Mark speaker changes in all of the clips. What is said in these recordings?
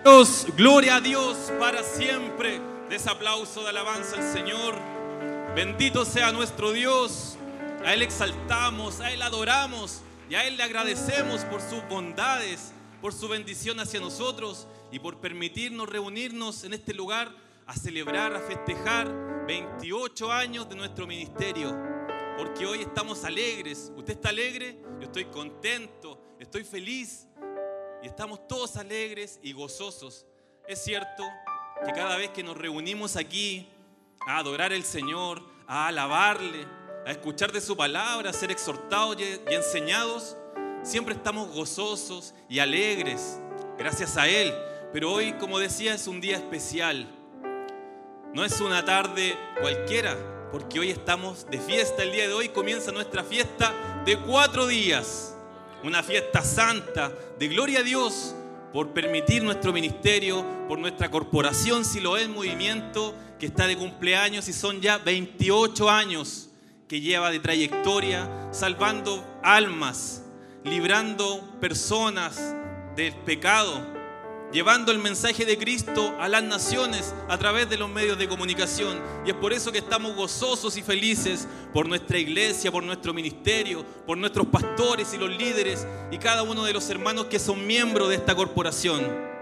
Speaker 1: Dios, gloria a Dios para siempre. Des aplauso de alabanza al Señor. Bendito sea nuestro Dios. A Él exaltamos, a Él adoramos y a Él le agradecemos por sus bondades, por su bendición hacia nosotros y por permitirnos reunirnos en este lugar a celebrar, a festejar 28 años de nuestro ministerio. Porque hoy estamos alegres. ¿Usted está alegre? Yo estoy contento, estoy feliz. Y estamos todos alegres y gozosos. Es cierto que cada vez que nos reunimos aquí a adorar al Señor, a alabarle, a escuchar de su palabra, a ser exhortados y enseñados, siempre estamos gozosos y alegres, gracias a Él. Pero hoy, como decía, es un día especial. No es una tarde cualquiera, porque hoy estamos de fiesta. El día de hoy comienza nuestra fiesta de 4 días. Una fiesta santa, de gloria a Dios por permitir nuestro ministerio, por nuestra corporación Siloé en Movimiento, que está de cumpleaños y son ya 28 años que lleva de trayectoria, salvando almas, librando personas del pecado, llevando el mensaje de Cristo a las naciones a través de los medios de comunicación. Y es por eso que estamos gozosos y felices por nuestra iglesia, por nuestro ministerio, por nuestros pastores y los líderes y cada uno de los hermanos que son miembros de esta corporación.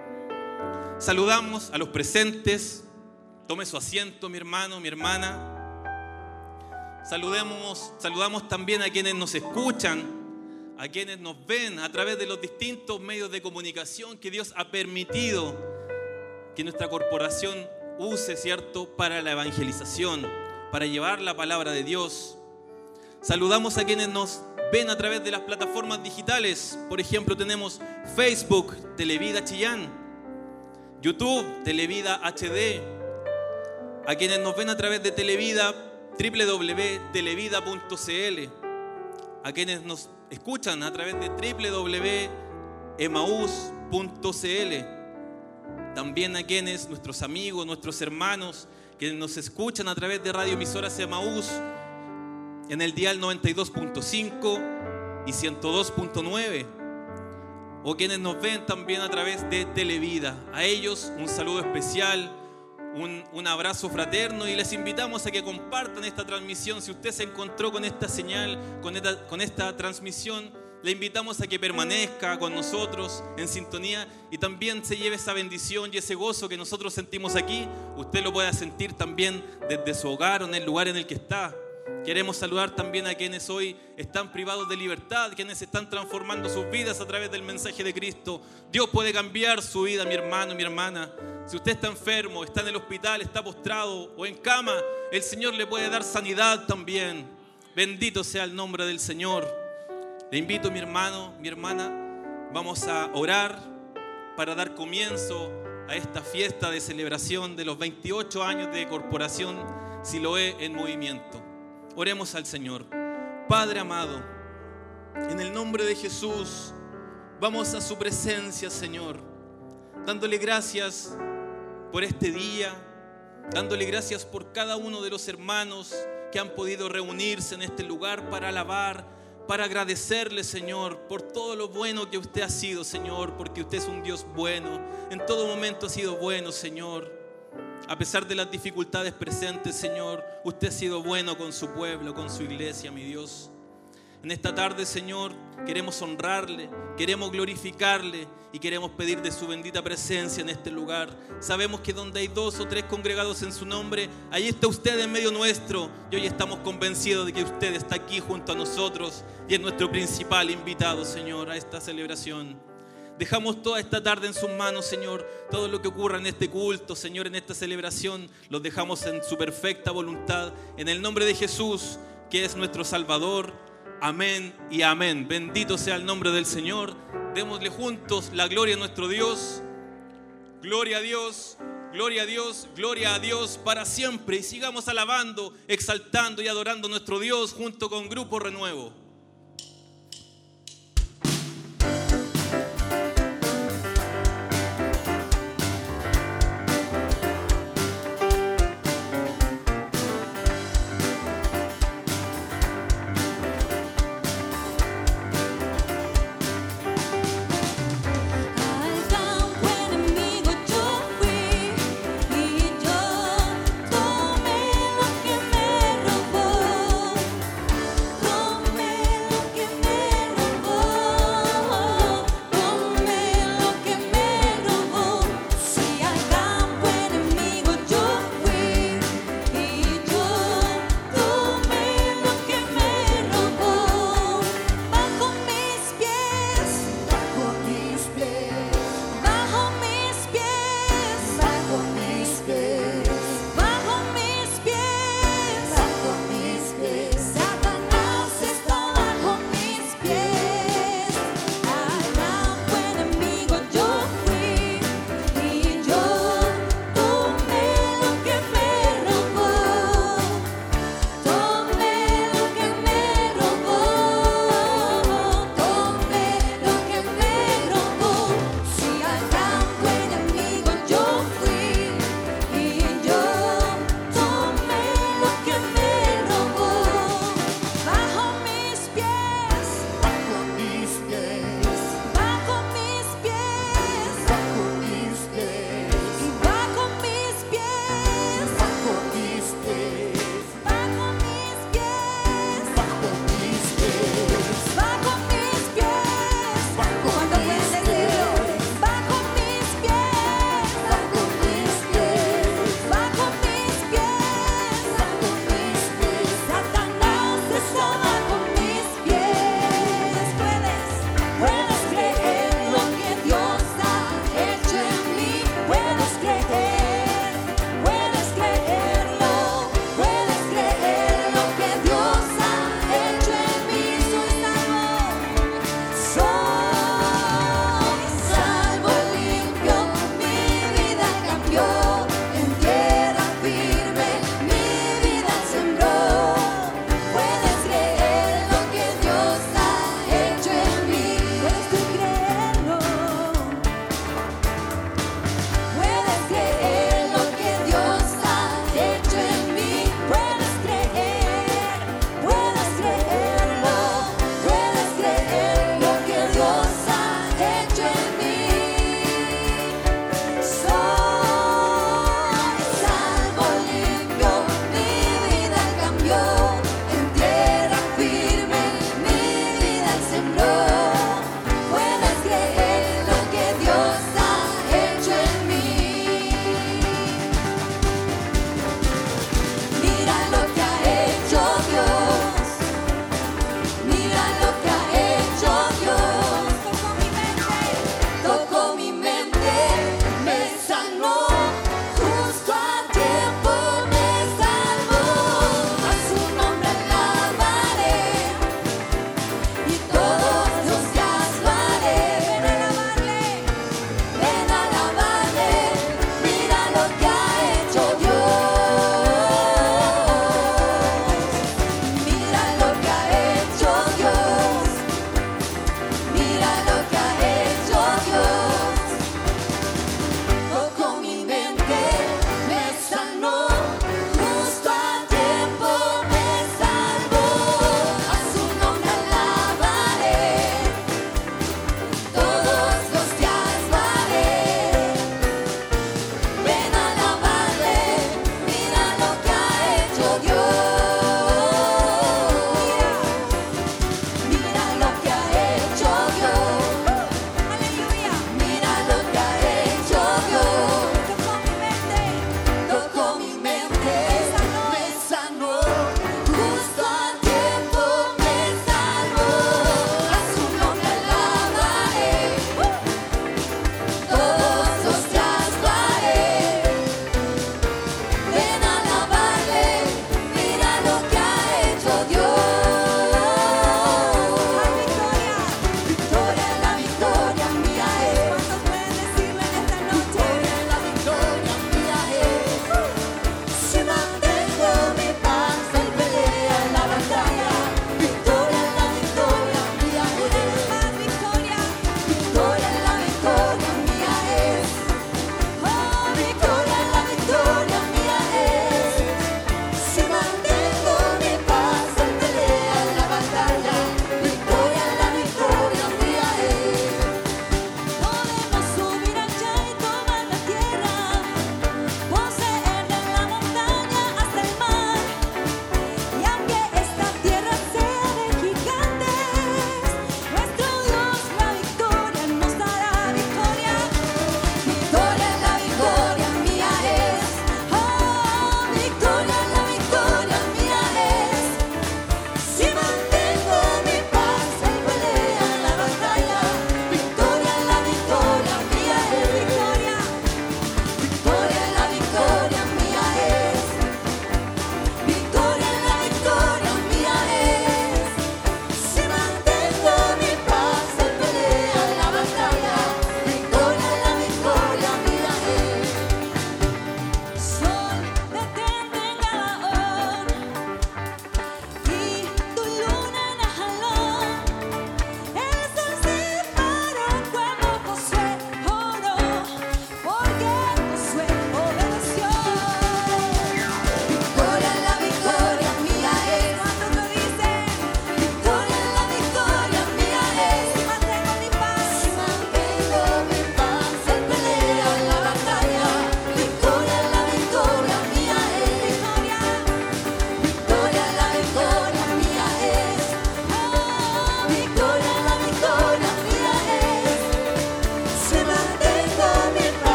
Speaker 1: Saludamos a los presentes. Tome su asiento, mi hermano, mi hermana. Saludamos también a quienes nos escuchan, a quienes nos ven a través de los distintos medios de comunicación que Dios ha permitido que nuestra corporación use, ¿cierto?, para la evangelización, para llevar la palabra de Dios. Saludamos a quienes nos ven a través de las plataformas digitales. Por ejemplo, tenemos Facebook, Televida Chillán, YouTube, Televida HD. A quienes nos ven a través de Televida, www.televida.cl. A quienes nos escuchan a través de www.emaus.cl. También a quienes, nuestros amigos, nuestros hermanos, que nos escuchan a través de Radio Emisoras Emaús en el dial 92.5 y 102.9. O quienes nos ven también a través de Televida. A ellos un saludo especial, un abrazo fraterno y les invitamos a que compartan esta transmisión. Si usted se encontró con esta señal, con esta transmisión, le invitamos a que permanezca con nosotros en sintonía y también se lleve esa bendición y ese gozo que nosotros sentimos aquí. Usted lo pueda sentir también desde su hogar o en el lugar en el que está. Queremos saludar también a quienes hoy están privados de libertad, quienes están transformando sus vidas a través del mensaje de Cristo. Dios puede cambiar su vida, mi hermano, mi hermana. Si usted está enfermo, está en el hospital, está postrado o en cama, el Señor le puede dar sanidad también. Bendito sea el nombre del Señor. Le invito, mi hermano, mi hermana, vamos a orar para dar comienzo a esta fiesta de celebración de los 28 años de Corporación Siloé en Movimiento. Oremos al Señor. Padre amado, en el nombre de Jesús, vamos a su presencia, Señor, dándole gracias por este día, dándole gracias por cada uno de los hermanos que han podido reunirse en este lugar para alabar, para agradecerle, Señor, por todo lo bueno que usted ha sido, Señor, porque usted es un Dios bueno. En todo momento ha sido bueno, Señor. A pesar de las dificultades presentes, Señor, usted ha sido bueno con su pueblo, con su iglesia, mi Dios. En esta tarde, Señor, queremos honrarle, queremos glorificarle y queremos pedir de su bendita presencia en este lugar. Sabemos que donde hay 2 o 3 congregados en su nombre, ahí está usted en medio nuestro. Y hoy estamos convencidos de que usted está aquí junto a nosotros y es nuestro principal invitado, Señor, a esta celebración. Dejamos toda esta tarde en sus manos, Señor. Todo lo que ocurra en este culto, Señor, en esta celebración, los dejamos en su perfecta voluntad. En el nombre de Jesús, que es nuestro Salvador. Amén y amén. Bendito sea el nombre del Señor. Démosle juntos la gloria a nuestro Dios. Gloria a Dios, gloria a Dios, gloria a Dios para siempre. Y sigamos alabando, exaltando y adorando a nuestro Dios junto con Grupo Renuevo.
Speaker 2: Al campo enemigo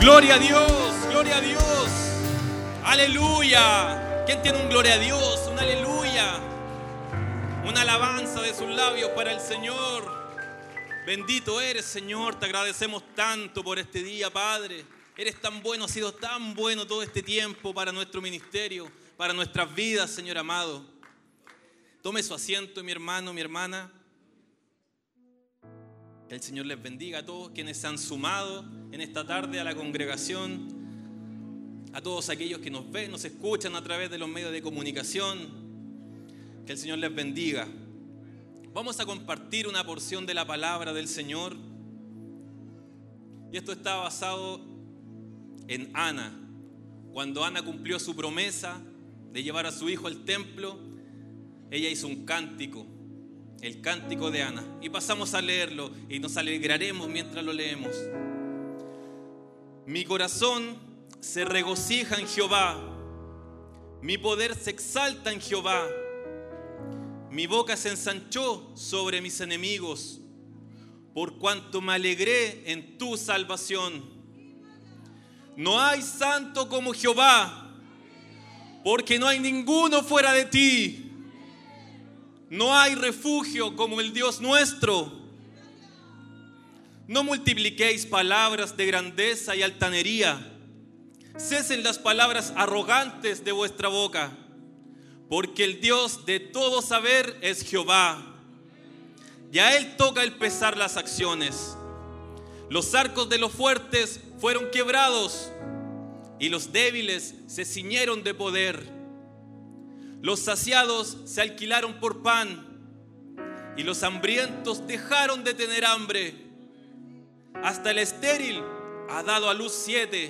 Speaker 1: Gloria a Dios, gloria a Dios. Aleluya. ¿Quién tiene un gloria a Dios? Un aleluya. Una alabanza de sus labios para el Señor. Bendito eres, Señor. Te agradecemos tanto por este día, Padre. Eres tan bueno, has sido tan bueno todo este tiempo para nuestro ministerio, para nuestras vidas, Señor amado. Tome su asiento, mi hermano, mi hermana. Que el Señor les bendiga a todos quienes se han sumado en esta tarde a la congregación, a todos aquellos que nos ven, nos escuchan a través de los medios de comunicación. Que el Señor les bendiga. Vamos a compartir una porción de la palabra del Señor. Y esto está basado en Ana. Cuando Ana cumplió su promesa de llevar a su hijo al templo, ella hizo un cántico. El cántico de Ana. Y pasamos a leerlo y nos alegraremos mientras lo leemos. Mi corazón se regocija en Jehová. Mi poder se exalta en Jehová. Mi boca se ensanchó sobre mis enemigos, por cuanto me alegré en tu salvación. No hay santo como Jehová, porque no hay ninguno fuera de ti. No hay refugio como el Dios nuestro. No multipliquéis palabras de grandeza y altanería. Cesen las palabras arrogantes de vuestra boca, porque el Dios de todo saber es Jehová, y a Él toca el pesar las acciones. Los arcos de los fuertes fueron quebrados, y los débiles se ciñeron de poder. Los saciados se alquilaron por pan, y los hambrientos dejaron de tener hambre. Hasta el estéril ha dado a luz 7,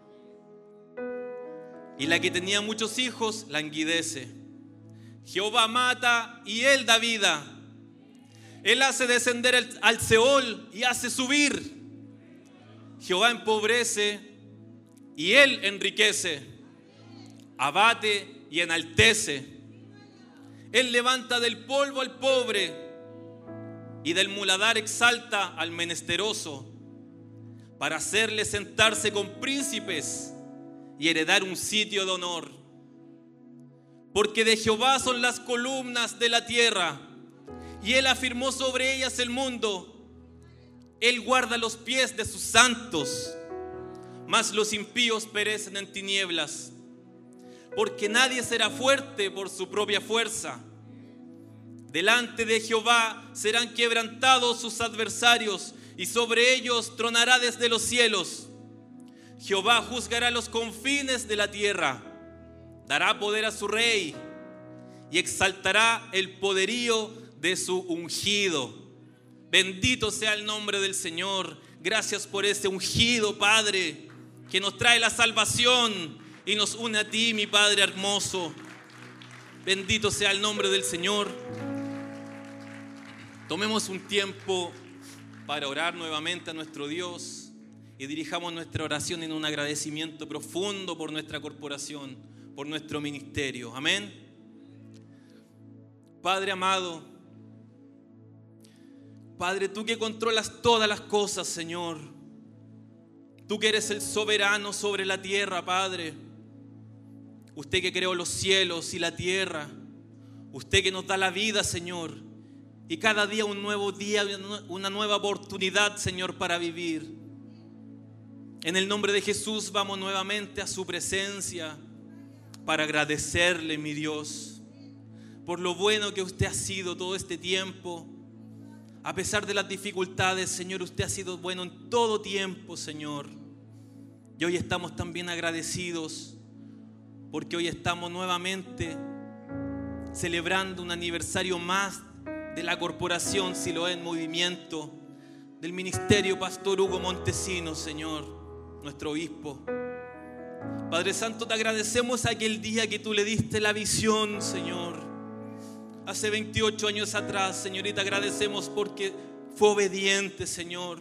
Speaker 1: y la que tenía muchos hijos languidece. Jehová mata y Él da vida. Él hace descender al Seol y hace subir. Jehová empobrece y Él enriquece. Abate y enaltece. Él levanta del polvo al pobre y del muladar exalta al menesteroso, para hacerle sentarse con príncipes y heredar un sitio de honor. Porque de Jehová son las columnas de la tierra, y Él afirmó sobre ellas el mundo. Él guarda los pies de sus santos, mas los impíos perecen en tinieblas. Porque nadie será fuerte por su propia fuerza. Delante de Jehová serán quebrantados sus adversarios, y sobre ellos tronará desde los cielos. Jehová juzgará los confines de la tierra, dará poder a su rey, y exaltará el poderío de su ungido. Bendito sea el nombre del Señor. Gracias por ese ungido, Padre, que nos trae la salvación y nos une a ti, mi Padre hermoso. Bendito sea el nombre del Señor. Tomemos un tiempo para orar nuevamente a nuestro Dios y dirijamos nuestra oración en un agradecimiento profundo por nuestra corporación, por nuestro ministerio. Amén. Padre amado, Padre, tú que controlas todas las cosas, Señor, tú que eres el soberano sobre la tierra, Padre. Usted que creó los cielos y la tierra, usted que nos da la vida, Señor, y cada día un nuevo día, una nueva oportunidad, Señor, para vivir. En el nombre de Jesús vamos nuevamente a su presencia para agradecerle, mi Dios, por lo bueno que usted ha sido todo este tiempo. A pesar de las dificultades, Señor, usted ha sido bueno en todo tiempo, Señor. Y hoy estamos también agradecidos porque hoy estamos nuevamente celebrando un aniversario más de la corporación Siloé en Movimiento, del ministerio Pastor Hugo Montesinos, Señor, nuestro obispo. Padre Santo, te agradecemos aquel día que tú le diste la visión, Señor, hace 28 años atrás, Señor, y te agradecemos porque fue obediente, Señor,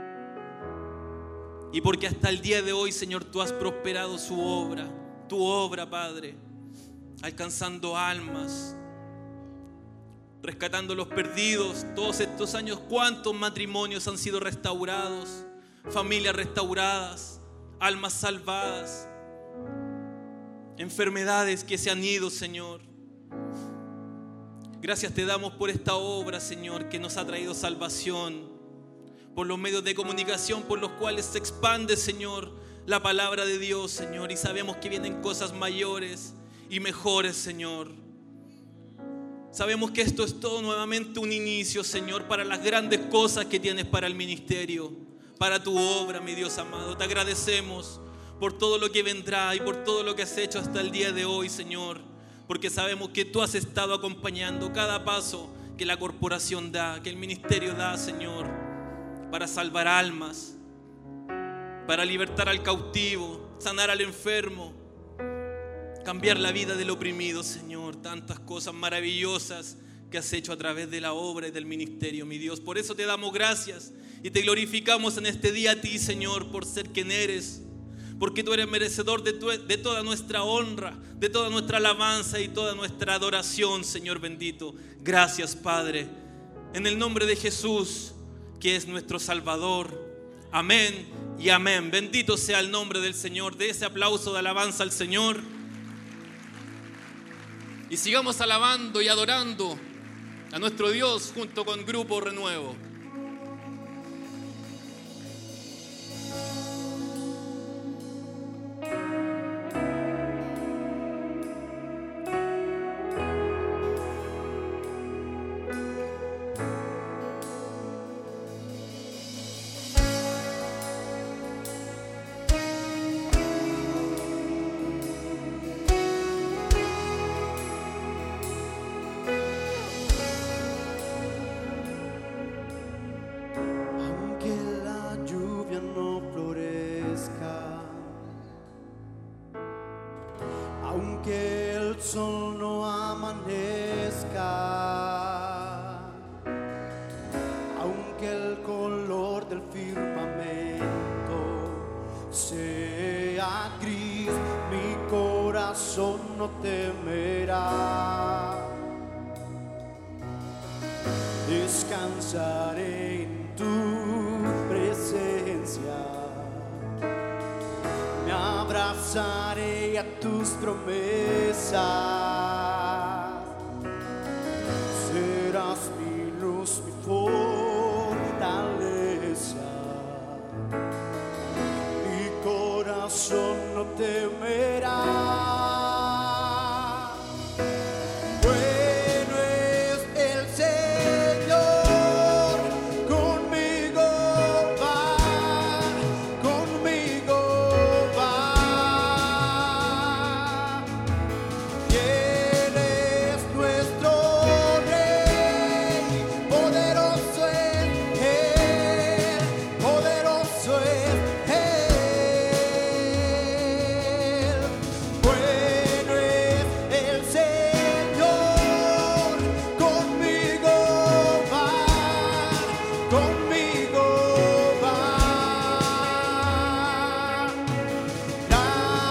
Speaker 1: y porque hasta el día de hoy, Señor, tú has prosperado su obra, tu obra, Padre, alcanzando almas, rescatando los perdidos. Todos estos años, ¿cuántos matrimonios han sido restaurados? Familias restauradas, almas salvadas, enfermedades que se han ido, Señor. Gracias te damos por esta obra, Señor, que nos ha traído salvación, por los medios de comunicación por los cuales se expande, Señor, la palabra de Dios, Señor, y sabemos que vienen cosas mayores y mejores, Señor. Sabemos que esto es todo nuevamente un inicio, Señor, para las grandes cosas que tienes para el ministerio, para tu obra, mi Dios amado. Te agradecemos por todo lo que vendrá y por todo lo que has hecho hasta el día de hoy, Señor, porque sabemos que tú has estado acompañando cada paso que la corporación da, que el ministerio da, Señor, para salvar almas, para libertar al cautivo, sanar al enfermo, cambiar la vida del oprimido, Señor. Tantas cosas maravillosas que has hecho a través de la obra y del ministerio, mi Dios. Por eso te damos gracias y te glorificamos en este día a ti, Señor, por ser quien eres, porque tú eres merecedor de toda nuestra honra, de toda nuestra alabanza y toda nuestra adoración, Señor bendito. Gracias, Padre, en el nombre de Jesús, que es nuestro Salvador. Amén y amén. Bendito sea el nombre del Señor. De ese aplauso de alabanza al Señor. Y sigamos alabando y adorando a nuestro Dios junto con Grupo Renuevo.
Speaker 2: Aunque el sol no amanezca, aunque el color del firmamento sea gris, mi corazón no temerá. Descansaré en tu presencia, me abrazaré a tus promesas. Serás mi luz, mi fortaleza. Mi corazón no temerá. Bueno es el Señor, conmigo va, conmigo va. Y Él es nuestro Rey, poderoso es Él, poderoso es Él. Bueno es el Señor, conmigo va, conmigo va. La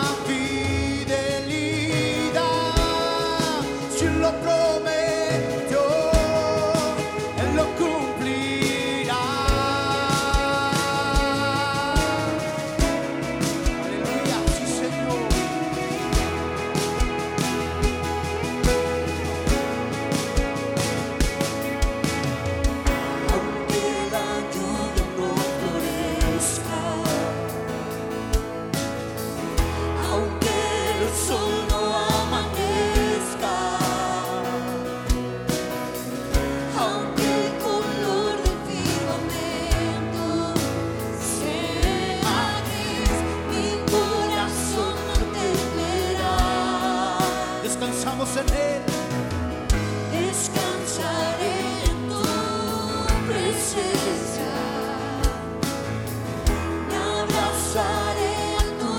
Speaker 2: fidelidad, si lo prometió, Él lo cumplirá. Aleluya, sí, Señor. Aunque la lluvia no florezca, aunque el sol no amanezca, aunque el color del firmamento sea gris, mi corazón no temerá. Descansamos en Él. Descansaré en tu presencia, me abrazaré a tus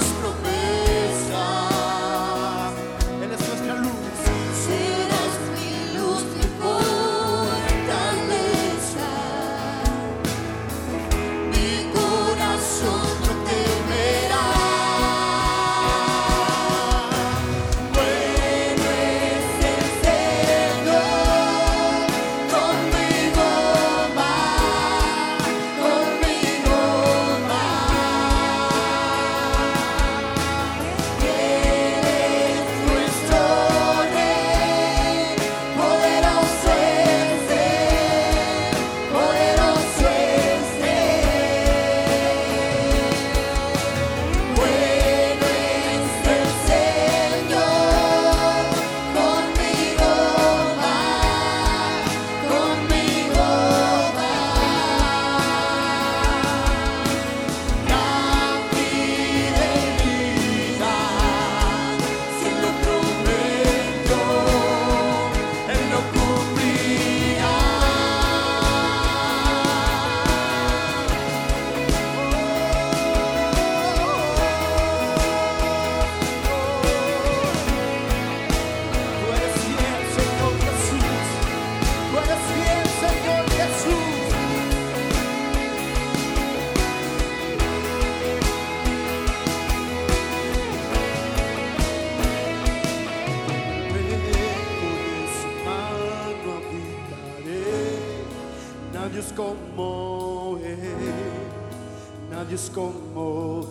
Speaker 2: promesas. Él es nuestra luz. Serás mi luz, mi fortaleza. Mi corazón no temerá. Bueno es el es como Él, nadie es como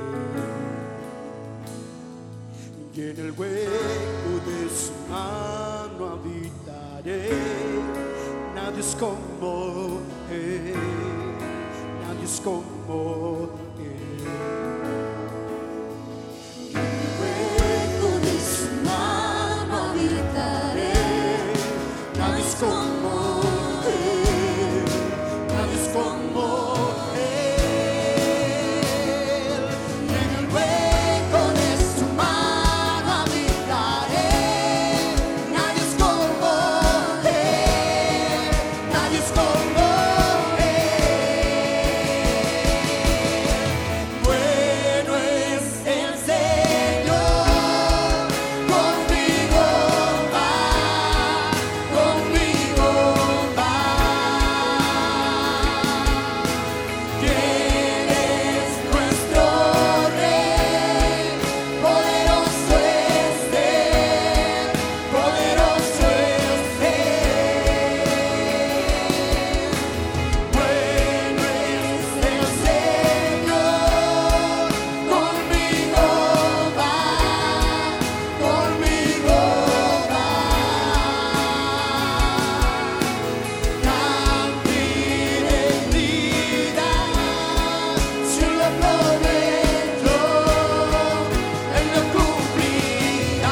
Speaker 2: Él. Y en el hueco de su mano habitaré. Nadie es como Él, nadie es como Él.
Speaker 3: En el hueco de su mano habitaré.
Speaker 2: Nadie es como Él, nadie es como Él. Y en el hueco de su mano habitaré. Nadie es como Él, nadie es como Él. Bueno es el Señor, conmigo va, conmigo va. ¿Quién es nuestro Rey? Poderoso es Él, poderoso es Él. Bueno es el Señor, conmigo va, conmigo va. Gran fidelidad, si lo prometió, Él lo cumplirá.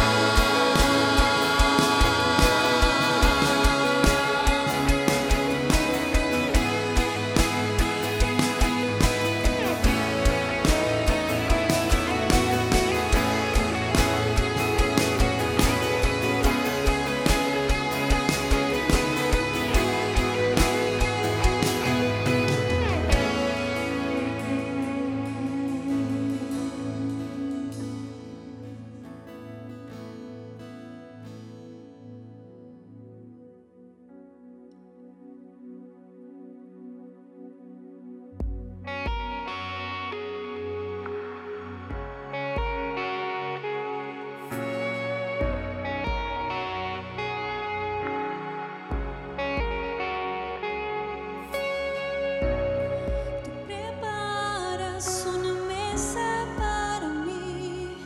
Speaker 3: Tú preparas una mesa para mí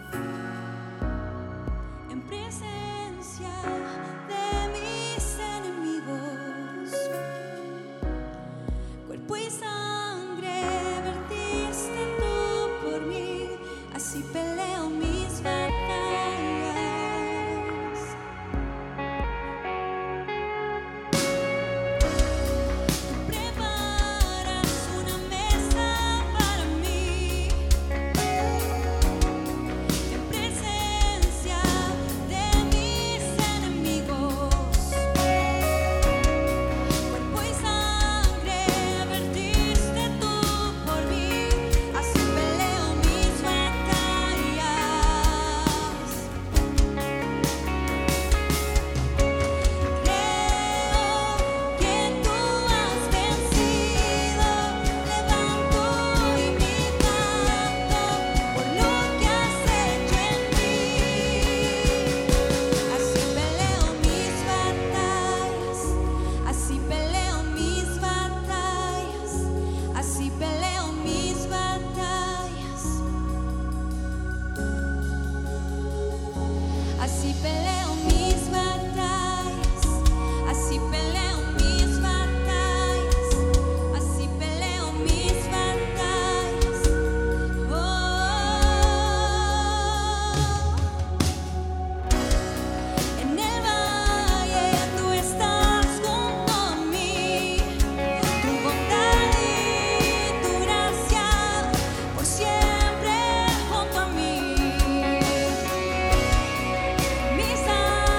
Speaker 3: en presencia de mis enemigos. Cuerpo y sangre vertiste tú por mí, así peleo mis batallas. Tú preparas una mesa para mí en presencia de mis enemigos. Cuerpo y sangre vertiste tú por mí, así peleo mis batallas. Creo que tú has vencido, levanto y mi canto por lo que has hecho en mí. Así peleo mis batallas, así peleo mis batallas, así peleo mis batallas, así peleo mis batallas, así peleo mis batallas, así peleo mis batallas. Oh. En el valle tú estás junto a mí, tu bondad y tu gracia por siempre junto a mí. Mis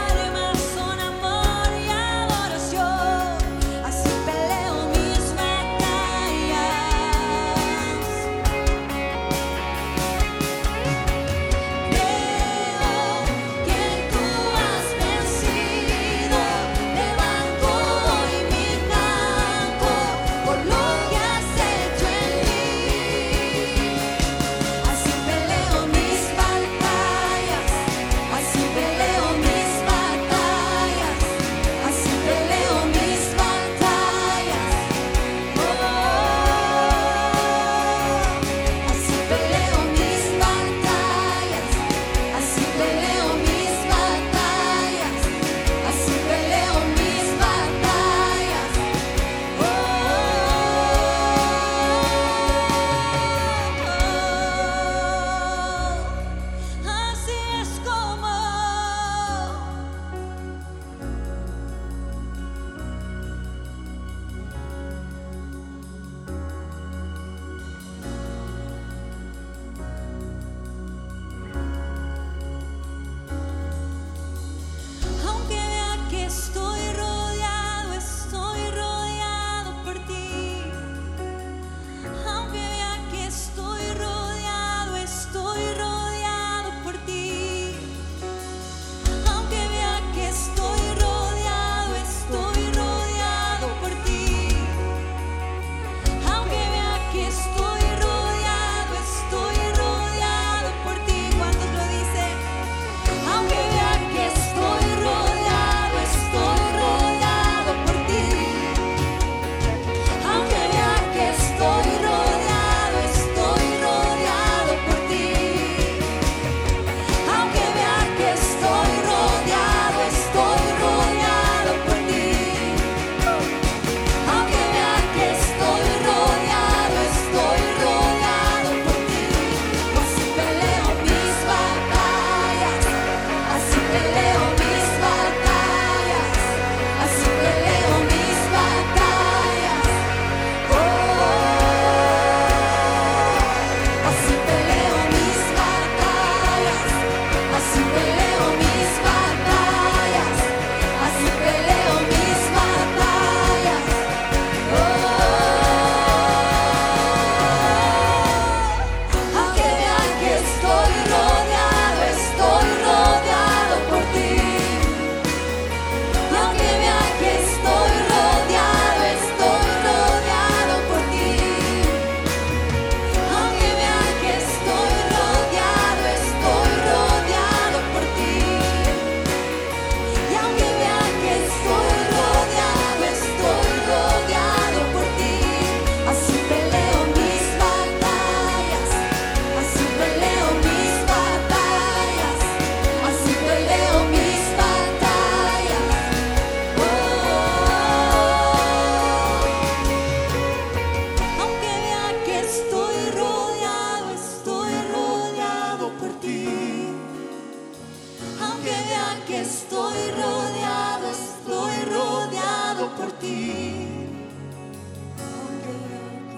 Speaker 3: Aunque vean que estoy rodeado por ti. Aunque vean que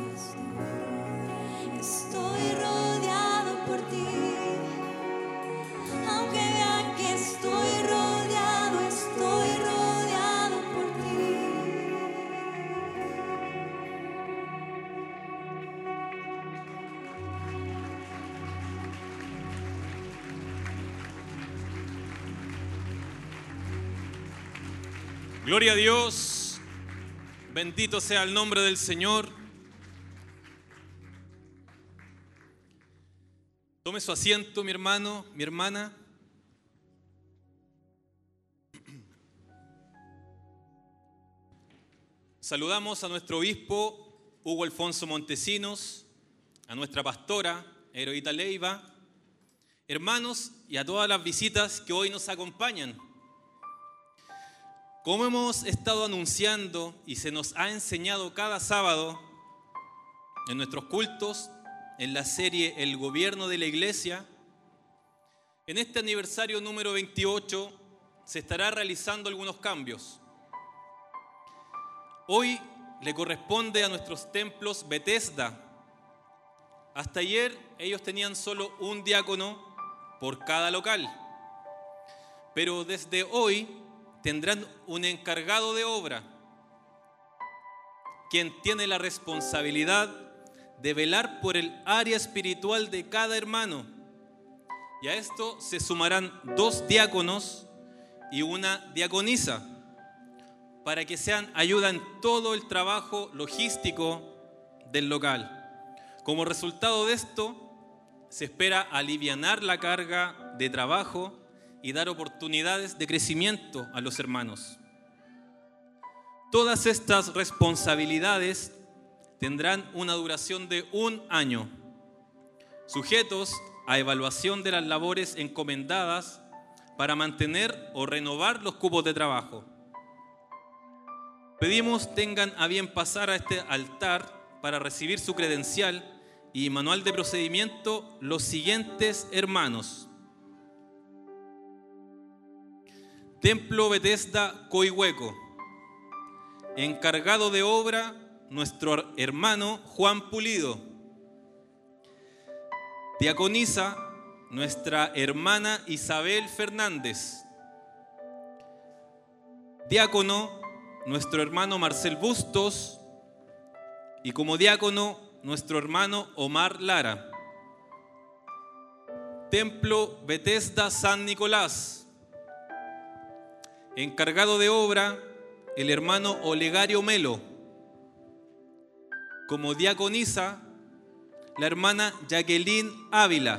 Speaker 3: estoy rodeado por ti. Aunque vean que estoy rodeado por ti.
Speaker 1: Gloria a Dios, bendito sea el nombre del Señor. Tome su asiento, mi hermano, mi hermana. Saludamos a nuestro obispo Hugo Alfonso Montesinos, a nuestra pastora Heroíta Leiva, hermanos y a todas las visitas que hoy nos acompañan. Como hemos estado anunciando y se nos ha enseñado cada sábado en nuestros cultos, en la serie El Gobierno de la Iglesia, en este aniversario número 28 se estará realizando algunos cambios. Hoy le corresponde a nuestros templos Bethesda. Hasta ayer ellos tenían solo un diácono por cada local, pero desde hoy tendrán un encargado de obra, quien tiene la responsabilidad de velar por el área espiritual de cada hermano. Y a esto se sumarán 2 diáconos y una diaconisa, para que sean ayuda en todo el trabajo logístico del local. Como resultado de esto, se espera alivianar la carga de trabajo y dar oportunidades de crecimiento a los hermanos. Todas estas responsabilidades tendrán una duración de 1 año, sujetos a evaluación de las labores encomendadas para mantener o renovar los cupos de trabajo. Pedimos tengan a bien pasar a este altar para recibir su credencial y manual de procedimiento los siguientes hermanos: Templo Bethesda Coihueco, encargado de obra nuestro hermano Juan Pulido. Diaconisa nuestra hermana Isabel Fernández. Diácono nuestro hermano Marcel Bustos. Y como diácono nuestro hermano Omar Lara. Templo Bethesda San Nicolás, encargado de obra el hermano Olegario Melo. Como diaconisa la hermana Jacqueline Ávila.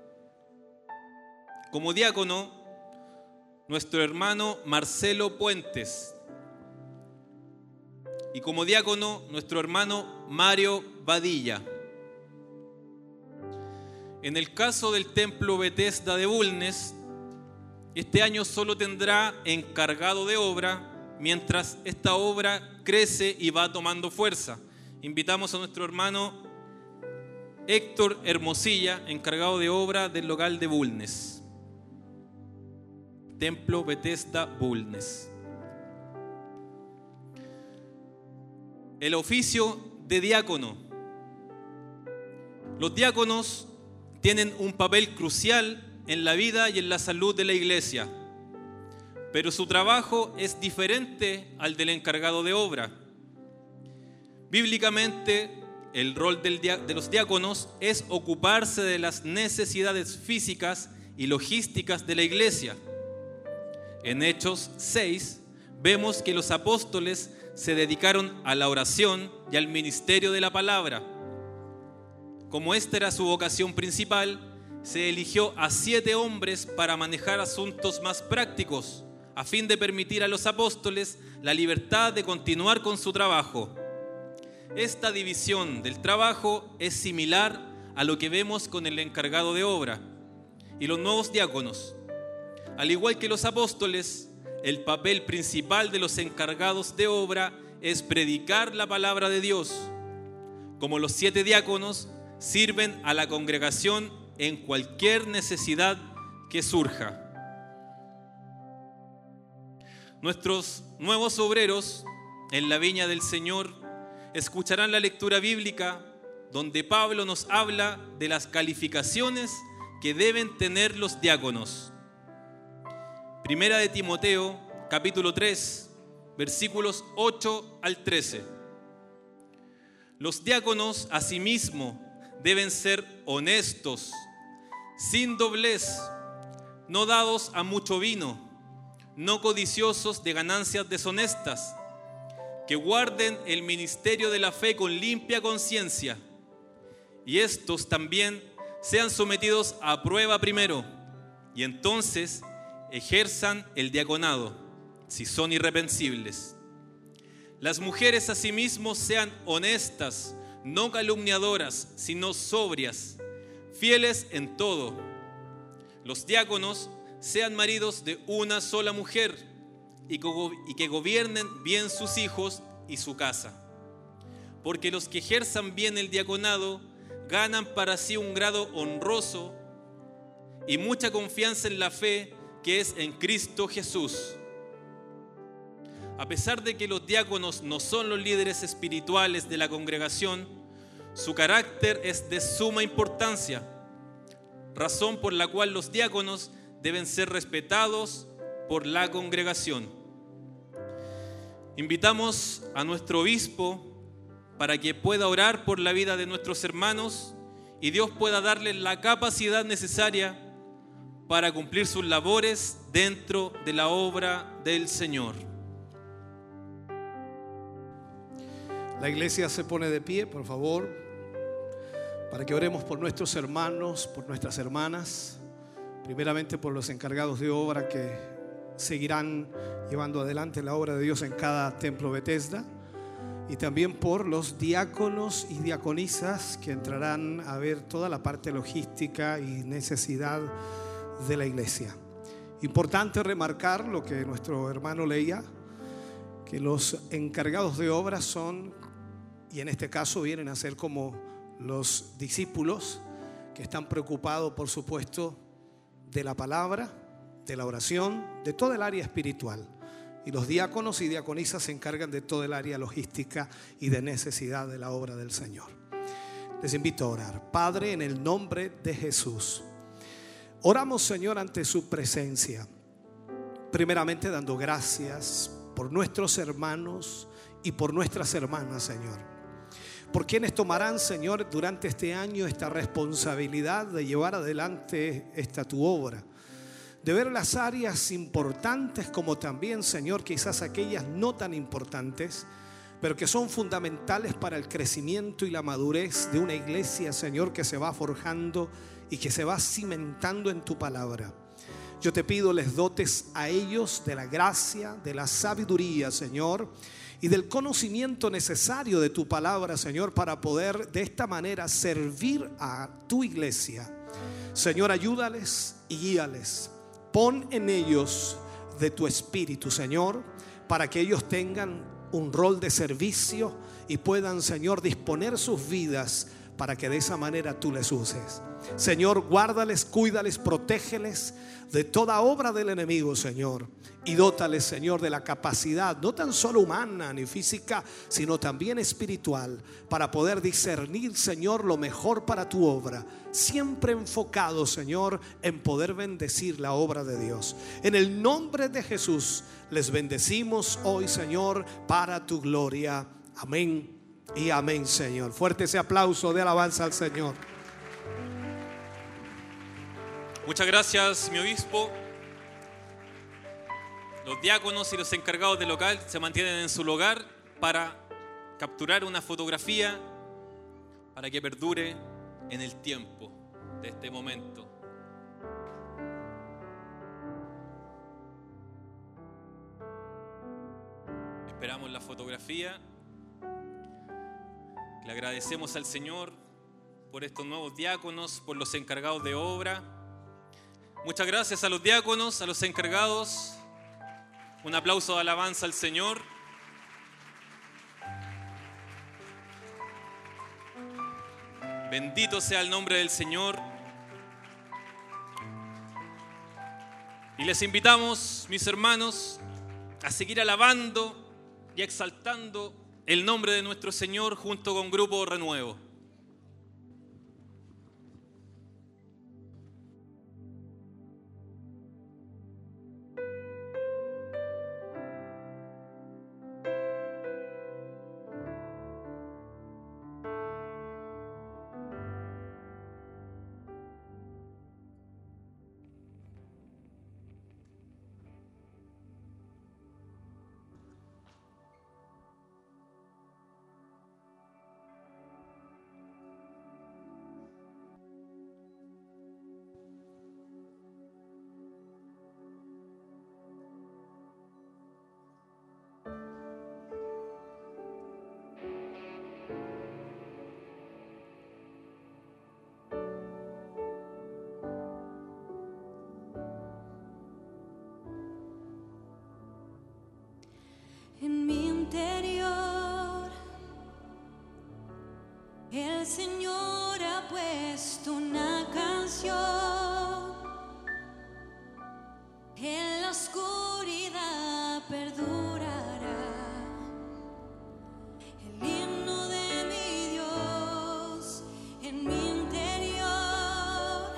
Speaker 1: Como diácono nuestro hermano Marcelo Puentes. Y como diácono nuestro hermano Mario Badilla. En el caso del Templo Bethesda de Bulnes, este año solo tendrá encargado de obra mientras esta obra crece y va tomando fuerza. Invitamos a nuestro hermano Héctor Hermosilla, encargado de obra del local de Bulnes. Templo Bethesda Bulnes. El oficio de diácono. Los diáconos tienen un papel crucial en la vida y en la salud de la iglesia, pero su trabajo es diferente al del encargado de obra. Bíblicamente, el rol de los diáconos es ocuparse de las necesidades físicas y logísticas de la iglesia. En Hechos 6 vemos que los apóstoles se dedicaron a la oración y al ministerio de la palabra. Como esta era su vocación principal, se eligió a 7 hombres para manejar asuntos más prácticos, a fin de permitir a los apóstoles la libertad de continuar con su trabajo. Esta división del trabajo es similar a lo que vemos con el encargado de obra y los nuevos diáconos. Al igual que los apóstoles, el papel principal de los encargados de obra es predicar la palabra de Dios. Como los 7 diáconos, sirven a la congregación en cualquier necesidad que surja. Nuestros nuevos obreros en la viña del Señor escucharán la lectura bíblica donde Pablo nos habla de las calificaciones que deben tener los diáconos. Primera de Timoteo, capítulo 3, versículos 8 al 13. Los diáconos asimismo deben ser honestos, sin doblez, no dados a mucho vino, no codiciosos de ganancias deshonestas, que guarden el ministerio de la fe con limpia conciencia, y estos también sean sometidos a prueba primero, y entonces ejerzan el diaconado, si son irreprensibles. Las mujeres asimismo sean honestas, no calumniadoras, sino sobrias, fieles en todo. Los diáconos sean maridos de una sola mujer y que gobiernen bien sus hijos y su casa. Porque los que ejerzan bien el diaconado ganan para sí un grado honroso y mucha confianza en la fe que es en Cristo Jesús. A pesar de que los diáconos no son los líderes espirituales de la congregación, su carácter es de suma importancia, razón por la cual los diáconos deben ser respetados por la congregación. Invitamos a nuestro obispo para que pueda orar por la vida de nuestros hermanos y Dios pueda darles la capacidad necesaria para cumplir sus labores dentro de la obra del Señor.
Speaker 4: La iglesia se pone de pie, por favor, para que oremos por nuestros hermanos, por nuestras hermanas, primeramente por los encargados de obra que seguirán llevando adelante la obra de Dios en cada templo Bethesda, y también por los diáconos y diaconisas que entrarán a ver toda la parte logística y necesidad de la iglesia. Importante remarcar lo que nuestro hermano leía, que los encargados de obra son, y en este caso vienen a ser como los discípulos que están preocupados, por supuesto, de la palabra, de la oración, de todo el área espiritual. Y los diáconos y diaconisas se encargan de todo el área logística y de necesidad de la obra del Señor. Les invito a orar. Padre, en el nombre de Jesús, oramos, Señor, ante su presencia, primeramente dando gracias por nuestros hermanos y por nuestras hermanas, Señor, por quienes tomarán, Señor, durante este año esta responsabilidad de llevar adelante esta tu obra, de ver las áreas importantes como también, Señor, quizás aquellas no tan importantes, pero que son fundamentales para el crecimiento y la madurez de una iglesia, Señor, que se va forjando y que se va cimentando en tu palabra. Yo te pido les dotes a ellos de la gracia, de la sabiduría, Señor, y del conocimiento necesario de tu palabra, Señor, para poder de esta manera servir a tu iglesia. Señor, ayúdales y guíales. Pon en ellos de tu espíritu, Señor, para que ellos tengan un rol de servicio y puedan, Señor, disponer sus vidas para que de esa manera tú les uses. Señor, guárdales, cuídales, protégeles de toda obra del enemigo, Señor, y dótales, Señor, de la capacidad no tan solo humana ni física, sino también espiritual, para poder discernir, Señor, lo mejor para tu obra, siempre enfocado, Señor, en poder bendecir la obra de Dios. En el nombre de Jesús les bendecimos hoy, Señor, para tu gloria. Amén y amén, Señor. Fuerte ese aplauso de alabanza al Señor.
Speaker 1: Muchas gracias, mi obispo. Los diáconos y los encargados del local se mantienen en su lugar para capturar una fotografía para que perdure en el tiempo de este momento. Esperamos la fotografía. Le agradecemos al Señor por estos nuevos diáconos, por los encargados de obra. Muchas gracias a los diáconos, a los encargados. Un aplauso de alabanza al Señor. Bendito sea el nombre del Señor. Y les invitamos, mis hermanos, a seguir alabando y exaltando el nombre de nuestro Señor junto con Grupo Renuevo.
Speaker 3: En mi interior, el Señor ha puesto una canción. En la oscuridad perdurará el himno de mi Dios. En mi interior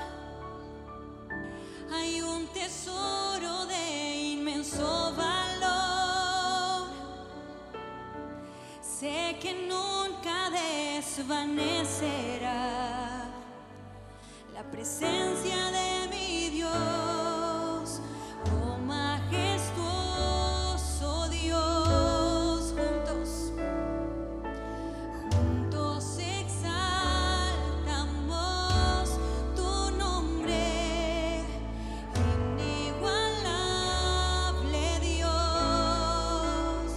Speaker 3: hay un tesoro de inmenso valor. Sé que nunca desvanecerá la presencia de mi Dios, oh majestuoso Dios. Juntos exaltamos tu nombre, inigualable Dios.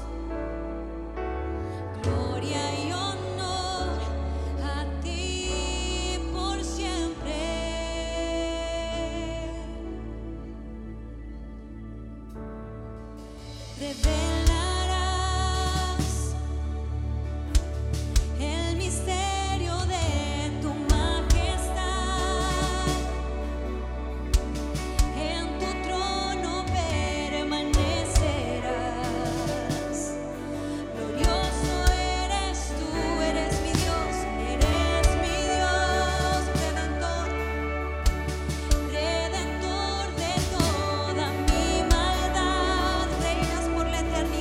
Speaker 3: Gloria y honor a ti por siempre. Revelarás el misterio de tu majestad. En tu trono permanecerás. Glorioso eres tú, eres mi Dios, redentor, redentor de toda mi maldad. Reinas por la eternidad.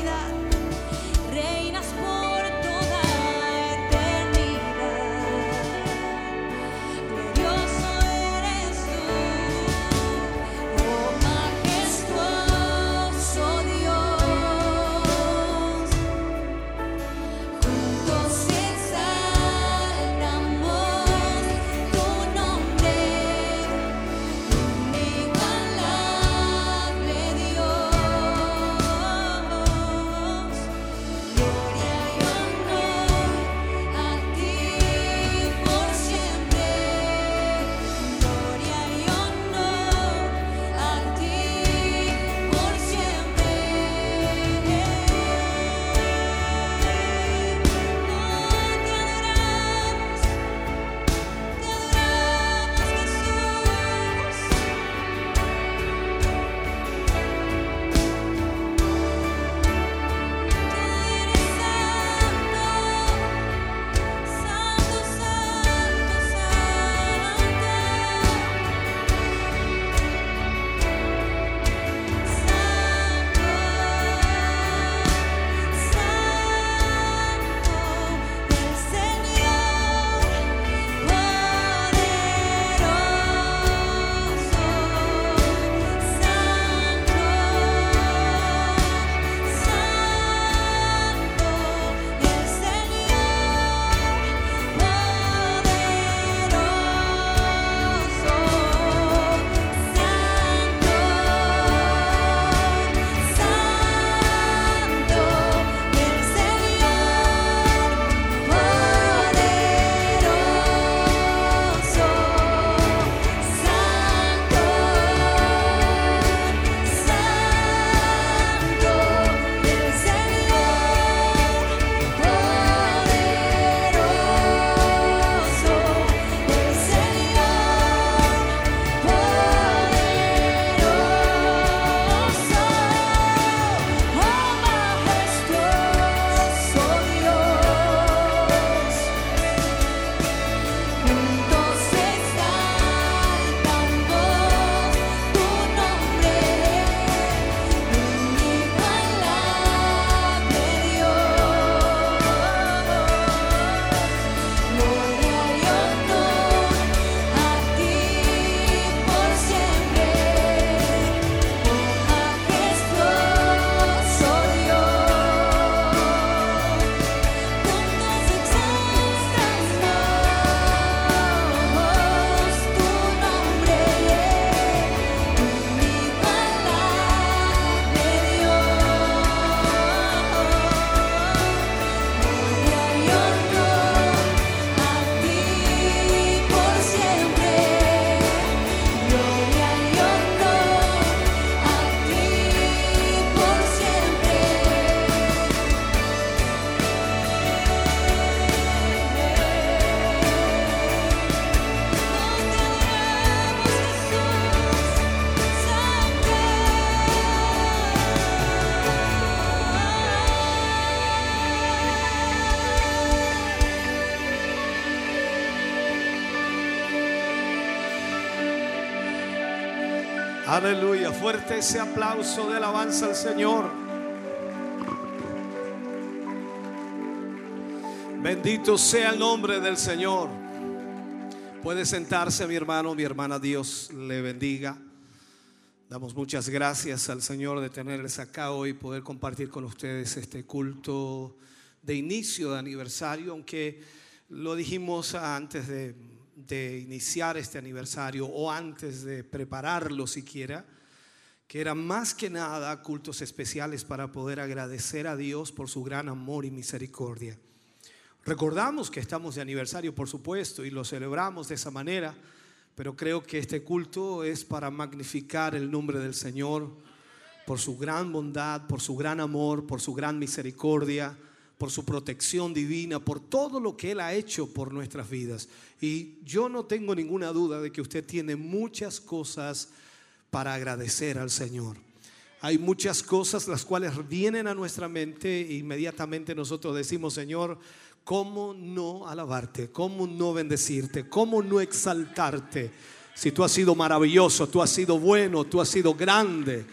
Speaker 4: Aleluya, fuerte ese aplauso de alabanza al Señor. Bendito sea el nombre del Señor. Puede sentarse, mi hermano, mi hermana. Dios le bendiga. Damos muchas gracias al Señor de tenerles acá hoy, poder compartir con ustedes este culto de inicio de aniversario, aunque lo dijimos antes de iniciar este aniversario o antes de prepararlo siquiera, que eran más que nada cultos especiales para poder agradecer a Dios por su gran amor y misericordia. Recordamos que estamos de aniversario, por supuesto, y lo celebramos de esa manera, pero creo que este culto es para magnificar el nombre del Señor por su gran bondad, por su gran amor, por su gran misericordia, por su protección divina, por todo lo que Él ha hecho por nuestras vidas. Y yo no tengo ninguna duda de que usted tiene muchas cosas para agradecer al Señor. Hay muchas cosas las cuales vienen a nuestra mente e inmediatamente nosotros decimos: Señor, ¿cómo no alabarte? ¿Cómo no bendecirte? ¿Cómo no exaltarte? Si tú has sido maravilloso, tú has sido bueno, tú has sido grande.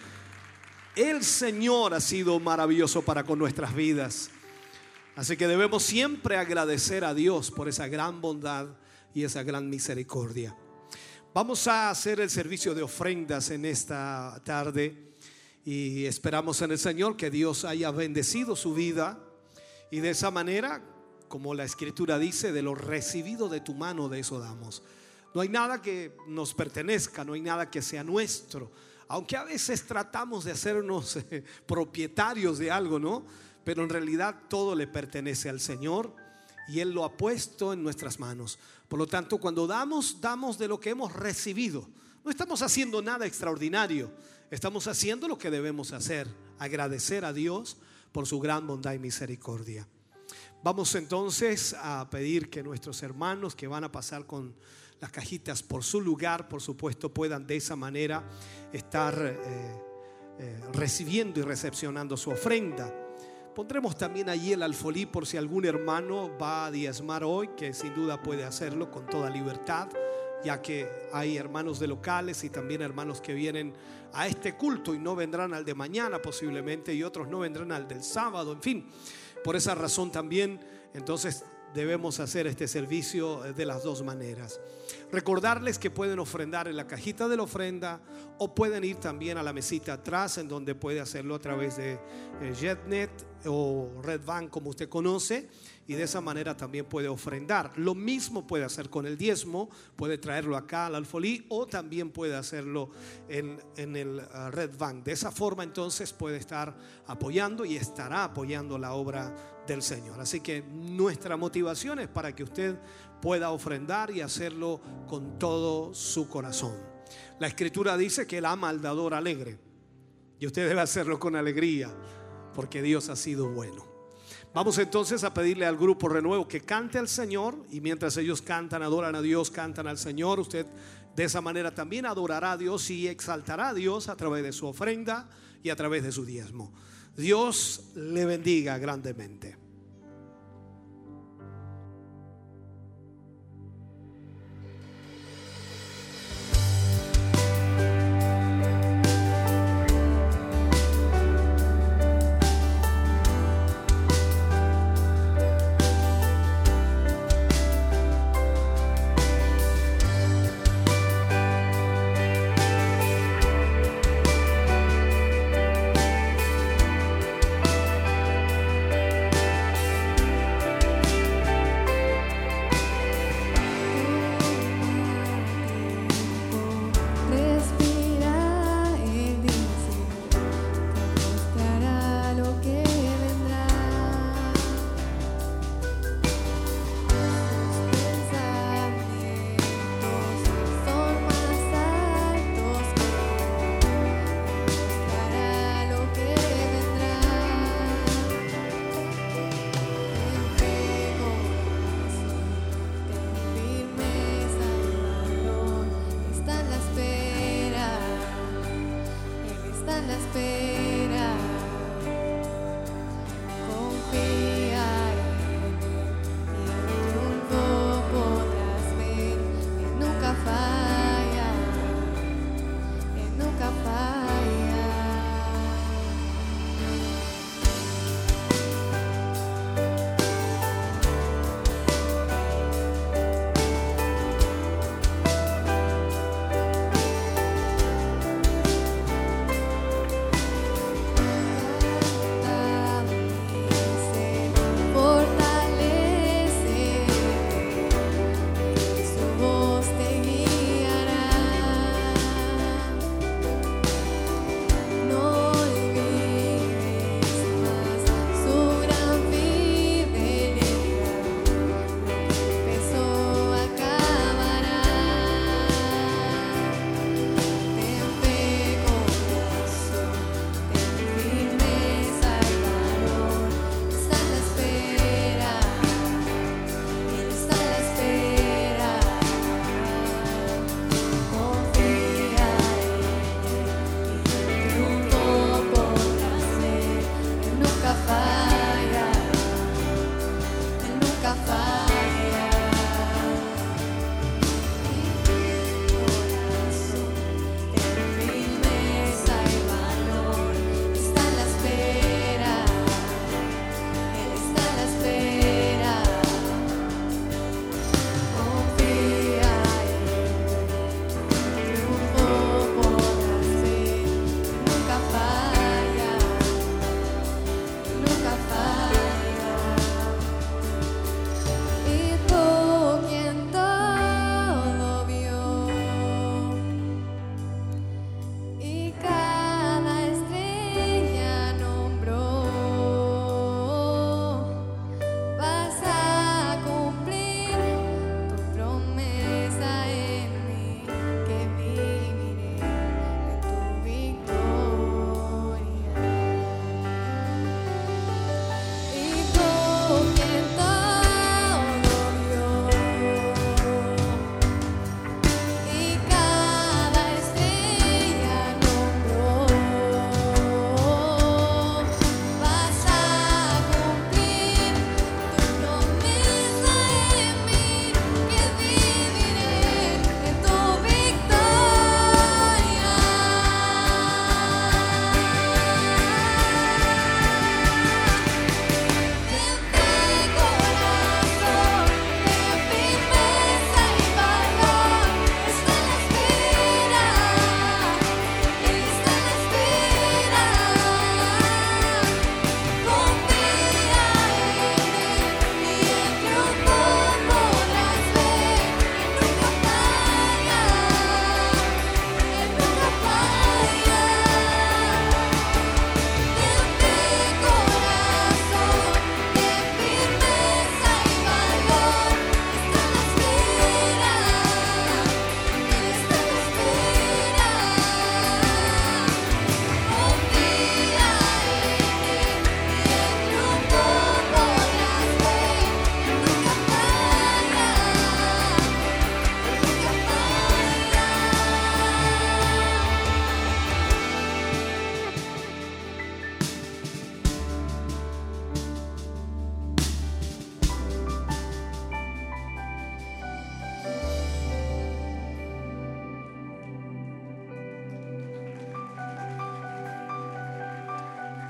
Speaker 4: El Señor ha sido maravilloso para con nuestras vidas. Así que debemos siempre agradecer a Dios por esa gran bondad y esa gran misericordia. Vamos a hacer el servicio de ofrendas en esta tarde y esperamos en el Señor que Dios haya bendecido su vida y de esa manera, como la Escritura dice, de lo recibido de tu mano, de eso damos. No hay nada que nos pertenezca, no hay nada que sea nuestro, aunque a veces tratamos de hacernos propietarios de algo, ¿no? Pero en realidad todo le pertenece al Señor y Él lo ha puesto en nuestras manos. Por lo tanto, cuando damos de lo que hemos recibido. No estamos haciendo nada extraordinario, estamos haciendo lo que debemos hacer: agradecer a Dios por su gran bondad y misericordia. Vamos entonces a pedir que nuestros hermanos que van a pasar con las cajitas por su lugar, por supuesto, puedan de esa manera estar recibiendo y recepcionando su ofrenda. Pondremos también allí el alfolí por si algún hermano va a diezmar hoy, que sin duda puede hacerlo con toda libertad, ya que hay hermanos de locales y también hermanos que vienen a este culto y no vendrán al de mañana posiblemente, y otros no vendrán al del sábado. En fin, por esa razón también entonces debemos hacer este servicio de las dos maneras. Recordarles que pueden ofrendar en la cajita de la ofrenda o pueden ir también a la mesita atrás, en donde puede hacerlo a través de JetNet o Red Bank, como usted conoce, y de esa manera también puede ofrendar. Lo mismo puede hacer con el diezmo, puede traerlo acá al alfolí o también puede hacerlo en el Red Bank. De esa forma entonces puede estar apoyando y estará apoyando la obra del Señor. Así que nuestra motivación es para que usted pueda ofrendar y hacerlo con todo su corazón. La Escritura dice que Él ama al dador alegre y usted debe hacerlo con alegría porque Dios ha sido bueno. Vamos entonces a pedirle al grupo Renuevo que cante al Señor, y mientras ellos cantan, adoran a Dios, cantan al Señor, usted de esa manera también adorará a Dios y exaltará a Dios a través de su ofrenda y a través de su diezmo. Dios le bendiga grandemente.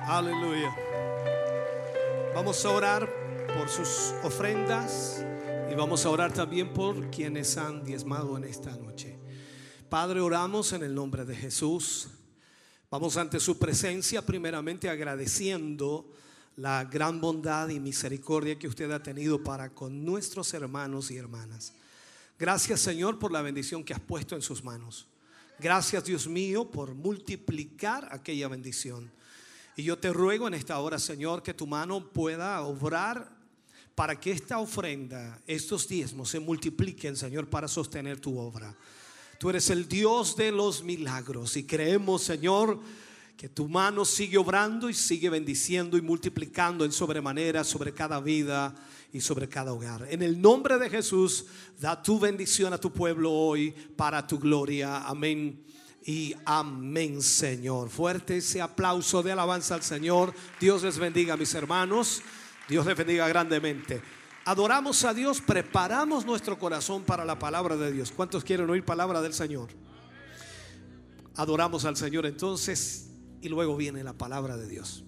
Speaker 4: Aleluya. Vamos a orar por sus ofrendas y vamos a orar también por quienes han diezmado en esta noche. Padre, oramos en el nombre de Jesús. Vamos ante su presencia primeramente agradeciendo la gran bondad y misericordia que usted ha tenido para con nuestros hermanos y hermanas. Gracias, Señor, por la bendición que has puesto en sus manos. Gracias, Dios mío, por multiplicar aquella bendición. Y yo te ruego en esta hora, Señor, que tu mano pueda obrar para que esta ofrenda, estos diezmos se multipliquen, Señor, para sostener tu obra. Tú eres el Dios de los milagros y creemos, Señor, que tu mano sigue obrando y sigue bendiciendo y multiplicando en sobremanera sobre cada vida y sobre cada hogar. En el nombre de Jesús, da tu bendición a tu pueblo hoy para tu gloria. Amén y amén, Señor. Fuerte ese aplauso de alabanza al Señor. Dios les bendiga, mis hermanos. Dios les bendiga grandemente. Adoramos a Dios, preparamos nuestro corazón para la palabra de Dios. ¿Cuántos quieren oír palabra del Señor? Adoramos al Señor entonces y luego viene la palabra de Dios.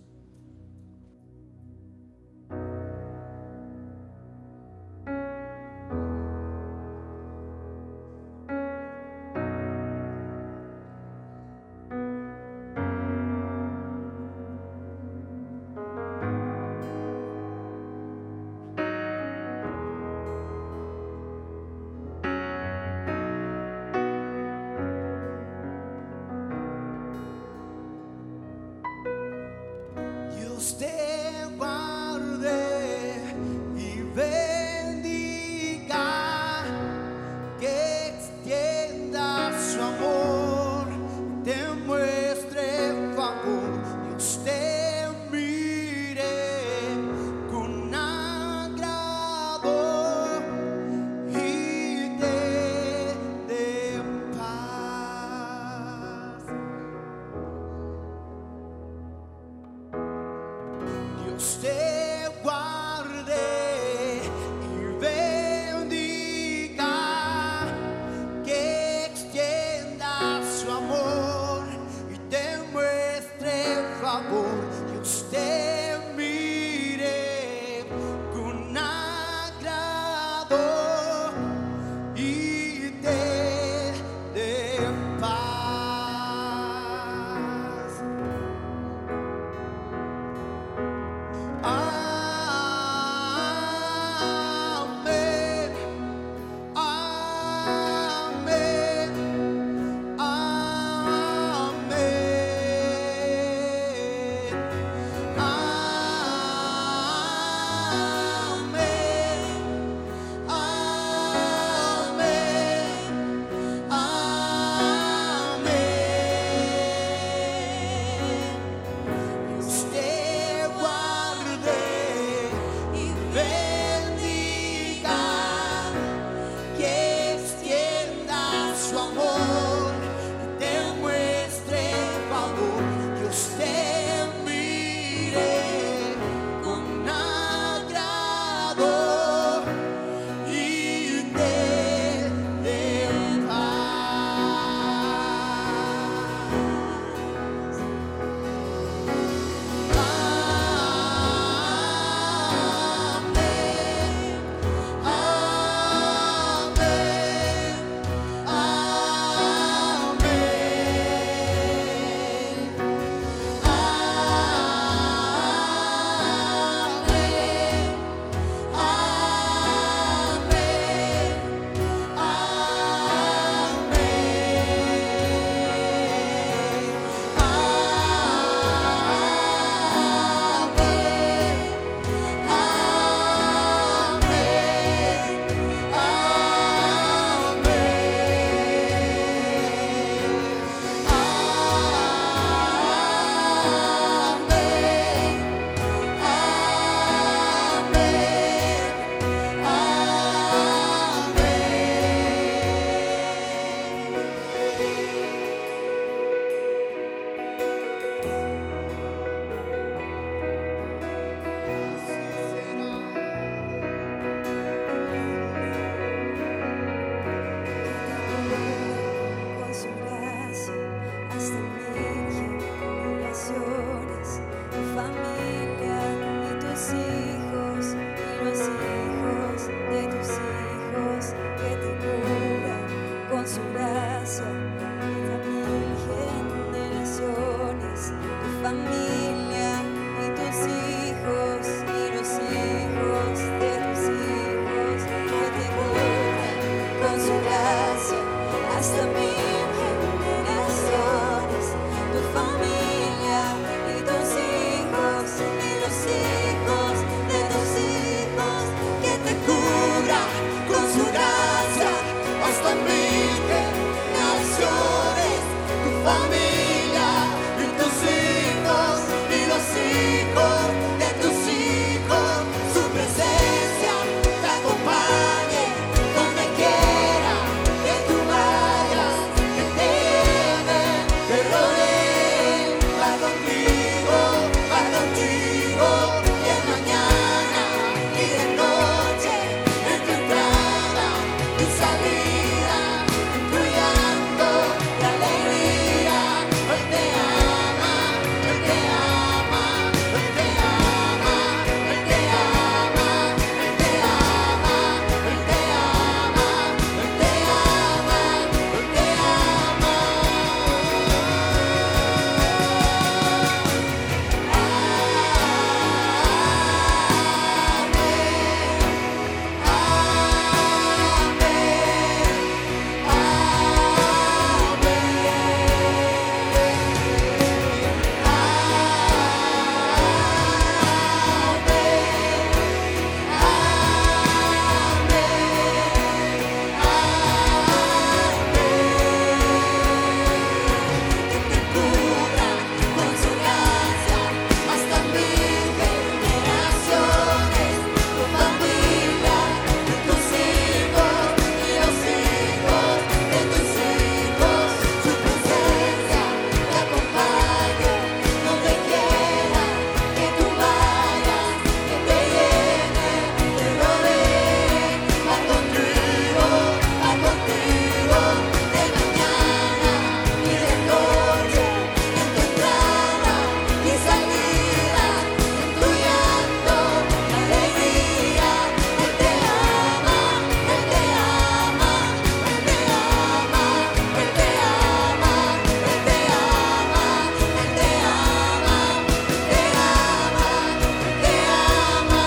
Speaker 2: Dios te guarde y bendiga, que extienda su amor, te muestre favor. Dios te mire con agrado y te dé paz. Dios te guarde y bendiga, que extienda su amor y te muestre favor. Dios te mire con agrado y te dé paz.
Speaker 3: familia y tus hijos y los hijos de tus hijos, que te cubran con su gracia hasta 1000 generaciones. Tu familia y tus hijos y los hijos de tus hijos, que te cubra con su gracia hasta 1000 generaciones. Tu familia y tus hijos y los hijos de tus hijos, su presencia te acompañe donde quiera que tú vayas, que te lleve, te rodee, va contigo, de mañana y de noche, en tu entrada y salida, en tu llanto y alegría. Él te ama, Él te ama, Él te ama, Él te ama, Él te ama, Él te ama, Él te ama, Él te con su gracia hasta 1000 generaciones. Tu familia y tus hijos y los hijos de tus hijos, su presencia te acompañe donde quiera que tú vayas, que te llene, te rodee, va contigo, de mañana y de noche, en tu entrada y salida, en tu llanto y alegría. Él te ama, Él te ama, Él te ama, Él te ama, Él te ama, Él te ama, Él te ama,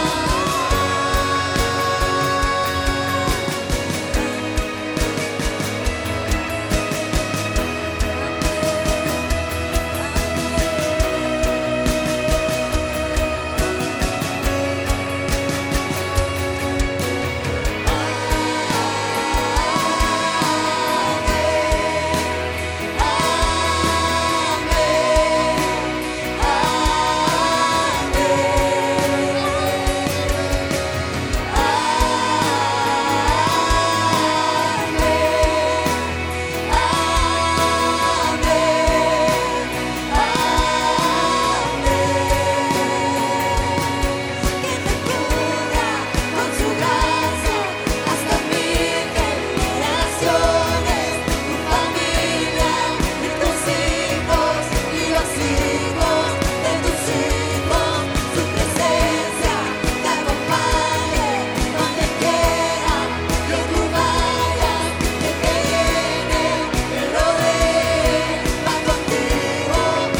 Speaker 3: con su gracia hasta 1000 generaciones. Tu familia y tus hijos y los hijos de tus hijos, su presencia te acompañe donde quiera que tú vayas, que te llene, te rodee, va contigo,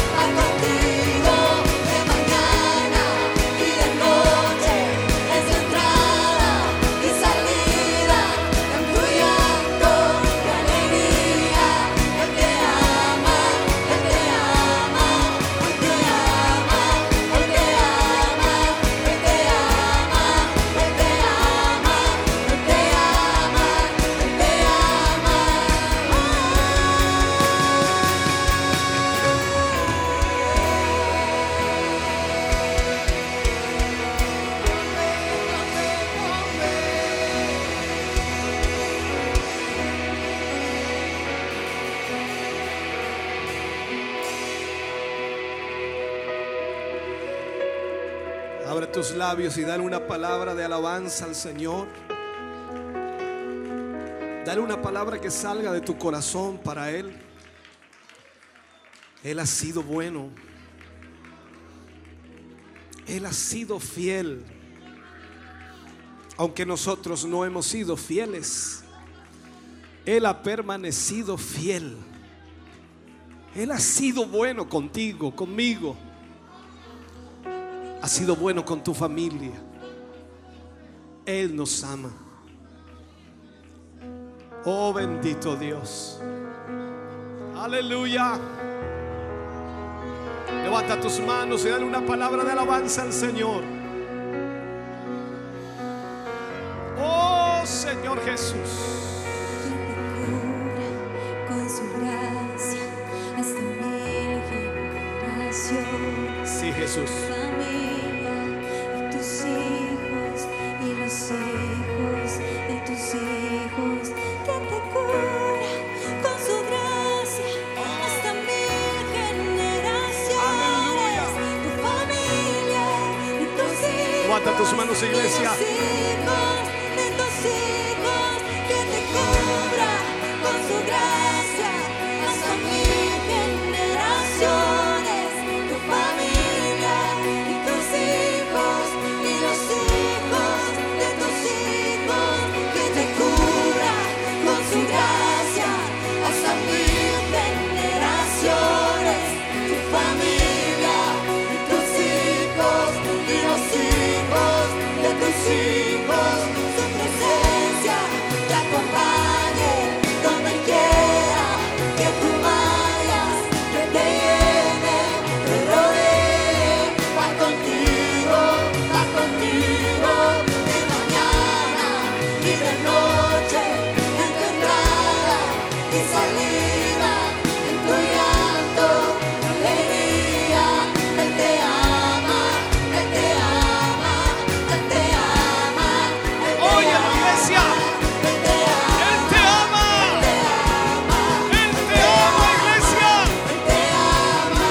Speaker 3: de mañana y de noche, en su entrada y salida, en tu llanto y alegría. Él te ama, Él te ama, Él te ama, Él te ama, Él te ama, Él te ama, Él te ama, Él te
Speaker 4: Abre tus labios y dale una palabra de alabanza al Señor. Dale una palabra que salga de tu corazón para Él. Él ha sido bueno. Él ha sido fiel. Aunque nosotros no hemos sido fieles, Él ha permanecido fiel. Él ha sido bueno contigo, conmigo. Ha sido bueno con tu familia. Él nos ama. Oh, bendito Dios. Aleluya. Levanta tus manos y dale una palabra de alabanza al Señor. Oh, Señor Jesús.
Speaker 3: Con su gracia hasta 1000 generaciones.
Speaker 4: Sí, Jesús.
Speaker 3: Familia y tus hijos y los hijos de tus hijos, que te cura con su gracia hasta 1000 generaciones. Tu familia y tus hijos.
Speaker 4: Levanta tus manos, iglesia.
Speaker 3: Y los hijos de tus hijos, que te cubra con su gracia hasta 1000 generaciones. Tu familia y tus hijos y los hijos de tus hijos, que te cubra con su gracia hasta 1000 generaciones. Tu familia y tus hijos y los hijos de tus hijos, su presencia te acompañe donde quiera que tú vayas, que te llene, te rodee, va contigo, de mañana y de noche, en tu entrada y salida, en tu llanto, alegría. Él te ama, Él te ama, Él te ama, Él te
Speaker 4: Oye,
Speaker 3: ama,
Speaker 4: iglesia.
Speaker 3: Él te ama,
Speaker 4: Él te ama.
Speaker 3: Él te ama,
Speaker 4: Él te ama, iglesia.
Speaker 3: Él te ama.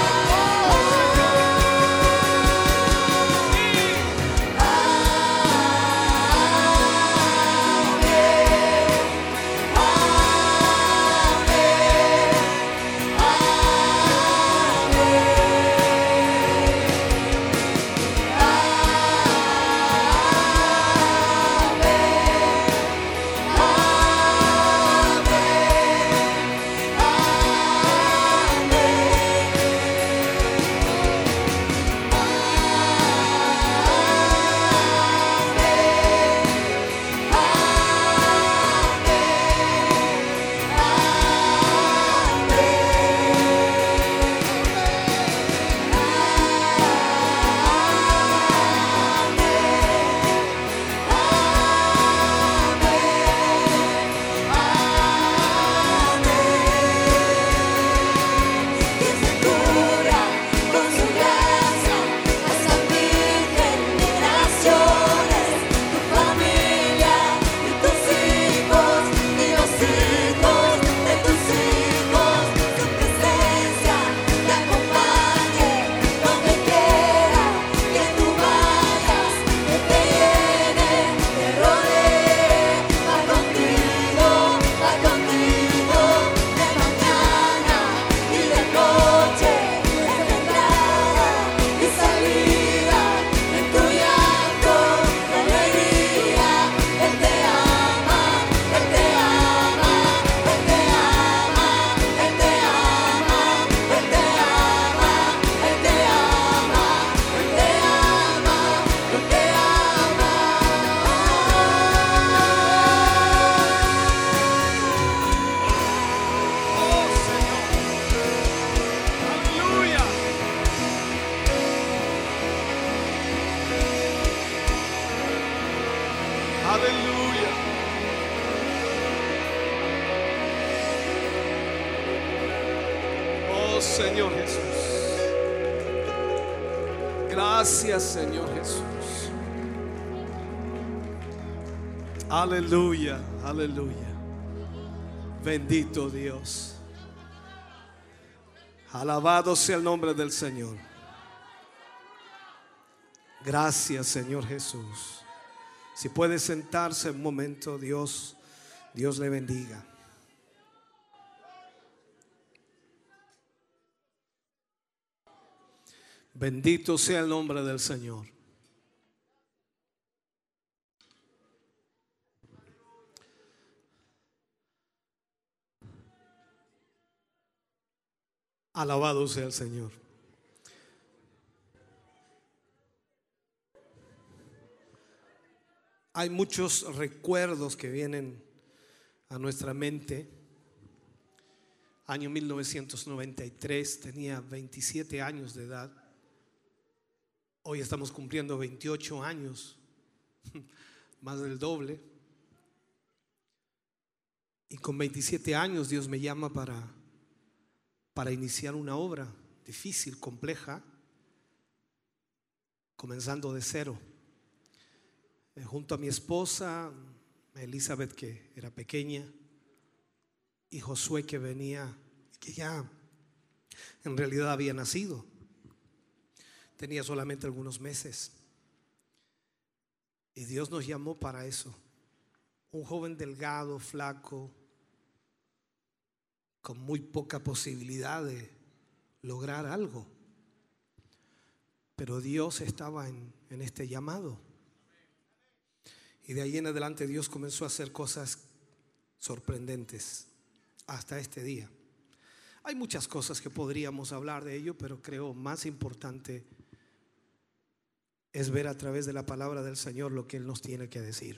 Speaker 3: Que se cura con su gracia hasta 1000 generaciones. Tu familia y tus hijos y los hijos de tus hijos, su presencia te acompañe donde quiera que tú vayas, que te llene, te rodee, va contigo, de mañana y de noche, en tu entrada y salida, en tu llanto, tu alegría. Él te ama, Él te ama, Él te ama, Él te ama, Él te ama, Él te ama, Él te ama, Él te ama.
Speaker 4: Oh, Señor. Aleluya. Aleluya. Oh, Señor Jesús. Gracias, Señor Jesús. Aleluya, aleluya. Bendito Dios. Alabado sea el nombre del Señor. Gracias, Señor Jesús. Si puede sentarse un momento, Dios le bendiga. Bendito sea el nombre del Señor. Alabado sea el Señor. Hay muchos recuerdos que vienen a nuestra mente. Año 1993, tenía 27 años de edad. Hoy estamos cumpliendo 28 años, más del doble. Y con 27 años Dios me llama para iniciar una obra difícil, compleja, comenzando de cero. Junto a mi esposa, Elizabeth, que era pequeña, y Josué, que venía, que ya en realidad había nacido. Tenía solamente algunos meses. Y Dios nos llamó para eso. Un joven delgado, flaco, con muy poca posibilidad de lograr algo. Pero Dios estaba en este llamado. Y de ahí en adelante Dios comenzó a hacer cosas sorprendentes hasta este día. Hay muchas cosas que podríamos hablar de ello, pero creo más importante es ver a través de la palabra del Señor lo que Él nos tiene que decir.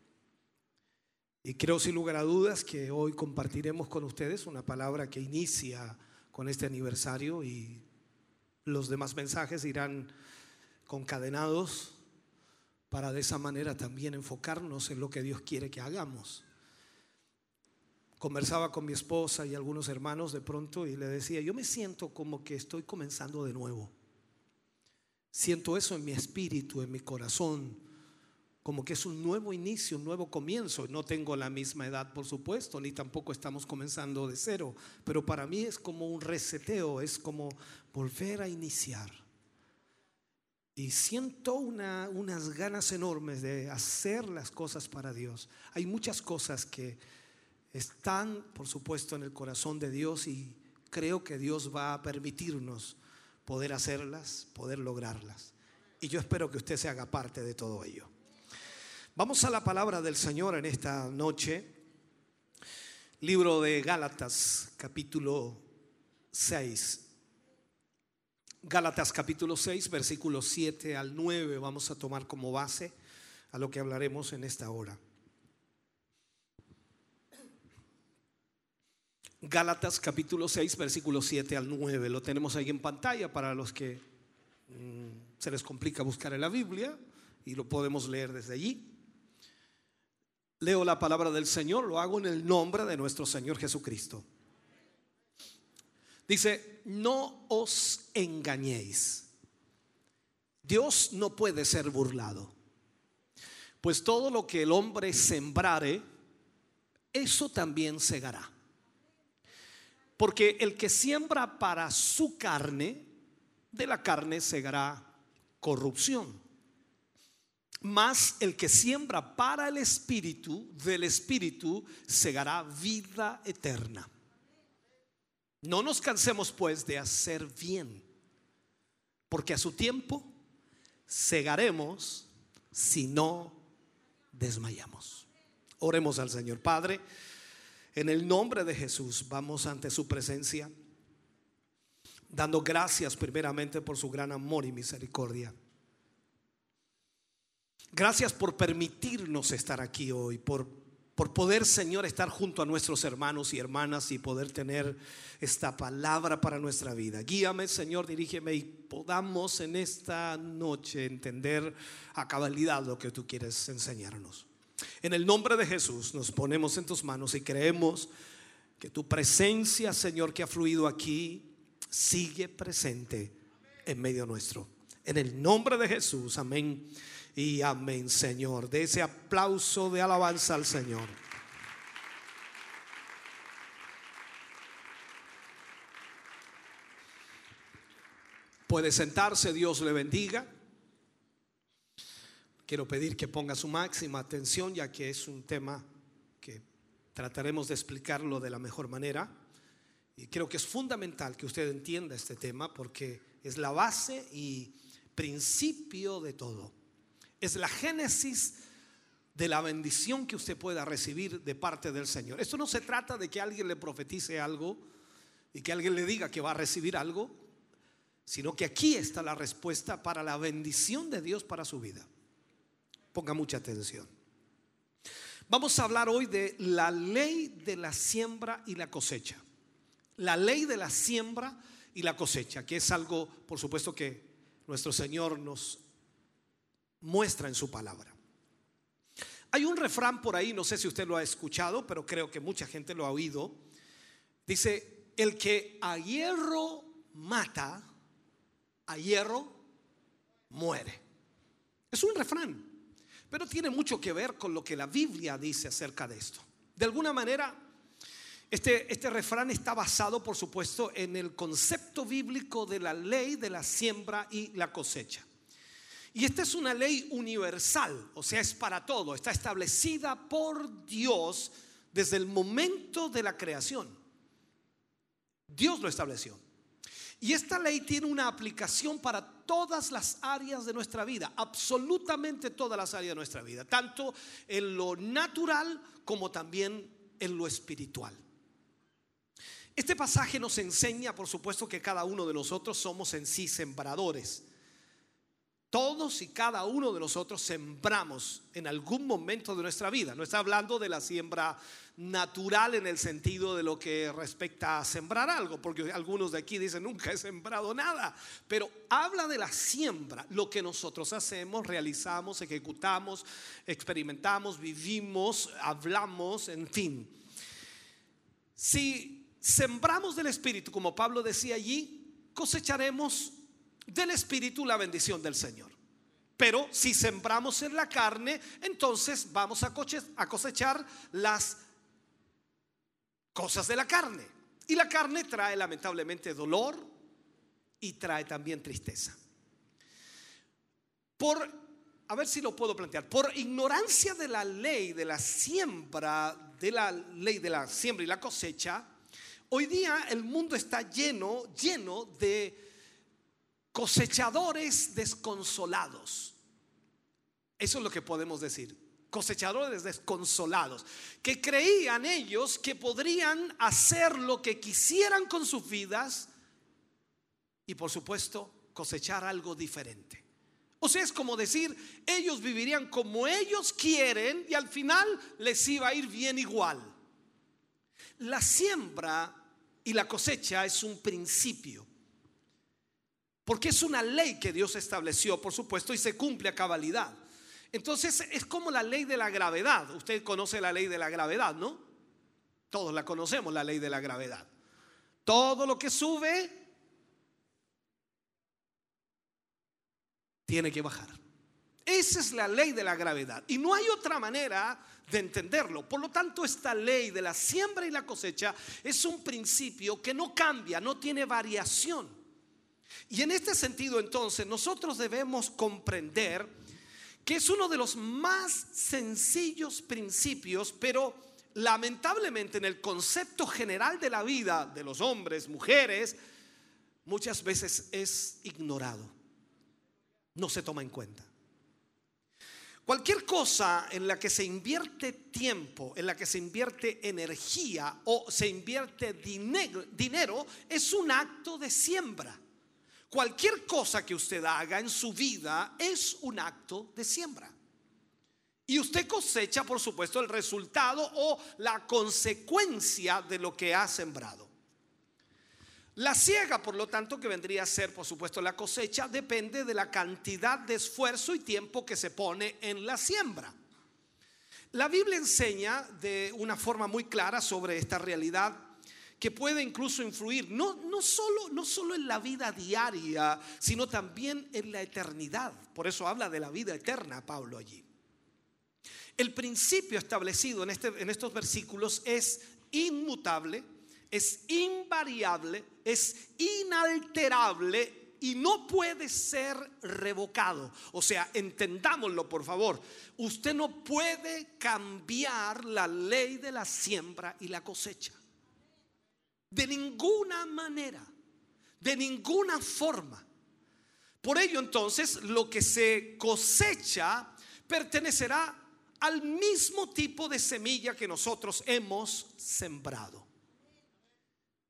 Speaker 4: Y creo sin lugar a dudas que hoy compartiremos con ustedes una palabra que inicia con este aniversario, y los demás mensajes irán concadenados para de esa manera también enfocarnos en lo que Dios quiere que hagamos. Conversaba con mi esposa y algunos hermanos de pronto y le decía, yo me siento como que estoy comenzando de nuevo. Siento eso en mi espíritu, en mi corazón, como que es un nuevo inicio, un nuevo comienzo. No tengo la misma edad, por supuesto, ni tampoco estamos comenzando de cero, pero para mí es como un reseteo, es como volver a iniciar. Y siento unas ganas enormes de hacer las cosas para Dios. Hay muchas cosas que están, por supuesto, en el corazón de Dios, y creo que Dios va a permitirnos poder hacerlas, poder lograrlas. Y yo espero que usted se haga parte de todo ello. Vamos a la palabra del Señor en esta noche. Libro de Gálatas, capítulo 6. Gálatas capítulo 6, versículos 7 al 9 vamos a tomar como base a lo que hablaremos en esta hora. Gálatas capítulo 6, versículos 7 al 9. Lo tenemos ahí en pantalla para los que se les complica buscar en la Biblia, y lo podemos leer desde allí. Leo la palabra del Señor, lo hago en el nombre de nuestro Señor Jesucristo. Dice: no os engañéis, Dios no puede ser burlado, pues todo lo que el hombre sembrare, eso también segará. Porque el que siembra para su carne, de la carne segará corrupción. Mas el que siembra para el Espíritu, del Espíritu segará vida eterna. No nos cansemos pues de hacer bien, porque a su tiempo segaremos si no desmayamos. Oremos al Señor. Padre, en el nombre de Jesús vamos ante su presencia, dando gracias primeramente por su gran amor y misericordia. Gracias por permitirnos estar aquí hoy, por poder, Señor, estar junto a nuestros hermanos y hermanas y poder tener esta palabra para nuestra vida. Guíame, Señor, dirígeme, y podamos en esta noche entender a cabalidad lo que tú quieres enseñarnos. En el nombre de Jesús nos ponemos en tus manos y creemos que tu presencia, Señor, que ha fluido aquí, sigue presente en medio nuestro. En el nombre de Jesús, amén y amén, Señor. De ese aplauso de alabanza al Señor. Puede sentarse, Dios le bendiga. Quiero pedir que ponga su máxima atención, ya que es un tema que trataremos de explicarlo de la mejor manera. Y creo que es fundamental que usted entienda este tema, porque es la base y principio de todo. Es la génesis de la bendición que usted pueda recibir de parte del Señor. Esto no se trata de que alguien le profetice algo y que alguien le diga que va a recibir algo, sino que aquí está la respuesta para la bendición de Dios para su vida. Ponga mucha atención. Vamos a hablar hoy de la ley de la siembra y la cosecha. La ley de la siembra y la cosecha, que es algo, por supuesto, que nuestro Señor nos muestra en su palabra. Hay un refrán por ahí, no sé si usted lo ha escuchado, pero creo que mucha gente lo ha oído. Dice: el que a hierro mata, a hierro muere. Es un refrán, pero tiene mucho que ver con lo que la Biblia dice acerca de esto. De alguna manera, este refrán está basado, por supuesto, en el concepto bíblico de la ley de la siembra y la cosecha. Y esta es una ley universal, o sea, es para todo. Está establecida por Dios desde el momento de la creación. Dios lo estableció. Y esta ley tiene una aplicación para todas las áreas de nuestra vida, absolutamente todas las áreas de nuestra vida, tanto en lo natural como también en lo espiritual. Este pasaje nos enseña, por supuesto, que cada uno de nosotros somos en sí sembradores. Todos y cada uno de nosotros sembramos en algún momento de nuestra vida. No está hablando de la siembra natural en el sentido de lo que respecta a sembrar algo, porque algunos de aquí dicen: nunca he sembrado nada. Pero habla de la siembra, lo que nosotros hacemos, realizamos, ejecutamos, experimentamos, vivimos, hablamos, en fin. Si sembramos del Espíritu, como Pablo decía allí, cosecharemos del Espíritu la bendición del Señor. Pero si sembramos en la carne, entonces vamos a cosechar las cosas de la carne. Y la carne trae lamentablemente dolor y trae también tristeza. A ver si lo puedo plantear. Por ignorancia de la ley de la siembra, y la cosecha, hoy día el mundo está lleno de cosechadores desconsolados. Eso es lo que podemos decir. Cosechadores desconsolados, que creían ellos que podrían hacer lo que quisieran con sus vidas y, por supuesto, cosechar algo diferente. O sea, es como decir, ellos vivirían como ellos quieren y al final les iba a ir bien igual. La siembra y la cosecha es un principio, porque es una ley que Dios estableció, por supuesto, y se cumple a cabalidad. Entonces es como la ley de la gravedad. Usted conoce la ley de la gravedad, ¿no? Todos la conocemos, la ley de la gravedad. Todo lo que sube tiene que bajar. Esa es la ley de la gravedad y no hay otra manera de entenderlo. Por lo tanto, esta ley de la siembra y la cosecha es un principio que no cambia, no tiene variación. Y en este sentido, entonces, nosotros debemos comprender que es uno de los más sencillos principios, pero lamentablemente en el concepto general de la vida de los hombres, mujeres, muchas veces es ignorado, no se toma en cuenta. Cualquier cosa en la que se invierte tiempo, en la que se invierte energía o se invierte dinero es un acto de siembra. Cualquier cosa que usted haga en su vida es un acto de siembra. Y usted cosecha, por supuesto, el resultado o la consecuencia de lo que ha sembrado. La siega, por lo tanto, que vendría a ser, por supuesto, la cosecha, depende de la cantidad de esfuerzo y tiempo que se pone en la siembra. La Biblia enseña de una forma muy clara sobre esta realidad, que puede incluso influir no solo en la vida diaria, sino también en la eternidad. Por eso habla de la vida eterna Pablo allí. El principio establecido en estos versículos es inmutable, es invariable, es inalterable y no puede ser revocado. O sea, entendámoslo, por favor. Usted no puede cambiar la ley de la siembra y la cosecha. De ninguna manera, de ninguna forma. Por ello, entonces, lo que se cosecha pertenecerá al mismo tipo de semilla que nosotros hemos sembrado.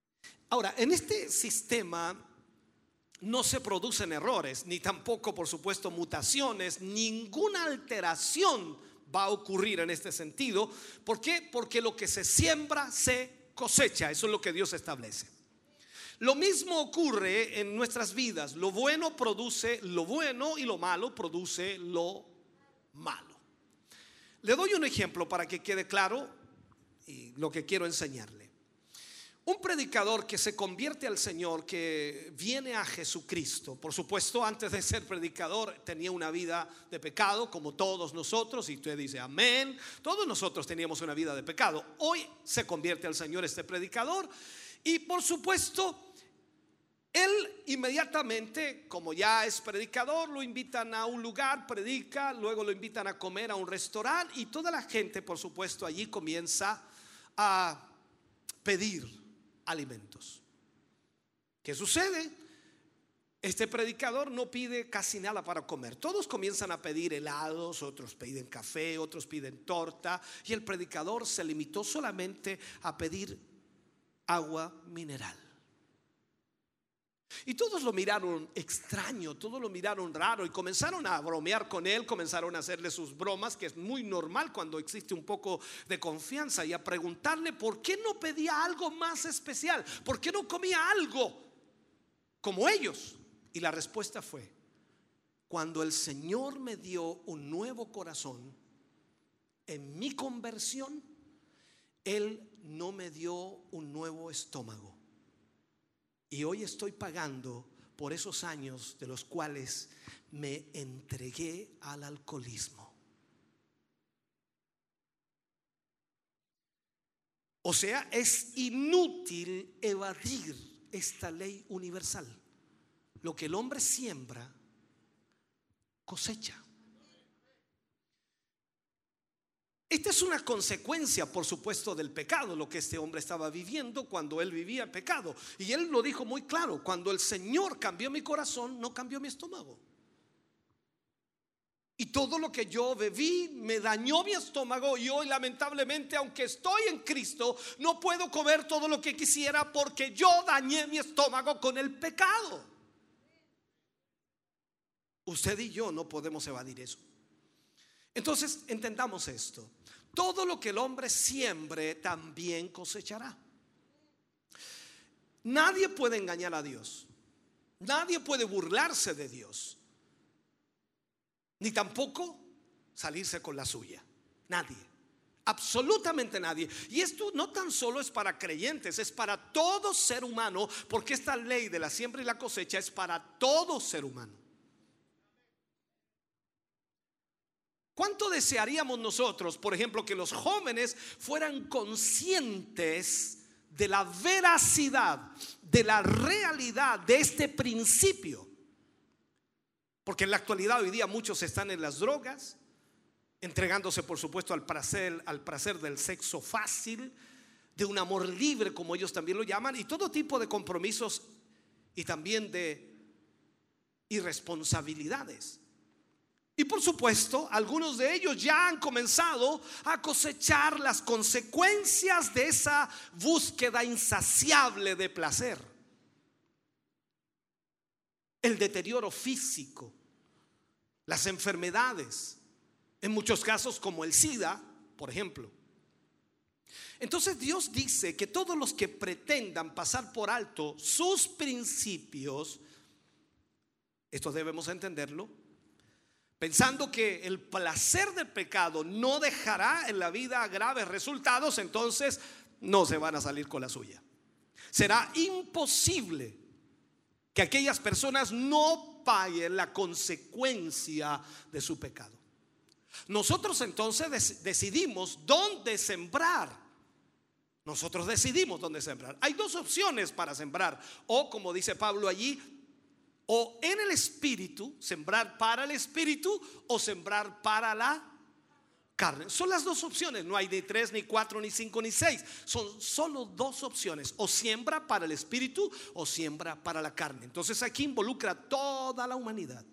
Speaker 4: Ahora, en este sistema no se producen errores, ni tampoco, por supuesto, mutaciones. Ninguna alteración va a ocurrir en este sentido. ¿Por qué? Porque lo que se siembra se cosecha. Eso es lo que Dios establece. Lo mismo ocurre en nuestras vidas. Lo bueno produce lo bueno y lo malo produce lo malo. Le doy un ejemplo para que quede claro y lo que quiero enseñarle. Un predicador que se convierte al Señor, que viene a Jesucristo, por supuesto, antes de ser predicador tenía una vida de pecado como todos nosotros, y usted dice amén. Todos nosotros teníamos una vida de pecado. Hoy se convierte al Señor este predicador, y por supuesto él inmediatamente, como ya es predicador, lo invitan a un lugar, predica, luego lo invitan a comer a un restaurante, y toda la gente, por supuesto, allí comienza a pedir alimentos. ¿Qué sucede? Este predicador no pide casi nada para comer. Todos comienzan a pedir helados, otros piden café, otros piden torta, y el predicador se limitó solamente a pedir agua mineral. Y todos lo miraron extraño, todos lo miraron raro, y comenzaron a bromear con él, comenzaron a hacerle sus bromas, que es muy normal cuando existe un poco de confianza, y a preguntarle por qué no pedía algo más especial, por qué no comía algo como ellos. Y la respuesta fue: cuando el Señor me dio un nuevo corazón en mi conversión, Él no me dio un nuevo estómago. Y hoy estoy pagando por esos años de los cuales me entregué al alcoholismo. O sea, es inútil evadir esta ley universal. Lo que el hombre siembra, cosecha. Esta es una consecuencia, por supuesto, del pecado, lo que este hombre estaba viviendo cuando él vivía en pecado. Y él lo dijo muy claro: cuando el Señor cambió mi corazón, no cambió mi estómago. Y todo lo que yo bebí me dañó mi estómago, y hoy lamentablemente, aunque estoy en Cristo, no puedo comer todo lo que quisiera porque yo dañé mi estómago con el pecado. Usted y yo no podemos evadir eso. Entonces entendamos esto: todo lo que el hombre siembre también cosechará. Nadie puede engañar a Dios, nadie puede burlarse de Dios, ni tampoco salirse con la suya. Nadie, absolutamente nadie. Y esto no tan solo es para creyentes, es para todo ser humano, porque esta ley de la siembra y la cosecha es para todo ser humano. ¿Cuánto desearíamos nosotros, por ejemplo, que los jóvenes fueran conscientes de la veracidad, de la realidad de este principio? Porque en la actualidad, hoy día, muchos están en las drogas, entregándose, por supuesto, al placer del sexo fácil, de un amor libre, como ellos también lo llaman, y todo tipo de compromisos y también de irresponsabilidades. Y por supuesto, algunos de ellos ya han comenzado a cosechar las consecuencias de esa búsqueda insaciable de placer. El deterioro físico, las enfermedades, en muchos casos como el SIDA, por ejemplo. Entonces Dios dice que todos los que pretendan pasar por alto sus principios, esto debemos entenderlo, pensando que el placer del pecado no dejará en la vida graves resultados, entonces no se van a salir con la suya. Será imposible que aquellas personas no paguen la consecuencia de su pecado. Nosotros entonces decidimos dónde sembrar. Nosotros decidimos dónde sembrar. Hay dos opciones para sembrar: o, como dice Pablo allí, o en el espíritu, sembrar para el espíritu, o sembrar para la carne. Son las dos opciones. No hay ni 3, ni 4, ni 5, ni 6. Son solo dos opciones: o siembra para el espíritu o siembra para la carne. Entonces aquí involucra toda la humanidad.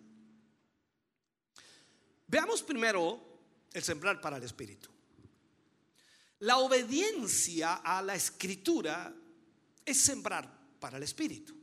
Speaker 4: Veamos primero el sembrar para el espíritu. La obediencia a la escritura es sembrar para el espíritu.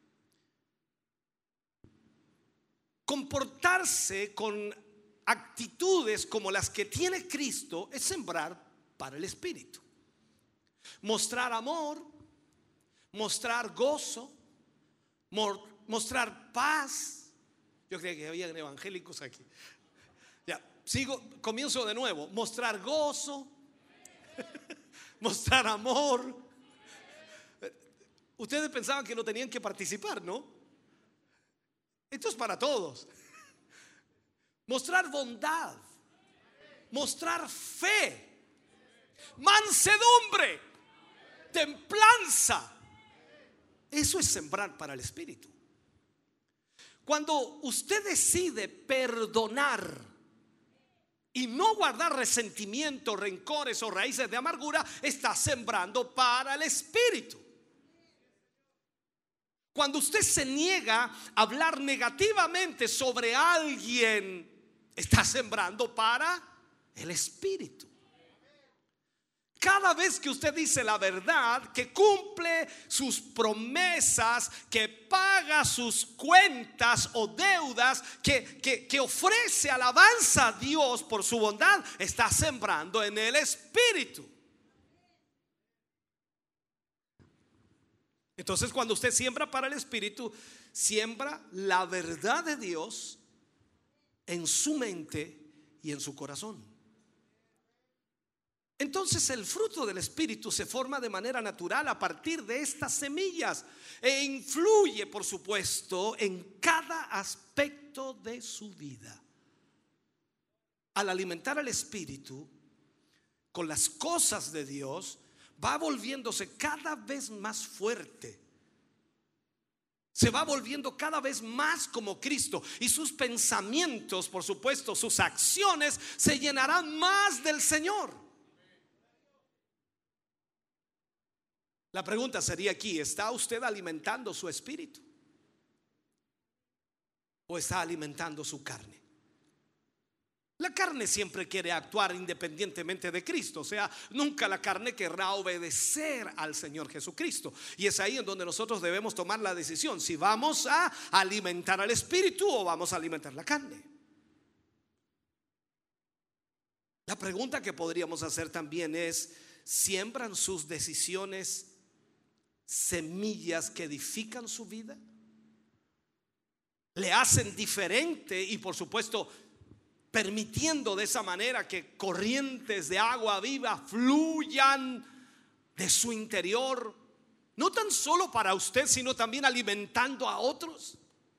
Speaker 4: Comportarse con actitudes como las que tiene Cristo es sembrar para el espíritu. Mostrar amor, mostrar gozo, mostrar paz. Yo creía que había evangélicos aquí. Ya, comienzo de nuevo. Mostrar gozo, mostrar amor. Ustedes pensaban que no tenían que participar, ¿no? Esto es para todos. Mostrar bondad, mostrar fe, mansedumbre, templanza. Eso es sembrar para el espíritu. Cuando usted decide perdonar y no guardar resentimiento, rencores o raíces de amargura, está sembrando para el espíritu. Cuando usted se niega a hablar negativamente sobre alguien, está sembrando para el espíritu. Cada vez que usted dice la verdad, que cumple sus promesas, que paga sus cuentas o deudas, que ofrece alabanza a Dios por su bondad, está sembrando en el espíritu. Entonces, cuando usted siembra para el espíritu, siembra la verdad de Dios en su mente y en su corazón. Entonces el fruto del espíritu se forma de manera natural a partir de estas semillas e influye, por supuesto, en cada aspecto de su vida. Al alimentar al espíritu con las cosas de Dios, va volviéndose cada vez más fuerte. Se va volviendo cada vez más como Cristo, y sus pensamientos, por supuesto, sus acciones se llenarán más del Señor. La pregunta sería aquí: ¿está usted alimentando su espíritu o está alimentando su carne? La carne siempre quiere actuar independientemente de Cristo, o sea, nunca la carne querrá obedecer al Señor Jesucristo. Y es ahí en donde nosotros debemos tomar la decisión si vamos a alimentar al espíritu o vamos a alimentar la carne. La pregunta que podríamos hacer también es: ¿siembran sus decisiones semillas que edifican su vida? ¿Le hacen diferente y, por supuesto, permitiendo de esa manera que corrientes de agua viva fluyan de su interior, no tan solo para usted, sino también alimentando a otros?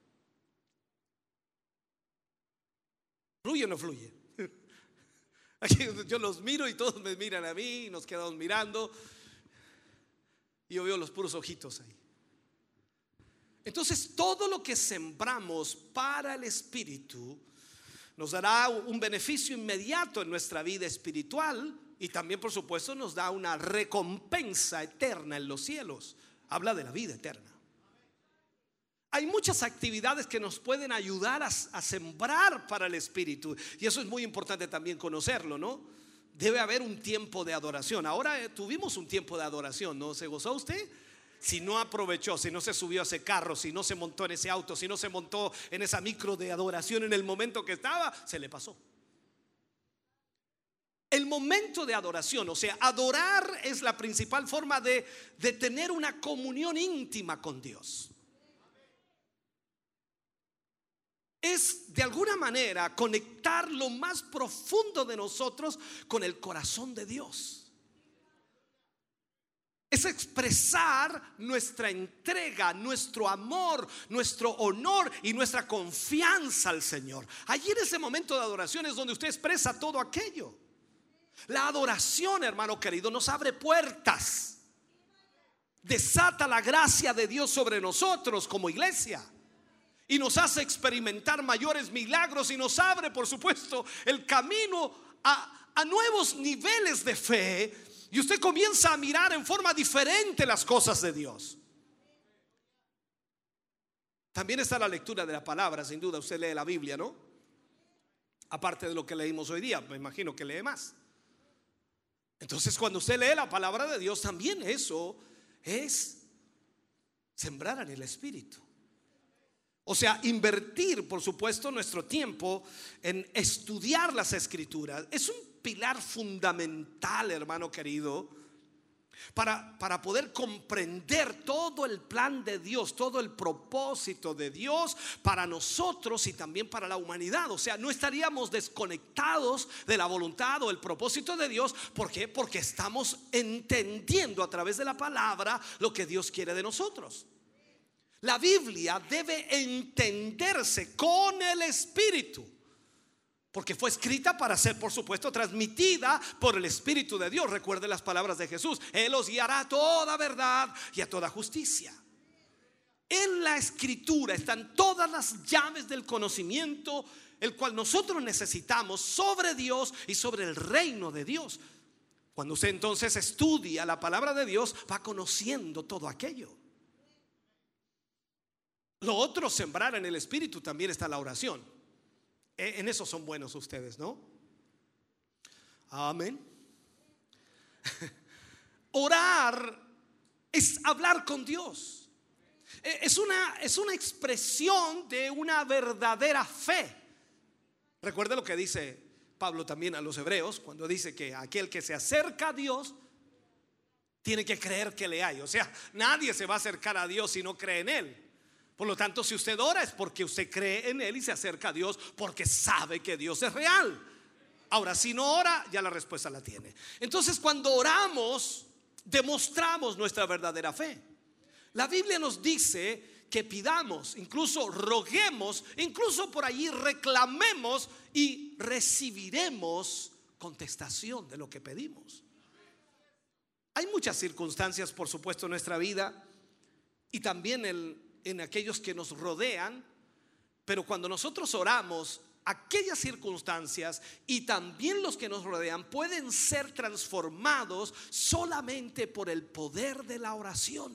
Speaker 4: ¿Fluye o no fluye? Aquí yo los miro y todos me miran a mí y nos quedamos mirando, y yo veo los puros ojitos ahí. Entonces, todo lo que sembramos para el espíritu nos dará un beneficio inmediato en nuestra vida espiritual, y también, por supuesto, nos da una recompensa eterna en los cielos. Habla de la vida eterna. Hay muchas actividades que nos pueden ayudar a sembrar para el espíritu, y eso es muy importante también conocerlo, ¿no? Debe haber un tiempo de adoración. Ahora tuvimos un tiempo de adoración, ¿no? ¿Se gozó usted? Si no aprovechó, si no se subió a ese carro, si no se montó en ese auto, si no se montó en esa micro de adoración en el momento que estaba, se le pasó. El momento de adoración, o sea, adorar es la principal forma de tener una comunión íntima con Dios. Es de alguna manera conectar lo más profundo de nosotros con el corazón de Dios. Es expresar nuestra entrega, nuestro amor, nuestro honor y nuestra confianza al Señor. Allí en ese momento de adoración es donde usted expresa todo aquello. La adoración, hermano querido, nos abre puertas, desata la gracia de Dios sobre nosotros como iglesia, y nos hace experimentar mayores milagros, y nos abre, por supuesto, el camino a nuevos niveles de fe, y usted comienza a mirar en forma diferente las cosas de Dios. También está la lectura de la palabra. Sin duda usted lee la Biblia, ¿no? Aparte de lo que leímos hoy día, me imagino que lee más. Entonces, cuando usted lee la palabra de Dios, también eso es Sembrar en el Espíritu. O sea, invertir, por supuesto, nuestro tiempo en estudiar las Escrituras. Es un pilar fundamental, hermano querido, para poder comprender todo el plan de Dios, todo el propósito de Dios para nosotros y también para la humanidad. O sea, no estaríamos desconectados de la voluntad o el propósito de Dios. ¿Por qué? Porque estamos entendiendo a través de la palabra lo que Dios quiere de nosotros. La Biblia debe entenderse con el Espíritu, porque fue escrita para ser, por supuesto, transmitida por el Espíritu de Dios. Recuerde las palabras de Jesús: Él os guiará a toda verdad y a toda justicia. En la Escritura están todas las llaves del conocimiento, el cual nosotros necesitamos sobre Dios y sobre el reino de Dios. Cuando usted entonces estudia la palabra de Dios, va conociendo todo aquello. Lo otro, sembrar en el Espíritu, también está la oración. En eso son buenos ustedes, ¿no? Amén. Orar es hablar con Dios. Es una expresión de una verdadera fe. Recuerde lo que dice Pablo también a los hebreos, cuando dice que aquel que se acerca a Dios tiene que creer que le hay. O sea, nadie se va a acercar a Dios si no cree en Él. Por lo tanto, si usted ora es porque usted cree en Él y se acerca a Dios porque sabe que Dios es real. Ahora, si no ora, ya la respuesta la tiene. Entonces, cuando oramos, demostramos nuestra verdadera fe. La Biblia nos dice que pidamos, incluso roguemos, incluso por allí reclamemos y recibiremos contestación de lo que pedimos. Hay muchas circunstancias, por supuesto, en nuestra vida y también en aquellos que nos rodean, pero cuando nosotros oramos, aquellas circunstancias y también los que nos rodean pueden ser transformados solamente por el poder de la oración.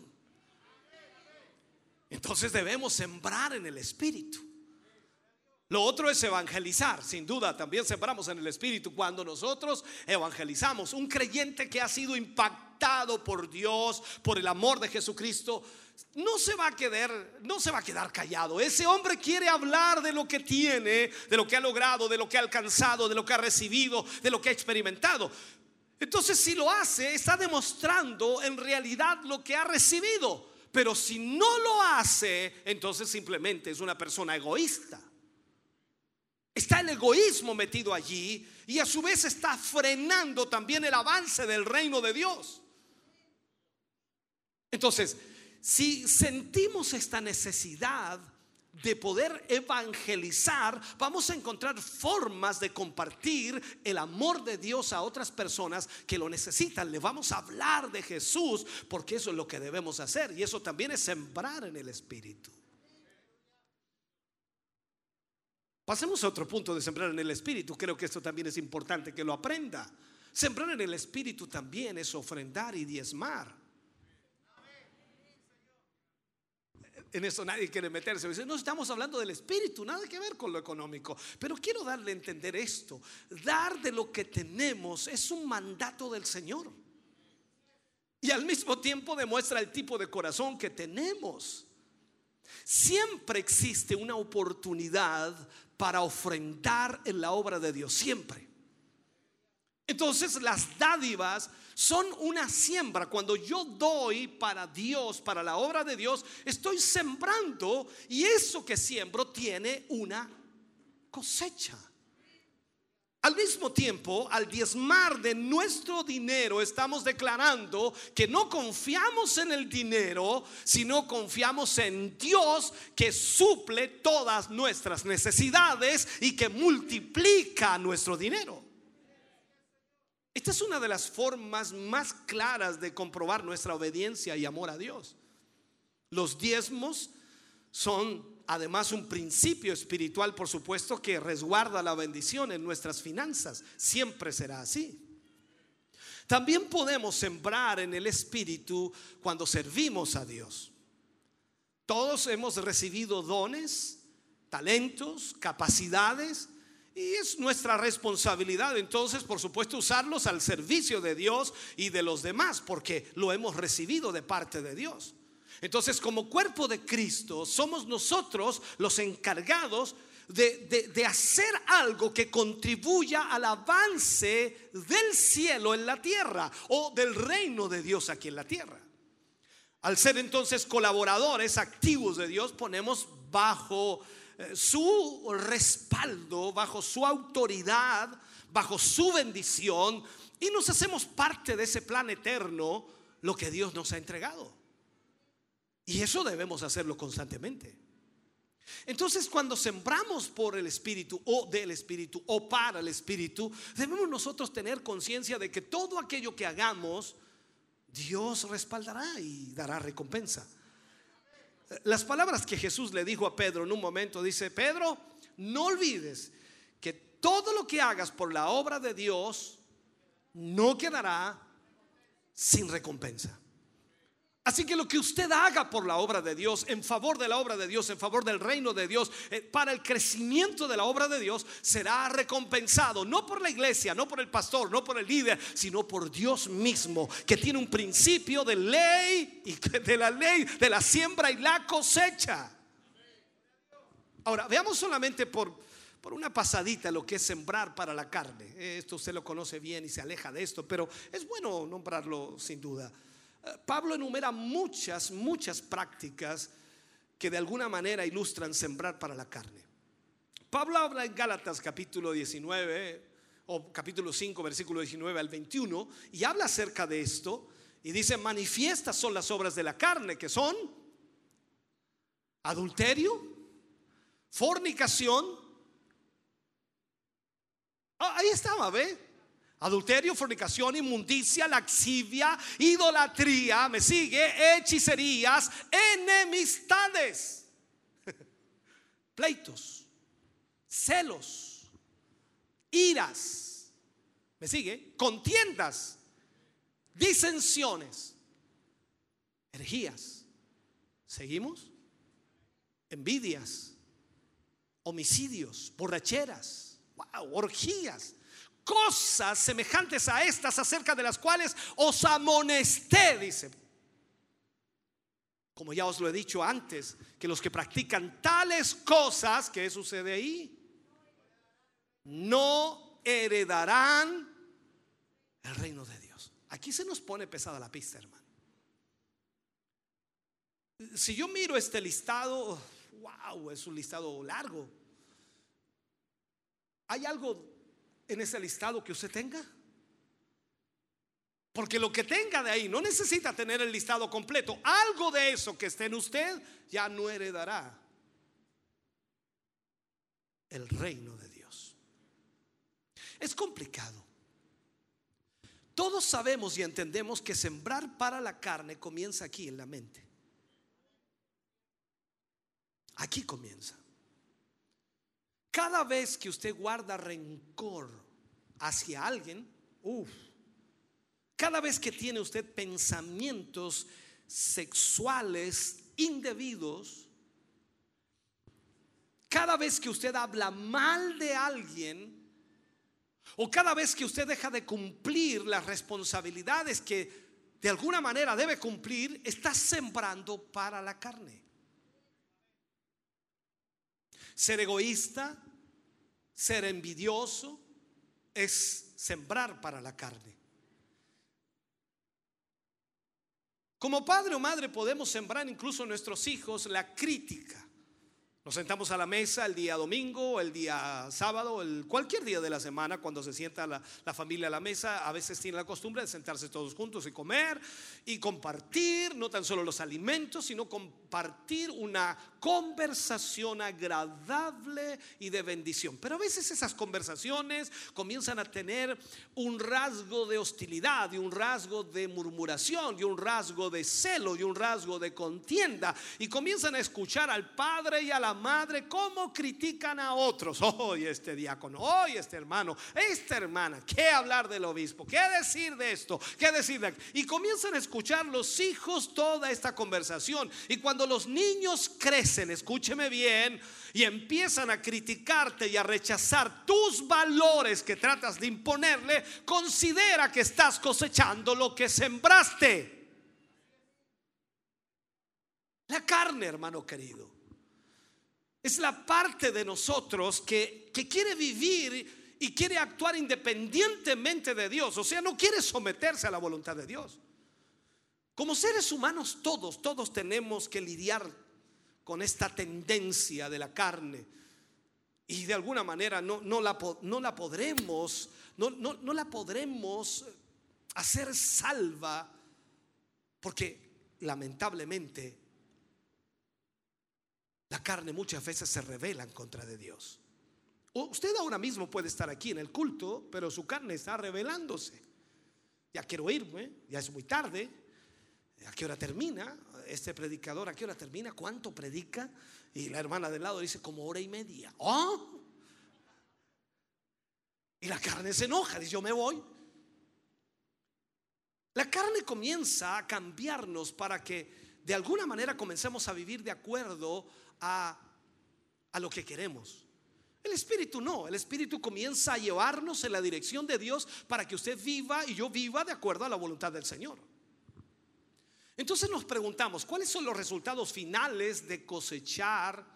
Speaker 4: Entonces debemos sembrar en el Espíritu. Lo otro es evangelizar. Sin duda también sembramos en el Espíritu cuando nosotros evangelizamos. Un creyente que ha sido impactado por Dios, por el amor de Jesucristo, no se va a quedar callado. Ese hombre quiere hablar de lo que tiene, de lo que ha logrado, de lo que ha alcanzado, de lo que ha recibido, de lo que ha experimentado. Entonces, si lo hace, está demostrando en realidad lo que ha recibido. Pero si no lo hace, entonces simplemente es una persona egoísta. Está el egoísmo metido allí y a su vez está frenando también el avance del reino de Dios. Entonces, si sentimos esta necesidad de poder evangelizar, vamos a encontrar formas de compartir el amor de Dios a otras personas que lo necesitan. Le vamos a hablar de Jesús, porque eso es lo que debemos hacer, y eso también es sembrar en el Espíritu. Pasemos a otro punto de sembrar en el Espíritu. Creo que esto también es importante que lo aprenda. Sembrar en el Espíritu también es ofrendar y diezmar. En eso nadie quiere meterse. Dice: no, estamos hablando del Espíritu, nada que ver con lo económico. Pero quiero darle a entender esto: dar de lo que tenemos es un mandato del Señor, y al mismo tiempo demuestra el tipo de corazón que tenemos. Siempre existe una oportunidad para ofrendar en la obra de Dios, siempre. Entonces las dádivas son una siembra. Cuando yo doy para Dios, para la obra de Dios, estoy sembrando, y eso que siembro tiene una cosecha. Al mismo tiempo, al diezmar de nuestro dinero, estamos declarando que no confiamos en el dinero, sino confiamos en Dios, que suple todas nuestras necesidades y que multiplica nuestro dinero. Esta es una de las formas más claras de comprobar nuestra obediencia y amor a Dios. Los diezmos son además un principio espiritual, por supuesto, que resguarda la bendición en nuestras finanzas. Siempre será así. También podemos sembrar en el Espíritu cuando servimos a Dios. Todos hemos recibido dones, talentos, capacidades, y es nuestra responsabilidad entonces, por supuesto, usarlos al servicio de Dios y de los demás, porque lo hemos recibido de parte de Dios. Entonces, como cuerpo de Cristo, somos nosotros los encargados de hacer algo que contribuya al avance del cielo en la tierra, o del reino de Dios aquí en la tierra. Al ser entonces colaboradores activos de Dios, ponemos bajo su respaldo, bajo su autoridad, bajo su bendición, y nos hacemos parte de ese plan eterno, lo que Dios nos ha entregado. Y eso debemos hacerlo constantemente. Entonces, cuando sembramos por el Espíritu, o del Espíritu, o para el Espíritu, debemos nosotros tener conciencia de que todo aquello que hagamos, Dios respaldará y dará recompensa. Las palabras que Jesús le dijo a Pedro en un momento, dice: Pedro, no olvides que todo lo que hagas por la obra de Dios no quedará sin recompensa. Así que lo que usted haga por la obra de Dios, en favor de la obra de Dios, en favor del reino de Dios, para el crecimiento de la obra de Dios, será recompensado, no por la iglesia, no por el pastor, no por el líder, sino por Dios mismo, que tiene un principio de ley, y de la ley de la siembra y la cosecha. Ahora, veamos solamente por una pasadita lo que es sembrar para la carne. Esto usted lo conoce bien y se aleja de esto, pero es bueno nombrarlo sin duda. Pablo enumera muchas prácticas que de alguna manera ilustran sembrar para la carne. Pablo habla en Gálatas capítulo 19 o capítulo 5 versículo 19 al 21 y habla acerca de esto y dice: manifiestas son las obras de la carne, que son adulterio, fornicación. Ahí estaba, ¿ve? Adulterio, fornicación, inmundicia, laxivia, idolatría, me sigue, hechicerías, enemistades, pleitos, celos, iras, me sigue, contiendas, disensiones, herejías, seguimos, envidias, homicidios, borracheras, orgías, cosas semejantes a estas, acerca de las cuales os amonesté, dice. Como ya os lo he dicho antes, que los que practican tales cosas, ¿qué sucede ahí? No heredarán el reino de Dios. Aquí se nos pone pesada la pista, hermano. Si yo miro este listado, wow, es un listado largo. ¿Hay algo en ese listado que usted tenga? Porque lo que tenga de ahí no necesita tener el listado completo. Algo de eso que esté en usted ya no heredará el reino de Dios. Es complicado. Todos sabemos y entendemos que sembrar para la carne comienza aquí en la mente. Aquí comienza. Cada vez que usted guarda rencor hacia alguien, cada vez que tiene usted pensamientos sexuales indebidos, cada vez que usted habla mal de alguien, o cada vez que usted deja de cumplir las responsabilidades que de alguna manera debe cumplir, está sembrando para la carne. Ser egoísta, ser envidioso, es sembrar para la carne. Como padre o madre podemos sembrar incluso en nuestros hijos la crítica. Nos sentamos a la mesa el día domingo, el día sábado, cualquier día de la semana, cuando se sienta la familia a la mesa. A veces tiene la costumbre de sentarse todos juntos y comer y compartir, no tan solo los alimentos, sino compartir una conversación agradable y de bendición. Pero a veces esas conversaciones comienzan a tener un rasgo de hostilidad, y un rasgo de murmuración, y un rasgo de celo, y un rasgo de contienda, y comienzan a escuchar al padre y a la madre cómo critican a otros. Hoy este diácono, hoy este hermano, esta hermana, qué hablar del obispo, qué decir de esto, qué decir de aquello. Y comienzan a escuchar los hijos toda esta conversación. Y cuando los niños crecen, escúcheme bien, y empiezan a criticarte y a rechazar tus valores que tratas de imponerle, considera que estás cosechando lo que sembraste. La carne, hermano querido, es la parte de nosotros que quiere vivir y quiere actuar independientemente de Dios. O sea, no quiere someterse a la voluntad de Dios. Como seres humanos todos tenemos que lidiar con esta tendencia de la carne. Y de alguna manera no la podremos hacer salva, porque lamentablemente la carne muchas veces se rebela contra de Dios. Usted ahora mismo puede estar aquí en el culto, pero su carne está rebelándose. Ya quiero irme, ya es muy tarde. ¿A qué hora termina? Este predicador, ¿a qué hora termina? ¿Cuánto predica? Y la hermana del lado dice, como hora y media. ¡Oh! Y la carne se enoja, dice, yo me voy. La carne comienza a cambiarnos para que de alguna manera comencemos a vivir de acuerdo a lo que queremos. El espíritu no, el espíritu comienza a llevarnos en la dirección de Dios para que usted viva y yo viva de acuerdo a la voluntad del Señor. Entonces nos preguntamos, ¿cuáles son los resultados finales de cosechar?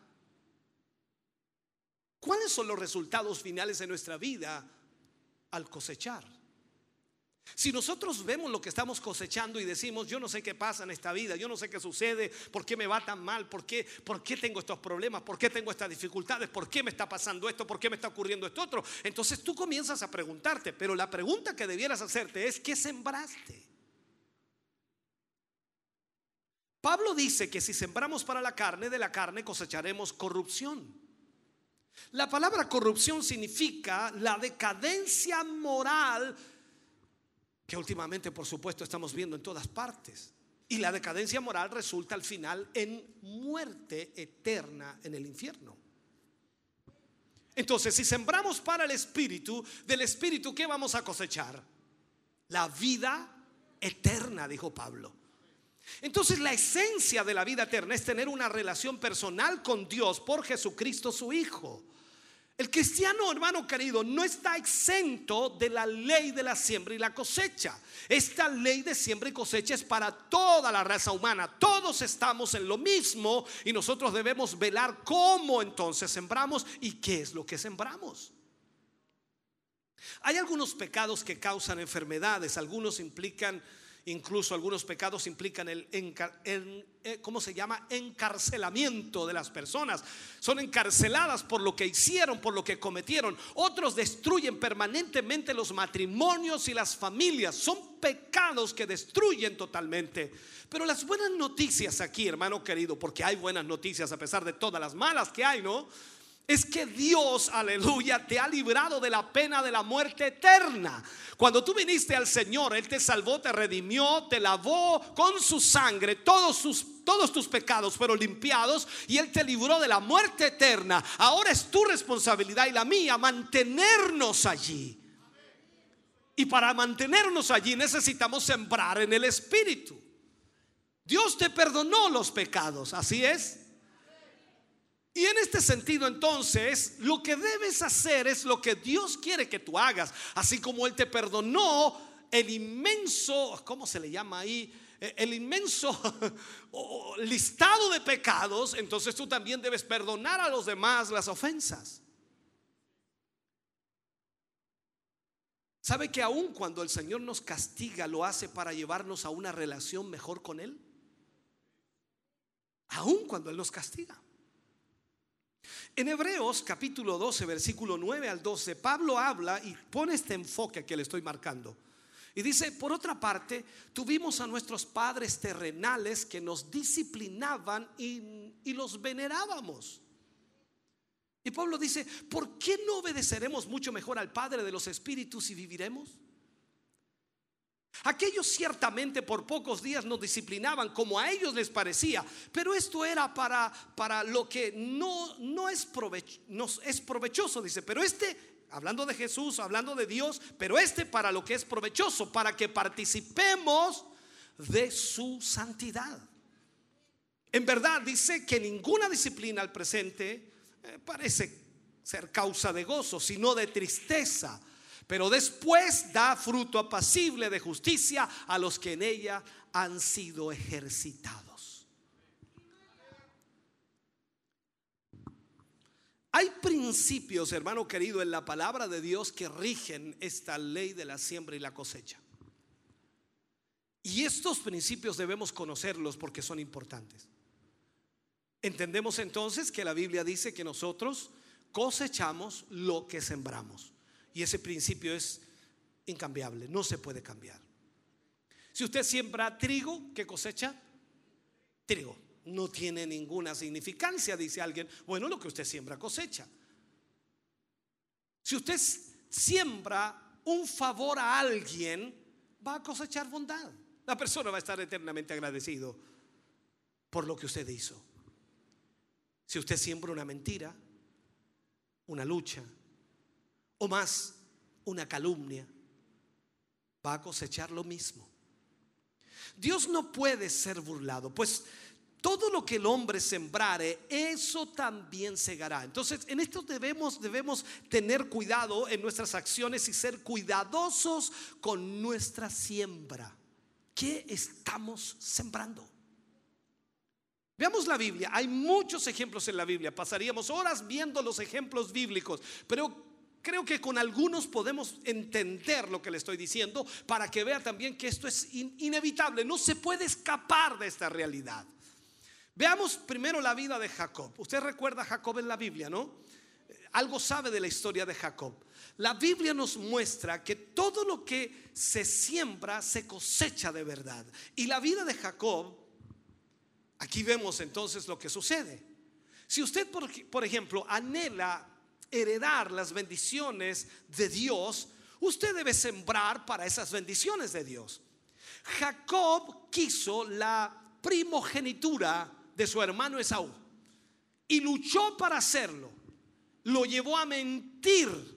Speaker 4: ¿Cuáles son los resultados finales de nuestra vida al cosechar? Si nosotros vemos lo que estamos cosechando y decimos, yo no sé qué pasa en esta vida, yo no sé qué sucede, por qué me va tan mal, por qué tengo estos problemas, por qué tengo estas dificultades, por qué me está pasando esto, por qué me está ocurriendo esto otro, entonces tú comienzas a preguntarte, pero la pregunta que debieras hacerte es, ¿qué sembraste? Pablo dice que si sembramos para la carne, de la carne cosecharemos corrupción. La palabra corrupción significa la decadencia moral que últimamente, por supuesto, estamos viendo en todas partes. Y la decadencia moral resulta al final en muerte eterna en el infierno. Entonces, si sembramos para el espíritu, del espíritu, ¿qué vamos a cosechar? La vida eterna, dijo Pablo. Entonces, la esencia de la vida eterna es tener una relación personal con Dios por Jesucristo su Hijo. El cristiano, hermano querido, no está exento de la ley de la siembra y la cosecha. Esta ley de siembra y cosecha es para toda la raza humana. Todos estamos en lo mismo y nosotros debemos velar cómo entonces sembramos y qué es lo que sembramos. Hay algunos pecados que causan enfermedades, algunos pecados implican ¿cómo se llama? Encarcelamiento de las personas. Son encarceladas por lo que hicieron, por lo que cometieron. Otros destruyen permanentemente los matrimonios y las familias. Son pecados que destruyen totalmente. Pero las buenas noticias aquí, hermano querido, porque hay buenas noticias a pesar de todas las malas que hay, ¿no? Es que Dios, aleluya, te ha librado de la pena de la muerte eterna. Cuando tú viniste al Señor, Él te salvó, te redimió, te lavó con su sangre. Todos tus pecados fueron limpiados y Él te libró de la muerte eterna. Ahora es tu responsabilidad y la mía mantenernos allí. Y para mantenernos allí necesitamos sembrar en el Espíritu. Dios te perdonó los pecados, así es. Y en este sentido, entonces, lo que debes hacer es lo que Dios quiere que tú hagas. Así como Él te perdonó el inmenso, ¿cómo se le llama ahí? El inmenso listado de pecados, entonces tú también debes perdonar a los demás las ofensas. ¿Sabe que aun cuando el Señor nos castiga, lo hace para llevarnos a una relación mejor con Él? Aun cuando Él nos castiga. En Hebreos capítulo 12 versículo 9 al 12, Pablo habla y pone este enfoque que le estoy marcando. Y dice, por otra parte, tuvimos a nuestros padres terrenales que nos disciplinaban y los venerábamos. Y Pablo dice, ¿por qué no obedeceremos mucho mejor al Padre de los Espíritus y viviremos? Aquellos ciertamente por pocos días nos disciplinaban como a ellos les parecía, pero esto era para lo que no es provechoso, dice. Pero hablando de Jesús, hablando de Dios, pero para lo que es provechoso, para que participemos de su santidad. En verdad dice que ninguna disciplina al presente parece ser causa de gozo, sino de tristeza. Pero después da fruto apacible de justicia a los que en ella han sido ejercitados. Hay principios, hermano querido, en la palabra de Dios que rigen esta ley de la siembra y la cosecha. Y estos principios debemos conocerlos porque son importantes. Entendemos entonces que la Biblia dice que nosotros cosechamos lo que sembramos. Y ese principio es incambiable, no se puede cambiar. Si usted siembra trigo, ¿qué cosecha? Trigo. No tiene ninguna significancia, dice alguien. Bueno, lo que usted siembra cosecha. Si usted siembra un favor a alguien, va a cosechar bondad. La persona va a estar eternamente agradecido por lo que usted hizo. Si usted siembra una mentira, una lucha, o más, una calumnia, va a cosechar lo mismo. Dios no puede ser burlado, pues todo lo que el hombre sembrare, eso también segará. Entonces, en esto debemos tener cuidado en nuestras acciones y ser cuidadosos con nuestra siembra. ¿Qué estamos sembrando? Veamos la Biblia. Hay muchos ejemplos en la Biblia. Pasaríamos horas viendo los ejemplos bíblicos, pero creo que con algunos podemos entender lo que le estoy diciendo, para que vea también que esto es inevitable. No se puede escapar de esta realidad. Veamos primero la vida de Jacob. Usted recuerda a Jacob en la Biblia, ¿no? Algo sabe de la historia de Jacob. La Biblia nos muestra que todo lo que se siembra se cosecha de verdad. Y la vida de Jacob, aquí vemos entonces lo que sucede. Si usted, por ejemplo, anhela heredar las bendiciones de Dios, usted debe sembrar para esas bendiciones de Dios. Jacob quiso la primogenitura de su hermano Esaú y luchó para hacerlo. Lo llevó a mentir.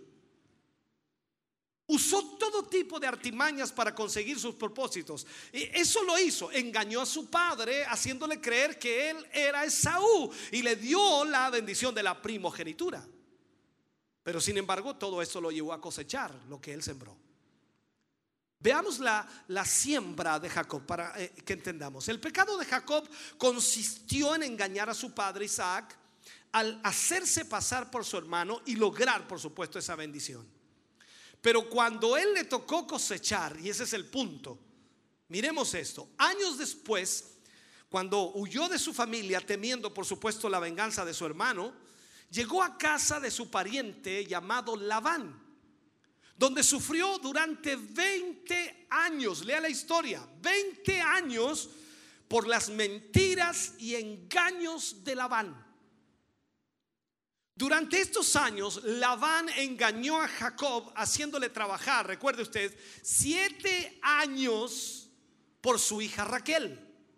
Speaker 4: Usó todo tipo de artimañas para conseguir sus propósitos. Y eso lo hizo. Engañó a su padre haciéndole creer que él era Esaú y le dio la bendición de la primogenitura. Pero sin embargo, todo eso lo llevó a cosechar lo que él sembró. Veamos la siembra de Jacob para que entendamos. El pecado de Jacob consistió en engañar a su padre Isaac al hacerse pasar por su hermano y lograr, por supuesto, esa bendición. Pero cuando él le tocó cosechar, y ese es el punto, miremos esto. Años después, cuando huyó de su familia temiendo, por supuesto, la venganza de su hermano, llegó a casa de su pariente llamado Labán, donde sufrió durante 20 años, lea la historia, 20 años por las mentiras y engaños de Labán. Durante estos años, Labán engañó a Jacob haciéndole trabajar, recuerde usted, 7 años por su hija Raquel.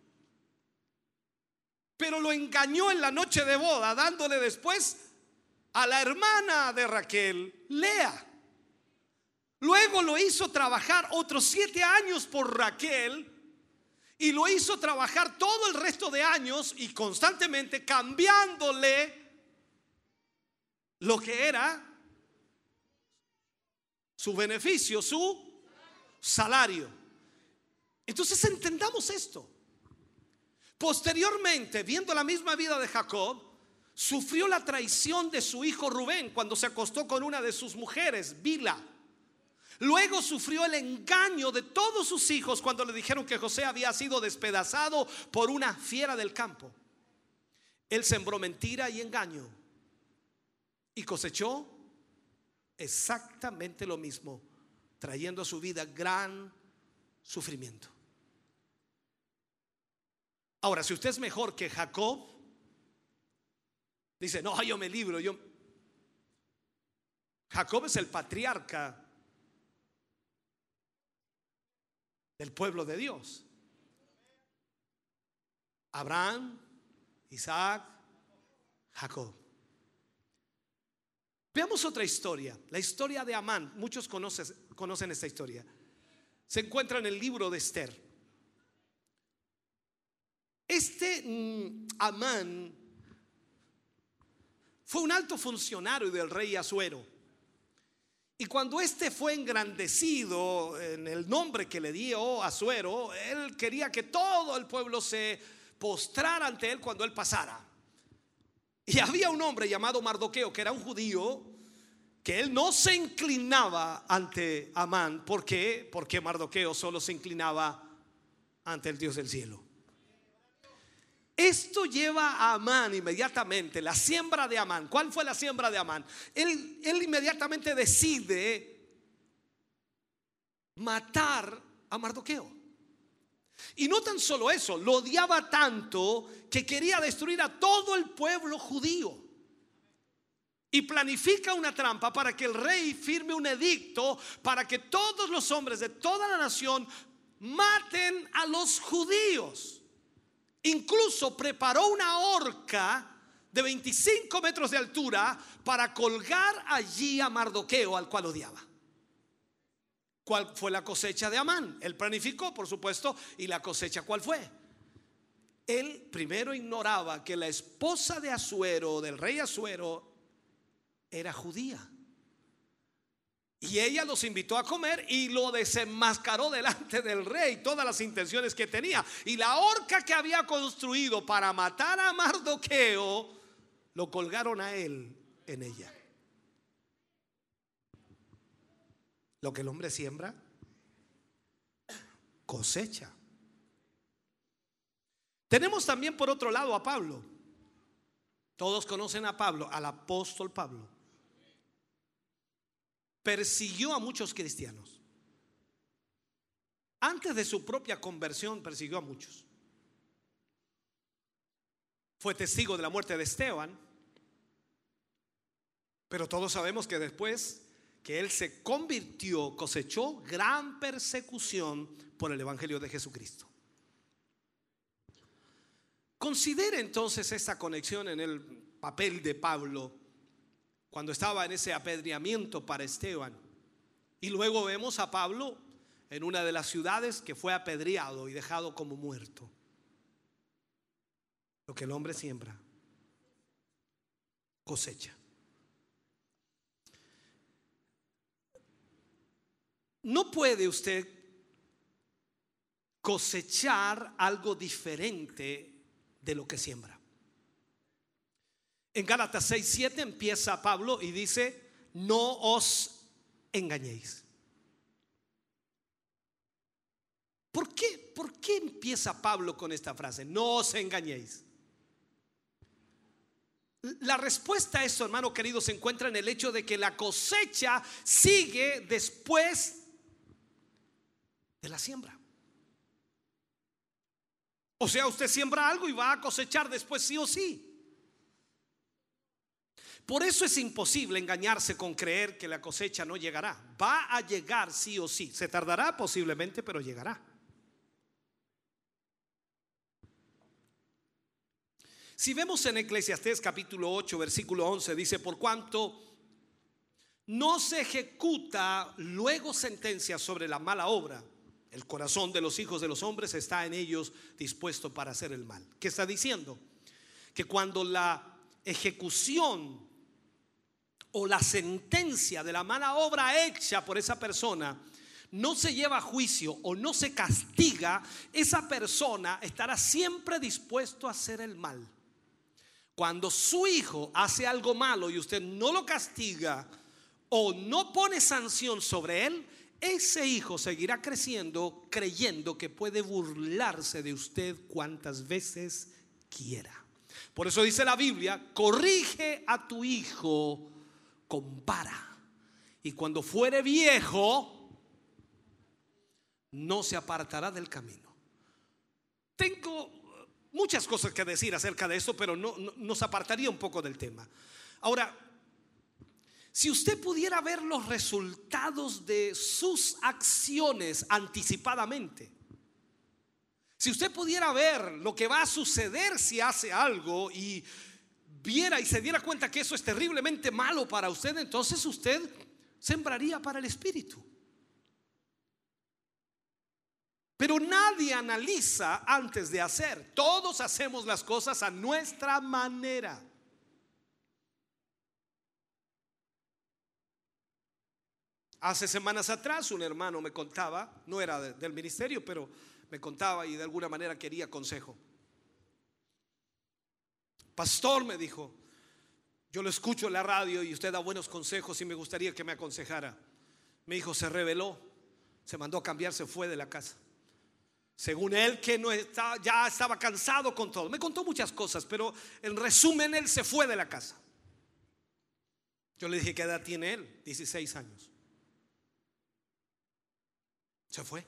Speaker 4: Pero lo engañó en la noche de boda, dándole después a la hermana de Raquel, Lea. Luego lo hizo trabajar otros 7 años por Raquel y lo hizo trabajar todo el resto de años y constantemente cambiándole lo que era su beneficio, su salario. Entonces entendamos esto. Posteriormente, viendo la misma vida de Jacob, sufrió la traición de su hijo Rubén cuando se acostó con una de sus mujeres, Bila. Luego sufrió el engaño de todos sus hijos cuando le dijeron que José había sido despedazado por una fiera del campo. Él sembró mentira y engaño y cosechó exactamente lo mismo, trayendo a su vida gran sufrimiento. Ahora, si usted es mejor que Jacob, dice, no, yo me libro. Jacob es el patriarca del pueblo de Dios. Abraham, Isaac, Jacob. Veamos otra historia, la historia de Amán. Muchos conocen esta historia. Se encuentra en el libro de Esther. Amán fue un alto funcionario del rey Asuero. Y cuando fue engrandecido en el nombre que le dio Asuero, él quería que todo el pueblo se postrara ante él cuando él pasara. Y había un hombre llamado Mardoqueo, que era un judío, que él no se inclinaba ante Amán. ¿Por qué? Porque Mardoqueo solo se inclinaba ante el Dios del cielo. Esto lleva a Amán inmediatamente, la siembra de Amán. ¿Cuál fue la siembra de Amán? Él inmediatamente decide matar a Mardoqueo. Y no tan solo eso, lo odiaba tanto que quería destruir a todo el pueblo judío. Y planifica una trampa para que el rey firme un edicto para que todos los hombres de toda la nación maten a los judíos. Incluso preparó una horca de 25 metros de altura para colgar allí a Mardoqueo, al cual odiaba. ¿Cuál fue la cosecha de Amán? Él planificó, por supuesto. ¿Y la cosecha cuál fue? Él primero ignoraba que la esposa de Asuero, del rey Asuero, era judía. Y ella los invitó a comer y lo desenmascaró delante del rey, todas las intenciones que tenía. Y la horca que había construido para matar a Mardoqueo, lo colgaron a él en ella. Lo que el hombre siembra, cosecha. Tenemos también por otro lado a Pablo. Todos conocen a Pablo, al apóstol Pablo. Persiguió a muchos cristianos. Antes de su propia conversión persiguió a muchos. Fue testigo de la muerte de Esteban. Pero todos sabemos que después que él se convirtió, cosechó gran persecución por el evangelio de Jesucristo. Considere entonces esta conexión en el papel de Pablo cuando estaba en ese apedreamiento para Esteban. Y luego vemos a Pablo en una de las ciudades que fue apedreado y dejado como muerto. Lo que el hombre siembra, cosecha. No puede usted cosechar algo diferente de lo que siembra. En Gálatas 6:7 empieza Pablo y dice: no os engañéis. ¿Por qué empieza Pablo con esta frase? No os engañéis. La respuesta a esto, hermano querido, se encuentra en el hecho de que la cosecha sigue después de la siembra. O sea, usted siembra algo y va a cosechar después sí o sí. Por eso es imposible engañarse con creer que la cosecha no llegará. Va a llegar sí o sí. Se tardará posiblemente, pero llegará. Si vemos en Eclesiastés capítulo 8 versículo 11, dice: por cuanto no se ejecuta luego sentencia sobre la mala obra, el corazón de los hijos de los hombres está en ellos dispuesto para hacer el mal. ¿Qué está diciendo? Que cuando la ejecución o la sentencia de la mala obra hecha por esa persona no se lleva a juicio o no se castiga, esa persona estará siempre dispuesto a hacer el mal. Cuando su hijo hace algo malo y usted no lo castiga o no pone sanción sobre él, ese hijo seguirá creciendo creyendo que puede burlarse de usted cuantas veces quiera. Por eso dice la Biblia: corrige a tu hijo con vara, y cuando fuere viejo no se apartará del camino. Tengo muchas cosas que decir acerca de esto, pero no nos apartaría un poco del tema. Ahora, si usted pudiera ver los resultados de sus acciones anticipadamente, si usted pudiera ver lo que va a suceder si hace algo y viera y se diera cuenta que eso es terriblemente malo para usted, entonces usted sembraría para el espíritu. Pero nadie analiza antes de hacer. Todos hacemos las cosas a nuestra manera. Hace semanas atrás un hermano me contaba, no era del ministerio, pero me contaba y de alguna manera quería consejo. Pastor, me dijo, Yo lo escucho en la radio y usted da buenos consejos y me gustaría que me aconsejara. Mi hijo se rebeló, se mandó a cambiar, se fue de la casa. Según él, que no estaba, ya estaba cansado con todo. Me contó muchas cosas, pero en resumen, él se fue de la casa. Yo le dije, ¿qué edad tiene él? 16 años. Se fue.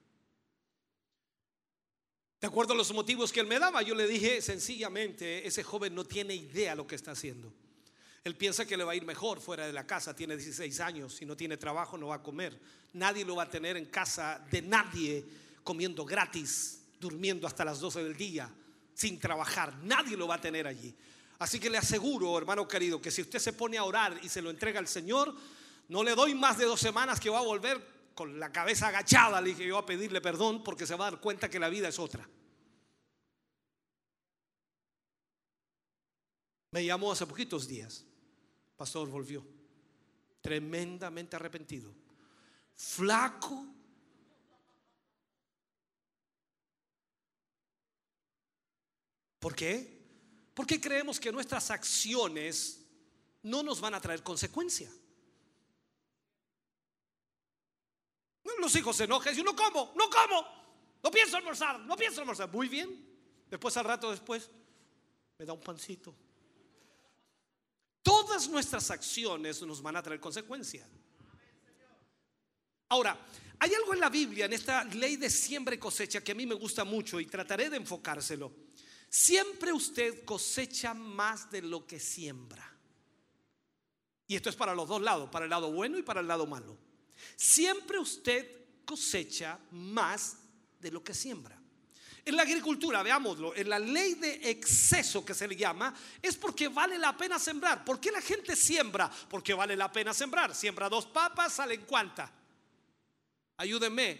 Speaker 4: De acuerdo a los motivos que él me daba, yo le dije sencillamente, ese joven no tiene idea lo que está haciendo. Él piensa que le va a ir mejor fuera de la casa. Tiene 16 años, si no tiene trabajo no va a comer. Nadie lo va a tener en casa de nadie, comiendo gratis, durmiendo hasta las 12 del día, sin trabajar. Nadie lo va a tener allí. Así que le aseguro, hermano querido, que si usted se pone a orar y se lo entrega al Señor, no le doy más de 2 semanas que va a volver con la cabeza agachada. Le dije yo a pedirle perdón, porque se va a dar cuenta que la vida es otra. Me llamó hace poquitos días. Pastor, volvió tremendamente arrepentido, flaco. ¿Por qué? Porque creemos que nuestras acciones no nos van a traer consecuencia. Los hijos se enojan y dicen, no como, no pienso almorzar. Muy bien. Después, al rato después, me da un pancito. Todas nuestras acciones nos van a traer consecuencias. Ahora, hay algo en la Biblia, en esta ley de siembra y cosecha, que a mí me gusta mucho y trataré de enfocárselo. Siempre usted cosecha más de lo que siembra. Y esto es para los dos lados, para el lado bueno y para el lado malo. Siempre usted cosecha más de lo que siembra. En la agricultura, veámoslo, en la ley de exceso que se le llama, es porque vale la pena sembrar. ¿Por qué la gente siembra? Porque vale la pena sembrar. Siembra 2 papas, ¿salen cuántas? Ayúdenme.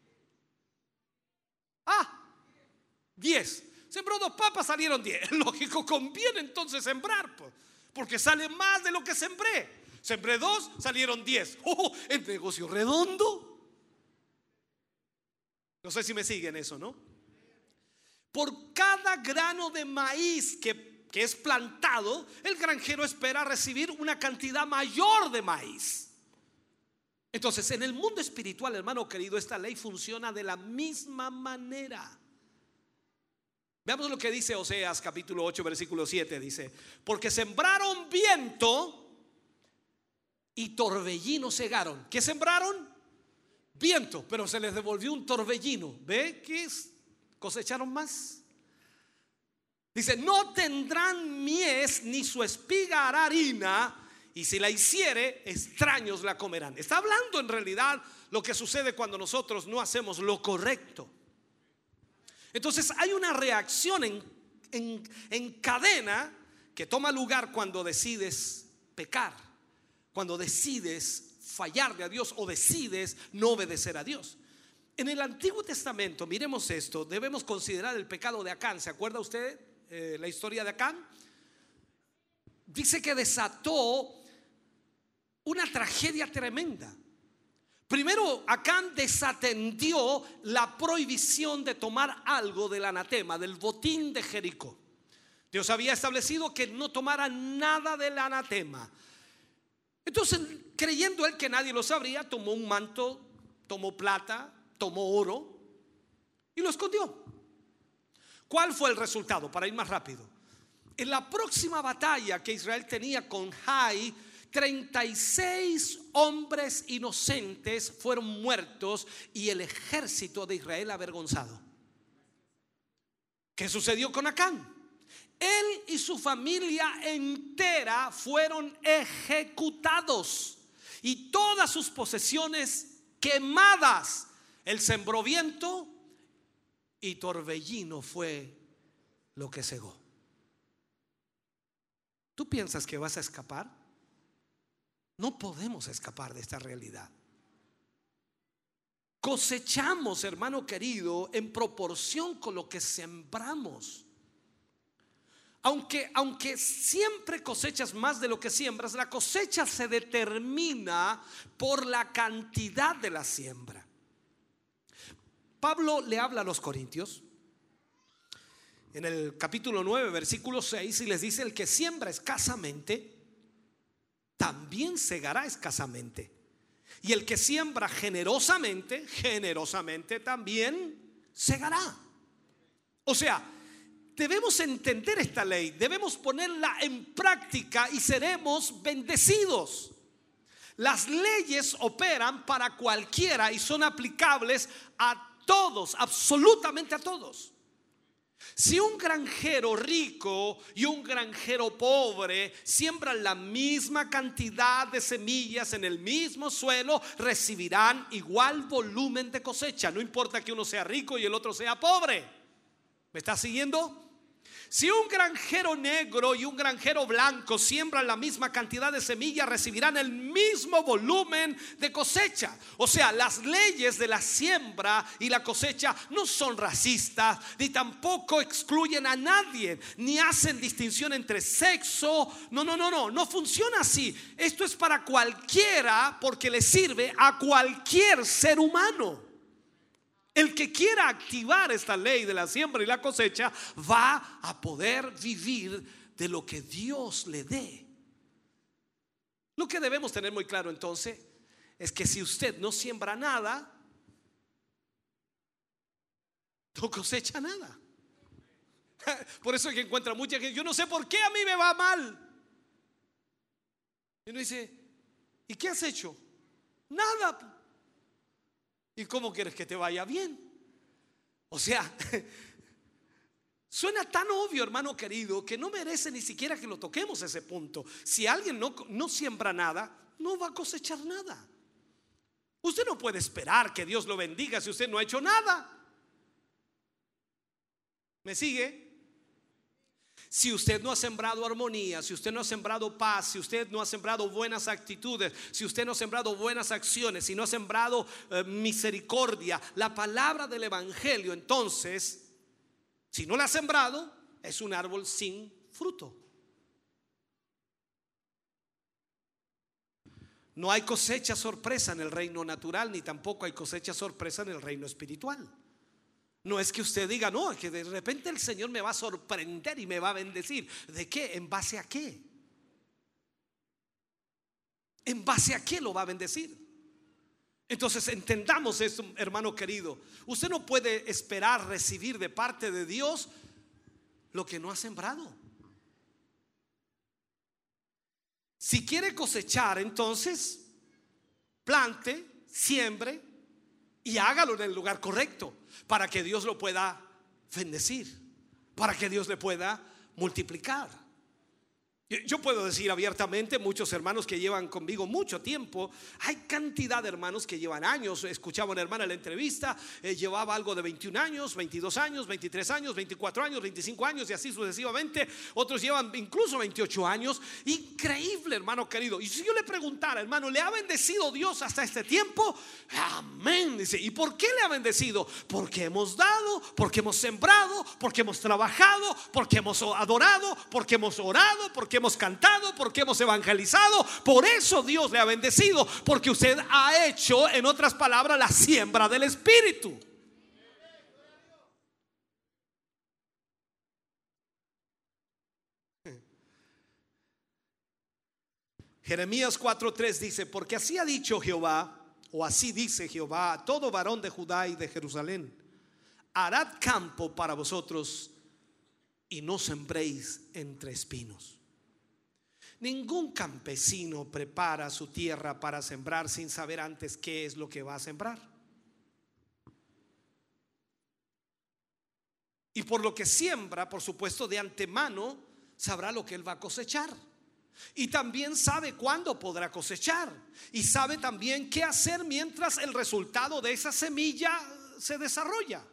Speaker 4: 10. Sembró 2 papas, salieron 10. Lógico, conviene entonces sembrar, porque sale más de lo que sembré. Sembré 2, salieron 10. El negocio redondo. No sé si me siguen eso, ¿no? Por cada grano de maíz que es plantado, el granjero espera recibir una cantidad mayor de maíz. Entonces, en el mundo espiritual, hermano querido, esta ley funciona de la misma manera. Veamos lo que dice Oseas capítulo 8 versículo 7. Dice, porque sembraron viento y torbellino cegaron. ¿Qué sembraron? Viento, pero se les devolvió un torbellino. ¿Ve qué es? Cosecharon más. Dice, no tendrán mies, ni su espiga hará harina, y si la hiciere, extraños la comerán. Está hablando en realidad lo que sucede cuando nosotros no hacemos lo correcto. Entonces hay una reacción en cadena que toma lugar cuando decides pecar, cuando decides fallarle a Dios o decides no obedecer a Dios. En el Antiguo Testamento, miremos esto, debemos considerar el pecado de Acán. ¿Se acuerda usted la historia de Acán? Dice que desató una tragedia tremenda. Primero, Acán desatendió la prohibición de tomar algo del anatema, del botín de Jericó. Dios había establecido que no tomara nada del anatema. Entonces, creyendo él que nadie lo sabría, tomó un manto, tomó plata, tomó oro y lo escondió. ¿Cuál fue el resultado? Para ir más rápido, en la próxima batalla que Israel tenía con Jai, 36 hombres inocentes fueron muertos y el ejército de Israel avergonzado. ¿Qué sucedió con Acán? Él y su familia entera fueron ejecutados y todas sus posesiones quemadas. Él sembró viento y torbellino fue lo que cegó. ¿Tú piensas que vas a escapar? No podemos escapar de esta realidad. Cosechamos, hermano querido, en proporción con lo que sembramos. Aunque siempre cosechas más de lo que siembras, la cosecha se determina por la cantidad de la siembra. Pablo le habla a los corintios en el capítulo 9 versículo 6 y les dice: el que siembra escasamente también segará escasamente. Y el que siembra generosamente, generosamente también segará. O sea, debemos entender esta ley, debemos ponerla en práctica y seremos bendecidos. Las leyes operan para cualquiera y son aplicables a todos, absolutamente a todos. Si un granjero rico y un granjero pobre siembran la misma cantidad de semillas en el mismo suelo, recibirán igual volumen de cosecha. No importa que uno sea rico y el otro sea pobre. ¿Me está siguiendo? Si un granjero negro y un granjero blanco siembran la misma cantidad de semillas, recibirán el mismo volumen de cosecha. O sea, las leyes de la siembra y la cosecha no son racistas, ni tampoco excluyen a nadie, ni hacen distinción entre sexo. No funciona así. Esto es para cualquiera, porque le sirve a cualquier ser humano. El que quiera activar esta ley de la siembra y la cosecha va a poder vivir de lo que Dios le dé. Lo que debemos tener muy claro entonces es que si usted no siembra nada, no cosecha nada. Por eso es que encuentra mucha gente: yo no sé por qué a mí me va mal. Y uno dice: ¿y qué has hecho? Nada. ¿Y cómo quieres que te vaya bien? O sea, suena tan obvio, hermano querido, que no merece ni siquiera que lo toquemos ese punto. Si alguien no siembra nada, no va a cosechar nada. Usted no puede esperar que Dios lo bendiga si usted no ha hecho nada. ¿Me sigue? Si usted no ha sembrado armonía, si usted no ha sembrado paz, si usted no ha sembrado buenas actitudes, si usted no ha sembrado buenas acciones, si no ha sembrado misericordia, la palabra del evangelio, entonces, si no la ha sembrado, es un árbol sin fruto. No hay cosecha sorpresa en el reino natural, ni tampoco hay cosecha sorpresa en el reino espiritual. No es que usted diga: no, es que de repente el Señor me va a sorprender y me va a bendecir. ¿De qué? ¿En base a qué? ¿En base a qué lo va a bendecir? Entonces entendamos esto, hermano querido. Usted no puede esperar recibir de parte de Dios lo que no ha sembrado. Si quiere cosechar, entonces plante, siembre y hágalo en el lugar correcto, para que Dios lo pueda bendecir, para que Dios le pueda multiplicar. Yo puedo decir abiertamente, muchos hermanos que llevan conmigo mucho tiempo, hay cantidad de hermanos que llevan años. Escuchaba una hermana en la entrevista, llevaba algo de 21 años, 22 años, 23 años, 24 años, 25 años y así sucesivamente. Otros llevan incluso 28 años. Increíble, hermano querido. Y si yo le preguntara: hermano, ¿le ha bendecido Dios hasta este tiempo? Amén, dice. ¿Y por qué le ha bendecido? Porque hemos dado, porque hemos sembrado, porque hemos trabajado, porque hemos adorado, porque hemos orado, porque hemos cantado, porque hemos evangelizado. Por eso Dios le ha bendecido, porque usted ha hecho, en otras palabras, la siembra del Espíritu. Jeremías 4:3 dice: porque así ha dicho Jehová, o así dice Jehová a todo varón de Judá y de Jerusalén: harad campo para vosotros y no sembréis entre espinos. Ningún campesino prepara su tierra para sembrar sin saber antes qué es lo que va a sembrar. Y por lo que siembra, por supuesto, de antemano sabrá lo que él va a cosechar. Y también sabe cuándo podrá cosechar. Y sabe también qué hacer mientras el resultado de esa semilla se desarrolla.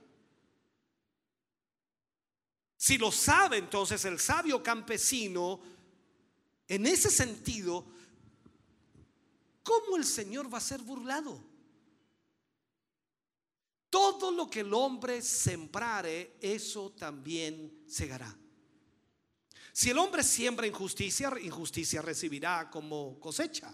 Speaker 4: Si lo sabe, entonces el sabio campesino, en ese sentido, ¿cómo el Señor va a ser burlado? Todo lo que el hombre sembrare, eso también segará. Si el hombre siembra injusticia, injusticia recibirá como cosecha.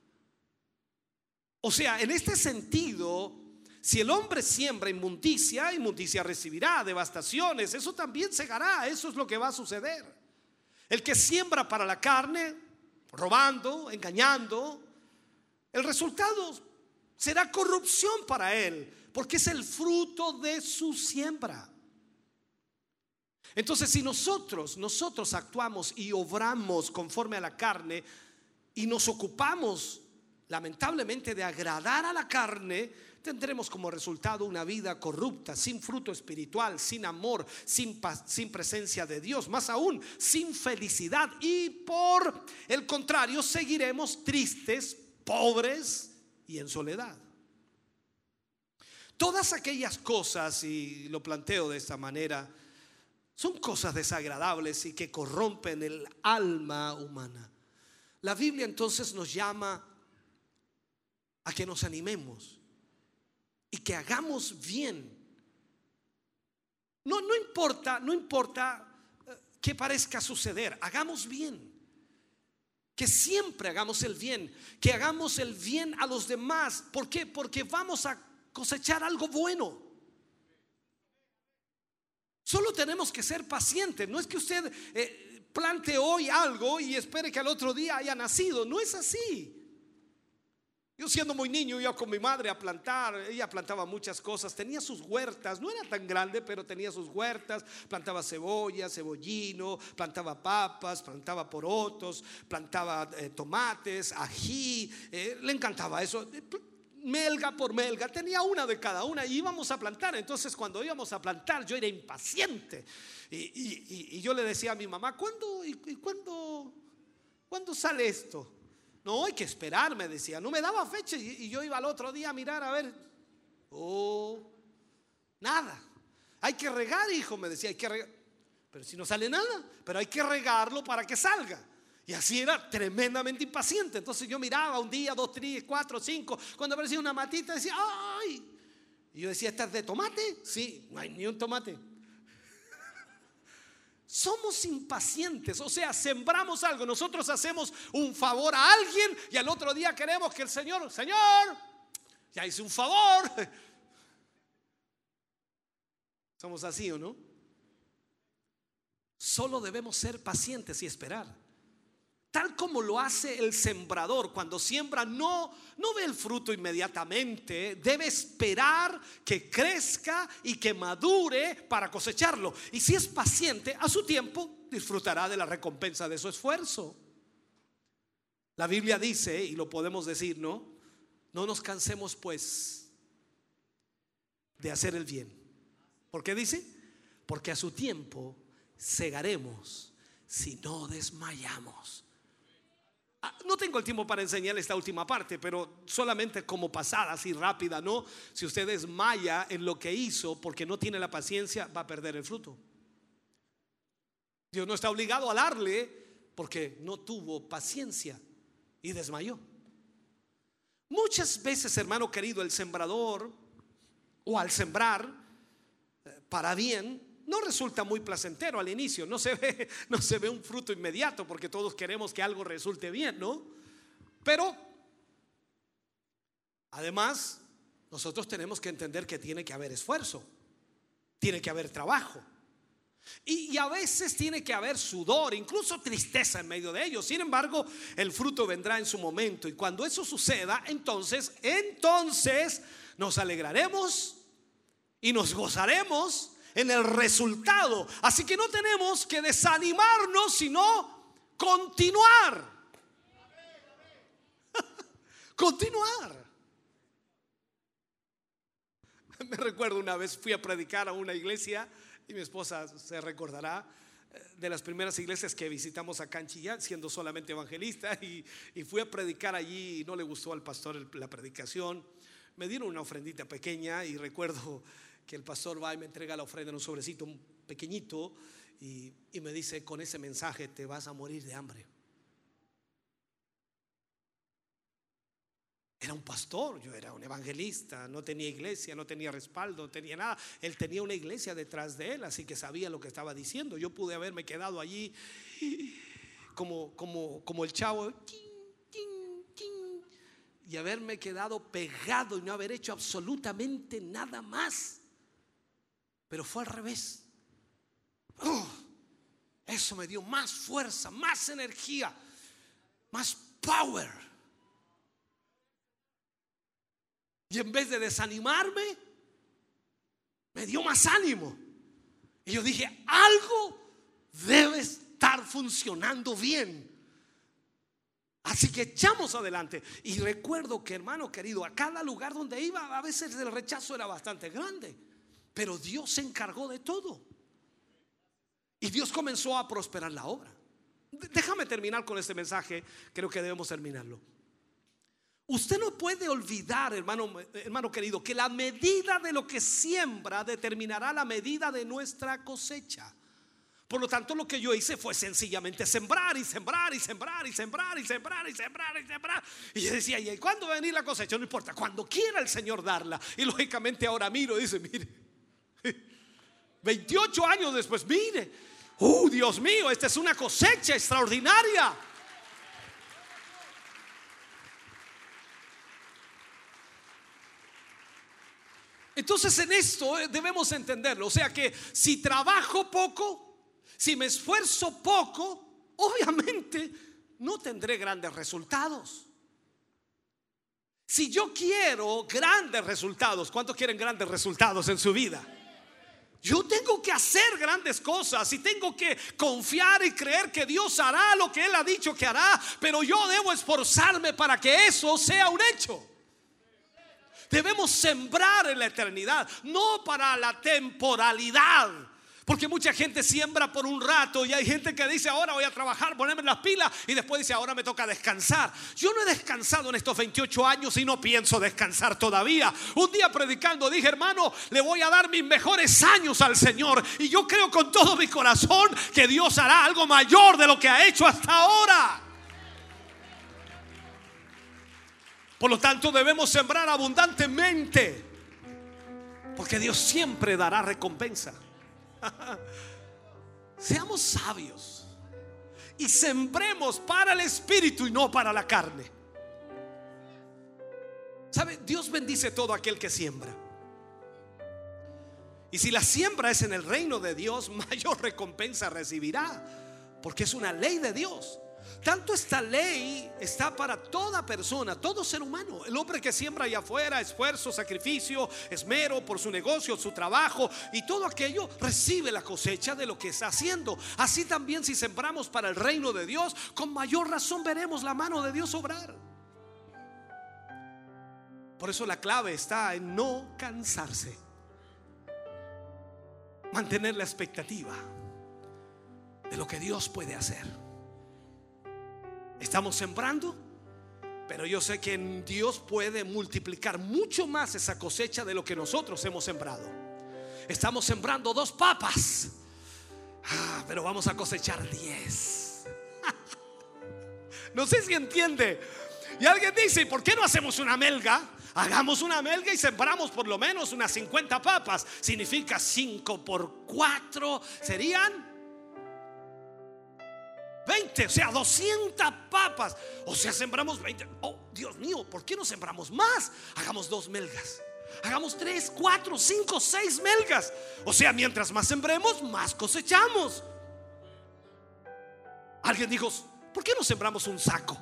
Speaker 4: O sea, en este sentido, si el hombre siembra inmundicia, inmundicia recibirá, devastaciones, eso también segará. Eso es lo que va a suceder. El que siembra para la carne, robando, engañando, el resultado será corrupción para él, porque es el fruto de su siembra. Entonces, si nosotros actuamos y obramos conforme a la carne y nos ocupamos lamentablemente de agradar a la carne, tendremos como resultado una vida corrupta, sin fruto espiritual, sin amor, sin presencia de Dios, más aún sin felicidad, y por el contrario seguiremos tristes, pobres y en soledad. Todas aquellas cosas, y lo planteo de esta manera, son cosas desagradables y que corrompen el alma humana. La Biblia entonces nos llama a que nos animemos y que hagamos bien. No importa qué parezca suceder, hagamos bien. Que siempre hagamos el bien, que hagamos el bien a los demás. ¿Por qué? Porque vamos a cosechar algo bueno. Solo tenemos que ser pacientes. No es que usted plante hoy algo y espere que al otro día haya nacido. No es así. Yo siendo muy niño iba con mi madre a plantar. Ella plantaba muchas cosas, tenía sus huertas. No era tan grande, pero tenía sus huertas. Plantaba cebolla, cebollino, plantaba papas, plantaba porotos, plantaba tomates, ají. Le encantaba eso. Melga por melga, tenía una de cada una y íbamos a plantar. Entonces cuando íbamos a plantar yo era impaciente y yo le decía a mi mamá: ¿Cuándo sale esto? No, hay que esperar, me decía. No me daba fecha y yo iba al otro día a mirar a ver. Nada. Hay que regar, hijo, me decía, hay que regar. Pero si no sale nada, pero hay que regarlo para que salga. Y así era, tremendamente impaciente. Entonces yo miraba un día, 2, 3, 4, 5. Cuando aparecía una matita decía: ¡ay! Y yo decía: ¿esta es de tomate? Sí, no hay ni un tomate. Somos impacientes, o sea, sembramos algo. Nosotros hacemos un favor a alguien y al otro día queremos que el Señor, ya hice un favor. ¿Somos así o no? Solo debemos ser pacientes y esperar. Tal como lo hace el sembrador cuando siembra, no ve el fruto inmediatamente, debe esperar que crezca y que madure para cosecharlo. Y si es paciente, a su tiempo disfrutará de la recompensa de su esfuerzo. La Biblia dice, y lo podemos decir, no nos cansemos pues de hacer el bien. ¿Por qué dice? Porque a su tiempo segaremos si no desmayamos. No tengo el tiempo para enseñar esta última parte, pero solamente como pasada, así rápida, ¿no? Si usted desmaya en lo que hizo porque no tiene la paciencia, va a perder el fruto. Dios no está obligado a darle porque no tuvo paciencia y desmayó. Muchas veces, hermano querido, el sembrador o al sembrar para bien no resulta muy placentero al inicio. No se ve un fruto inmediato porque todos queremos que algo resulte bien, ¿no? Pero además nosotros tenemos que entender que tiene que haber esfuerzo, tiene que haber trabajo y a veces tiene que haber sudor, incluso tristeza en medio de ello. Sin embargo, el fruto vendrá en su momento, y cuando eso suceda, entonces nos alegraremos y nos gozaremos en el resultado. Así que no tenemos que desanimarnos, sino continuar. Continuar. Me recuerdo una vez fui a predicar a una iglesia, y mi esposa se recordará, de las primeras iglesias que visitamos acá en Chillán, siendo solamente evangelista, y fui a predicar allí y no le gustó al pastor la predicación. Me dieron una ofrendita pequeña y recuerdo que el pastor va y me entrega la ofrenda en un sobrecito pequeñito y me dice: con ese mensaje te vas a morir de hambre. Era un pastor, yo era un evangelista, no tenía iglesia, no tenía respaldo, no tenía nada. Él tenía una iglesia detrás de él, así que sabía lo que estaba diciendo. Yo pude haberme quedado allí como el chavo y haberme quedado pegado y no haber hecho absolutamente nada más. Pero fue al revés. Eso me dio más fuerza, más energía, más power. Y en vez de desanimarme, me dio más ánimo. Y yo dije, algo debe estar funcionando bien. Así que echamos adelante. Y recuerdo que, hermano querido, a cada lugar donde iba, a veces el rechazo era bastante grande, pero Dios se encargó de todo. Y Dios comenzó a prosperar la obra. Déjame terminar con este mensaje. Creo que debemos terminarlo. Usted no puede olvidar, hermano querido, que la medida de lo que siembra determinará la medida de nuestra cosecha. Por lo tanto, lo que yo hice fue sencillamente sembrar y sembrar y sembrar y sembrar y sembrar y sembrar y sembrar. Y yo decía, ¿y cuándo va a venir la cosecha? No importa, cuando quiera el Señor darla. Y lógicamente ahora miro y dice, mire, 28 años después, mire, Dios mío, esta es una cosecha extraordinaria. Entonces en esto debemos entenderlo. O sea que si trabajo poco, si me esfuerzo poco, obviamente no tendré grandes resultados. Si yo quiero grandes resultados, ¿cuántos quieren grandes resultados en su vida? Yo tengo que hacer grandes cosas y tengo que confiar y creer que Dios hará lo que Él ha dicho que hará, pero yo debo esforzarme para que eso sea un hecho. Debemos sembrar en la eternidad, no para la temporalidad. Porque mucha gente siembra por un rato y hay gente que dice, ahora voy a trabajar, ponerme las pilas, y después dice, ahora me toca descansar. Yo no he descansado en estos 28 años y no pienso descansar todavía. Un día predicando dije, hermano, le voy a dar mis mejores años al Señor, y yo creo con todo mi corazón que Dios hará algo mayor de lo que ha hecho hasta ahora. Por lo tanto, debemos sembrar abundantemente, porque Dios siempre dará recompensa. Seamos sabios y sembremos para el espíritu y no para la carne. ¿Sabe? Dios bendice todo aquel que siembra. Y si la siembra es en el reino de Dios, mayor recompensa recibirá, porque es una ley de Dios. Tanto esta ley está para toda persona, todo ser humano. El hombre que siembra allá afuera, esfuerzo, sacrificio, esmero por su negocio, su trabajo y todo aquello, recibe la cosecha de lo que está haciendo. Así también, si sembramos para el reino de Dios, con mayor razón veremos la mano de Dios obrar. Por eso la clave está en no cansarse, mantener la expectativa de lo que Dios puede hacer. Estamos sembrando, pero yo sé que Dios puede multiplicar mucho más esa cosecha de lo que nosotros hemos sembrado. Estamos sembrando 2 papas, pero vamos a cosechar 10. No sé si entiende. Y alguien dice, ¿y por qué no hacemos una melga? Hagamos una melga y sembramos por lo menos unas 50 papas. Significa 5 por 4 serían 20, o sea, 200 papas. O sea, sembramos 20. Oh, Dios mío, ¿por qué no sembramos más? Hagamos 2 melgas. Hagamos 3, 4, 5, 6 melgas. O sea, mientras más sembremos, más cosechamos. Alguien dijo, ¿por qué no sembramos un saco?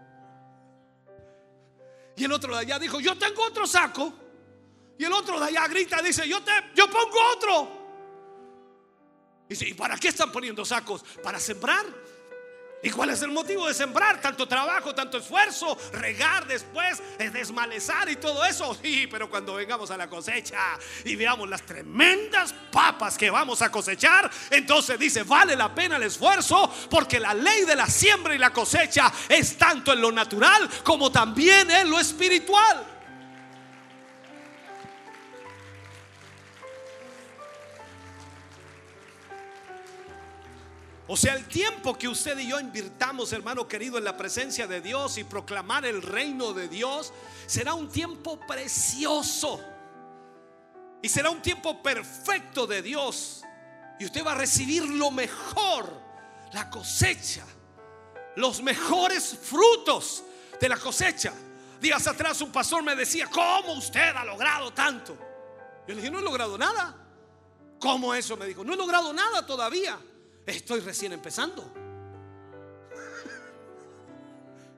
Speaker 4: Y el otro de allá dijo, yo tengo otro saco. Y el otro de allá grita, dice, yo pongo otro. Y dice, ¿y para qué están poniendo sacos? Para sembrar. ¿Y cuál es el motivo de sembrar? Tanto trabajo, tanto esfuerzo, regar después, desmalezar y todo eso. Sí, pero cuando vengamos a la cosecha y veamos las tremendas papas que vamos a cosechar, entonces dice, vale la pena el esfuerzo, porque la ley de la siembra y la cosecha es tanto en lo natural como también en lo espiritual. O sea, el tiempo que usted y yo invirtamos, hermano querido, en la presencia de Dios y proclamar el reino de Dios, será un tiempo precioso y será un tiempo perfecto de Dios. Y usted va a recibir lo mejor, la cosecha, los mejores frutos de la cosecha. Días atrás un pastor me decía, ¿cómo usted ha logrado tanto? Yo le dije, no he logrado nada. ¿Cómo eso? Me dijo, no he logrado nada todavía. Estoy recién empezando.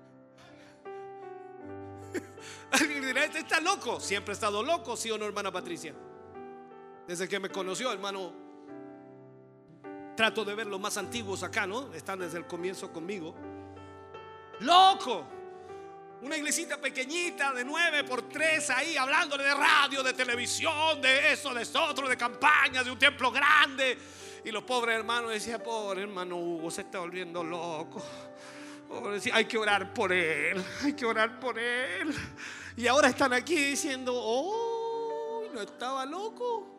Speaker 4: Alguien dirá, este está loco. Siempre he estado loco, ¿sí o no, hermana Patricia? Desde que me conoció, hermano, trato de ver los más antiguos acá, ¿no? Están desde el comienzo conmigo. Loco. Una iglesita pequeñita de 9x3 ahí, hablándole de radio, de televisión, de eso, de esto otro, de campañas, de un templo grande. Y los pobres hermanos decían, pobre hermano Hugo, se está volviendo loco. Pobre, hay que orar por él, hay que orar por él. Y ahora están aquí diciendo, oh, no estaba loco.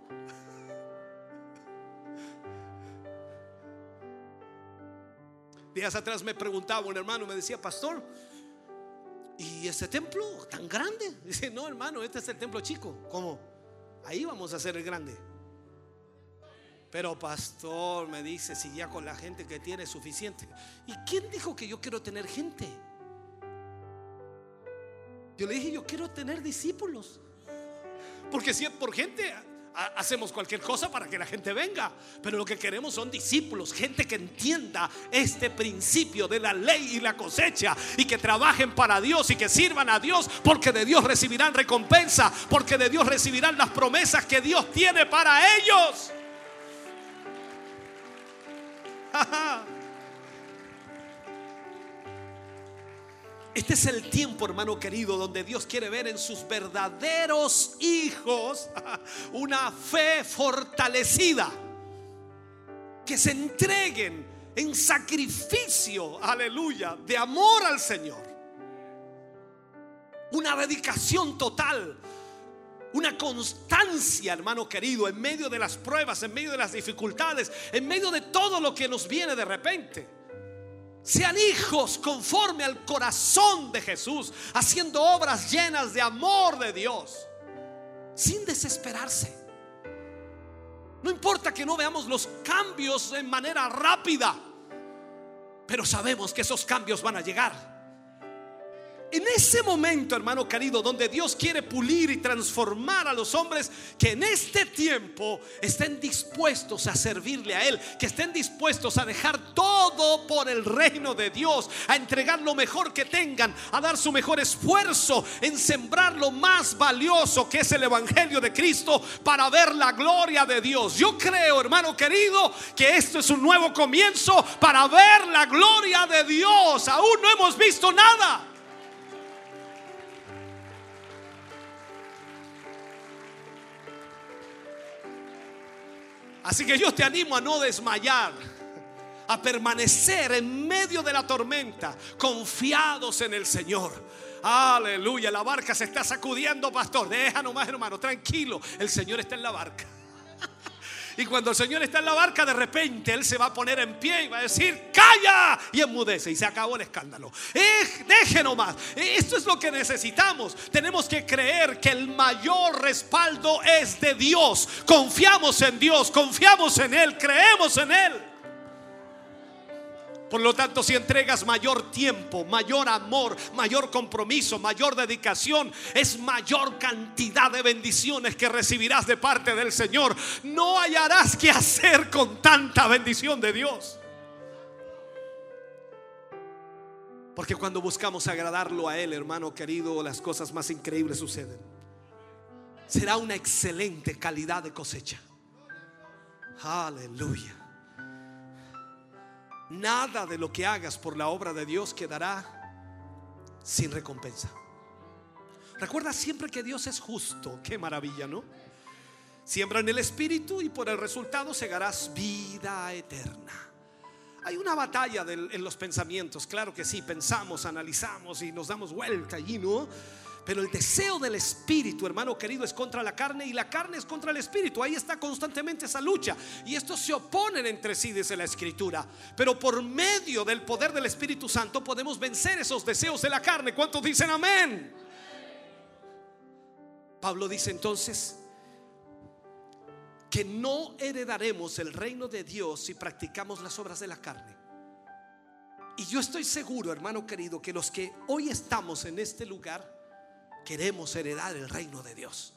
Speaker 4: Días atrás me preguntaba un hermano, me decía, pastor, ¿y ese templo tan grande? Dice, no, hermano, este es el templo chico. ¿Cómo? Ahí vamos a hacer el grande. Pero pastor, me dice, si ya con la gente que tiene es suficiente. ¿Y quién dijo que yo quiero tener gente? Yo le dije, yo quiero tener discípulos. Porque si es por gente, hacemos cualquier cosa para que la gente venga. Pero lo que queremos son discípulos, gente que entienda este principio de la ley y la cosecha, y que trabajen para Dios y que sirvan a Dios, porque de Dios recibirán recompensa, porque de Dios recibirán las promesas que Dios tiene para ellos. Este es el tiempo, hermano querido, donde Dios quiere ver en sus verdaderos hijos una fe fortalecida, que se entreguen en sacrificio, aleluya, de amor al Señor, una dedicación total, una constancia, hermano querido, en medio de las pruebas, en medio de las dificultades, en medio de todo lo que nos viene de repente. Sean hijos conforme al corazón de Jesús, haciendo obras llenas de amor de Dios, sin desesperarse. No importa que no veamos los cambios en manera rápida, pero sabemos que esos cambios van a llegar. En ese momento, hermano querido, donde Dios quiere pulir y transformar a los hombres que en este tiempo estén dispuestos a servirle a Él, que estén dispuestos a dejar todo por el reino de Dios, a entregar lo mejor que tengan, a dar su mejor esfuerzo en sembrar lo más valioso, que es el evangelio de Cristo, para ver la gloria de Dios. Yo creo, hermano querido, que esto es un nuevo comienzo para ver la gloria de Dios. Aún no hemos visto nada. Así que yo te animo a no desmayar, a permanecer en medio de la tormenta, confiados en el Señor. Aleluya, la barca se está sacudiendo, pastor. Deja nomás, hermano, tranquilo, el Señor está en la barca. Y cuando el Señor está en la barca, de repente Él se va a poner en pie y va a decir, calla, y enmudece, y se acabó el escándalo. Deje nomás. Esto es lo que necesitamos. Tenemos que creer que el mayor respaldo es de Dios. Confiamos en Dios, confiamos en Él, creemos en Él. Por lo tanto, si entregas mayor tiempo, mayor amor, mayor compromiso, mayor dedicación, es mayor cantidad de bendiciones que recibirás de parte del Señor. No hallarás qué hacer con tanta bendición de Dios. Porque cuando buscamos agradarlo a Él, hermano querido, las cosas más increíbles suceden. Será una excelente calidad de cosecha. Aleluya. Nada de lo que hagas por la obra de Dios quedará sin recompensa. Recuerda siempre que Dios es justo. Qué maravilla, ¿no? Siembra en el Espíritu y por el resultado segarás vida eterna. Hay una batalla en los pensamientos. Claro que sí, pensamos, analizamos y nos damos vuelta allí, ¿no? Pero el deseo del Espíritu, hermano querido, es contra la carne, y la carne es contra el Espíritu. Ahí está constantemente esa lucha, y estos se oponen entre sí, dice la Escritura. Pero por medio del poder del Espíritu Santo podemos vencer esos deseos de la carne. ¿Cuántos dicen amén? Pablo dice entonces que no heredaremos el reino de Dios si practicamos las obras de la carne. Y yo estoy seguro, hermano querido, que los que hoy estamos en este lugar queremos heredar el reino de Dios.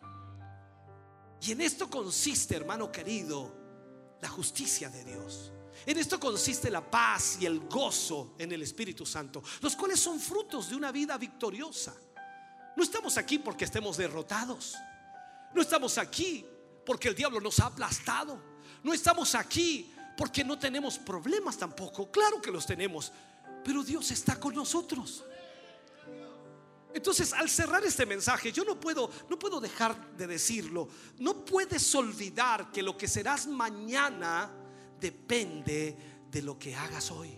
Speaker 4: Y en esto consiste, hermano querido, la justicia de Dios. En esto consiste la paz y el gozo en el Espíritu Santo, los cuales son frutos de una vida victoriosa. No estamos aquí porque estemos derrotados. No estamos aquí porque el diablo nos ha aplastado. No estamos aquí porque no tenemos problemas tampoco. Claro que los tenemos, pero Dios está con nosotros. Entonces, al cerrar este mensaje, yo no puedo dejar de decirlo. No puedes olvidar que lo que serás mañana depende de lo que hagas hoy.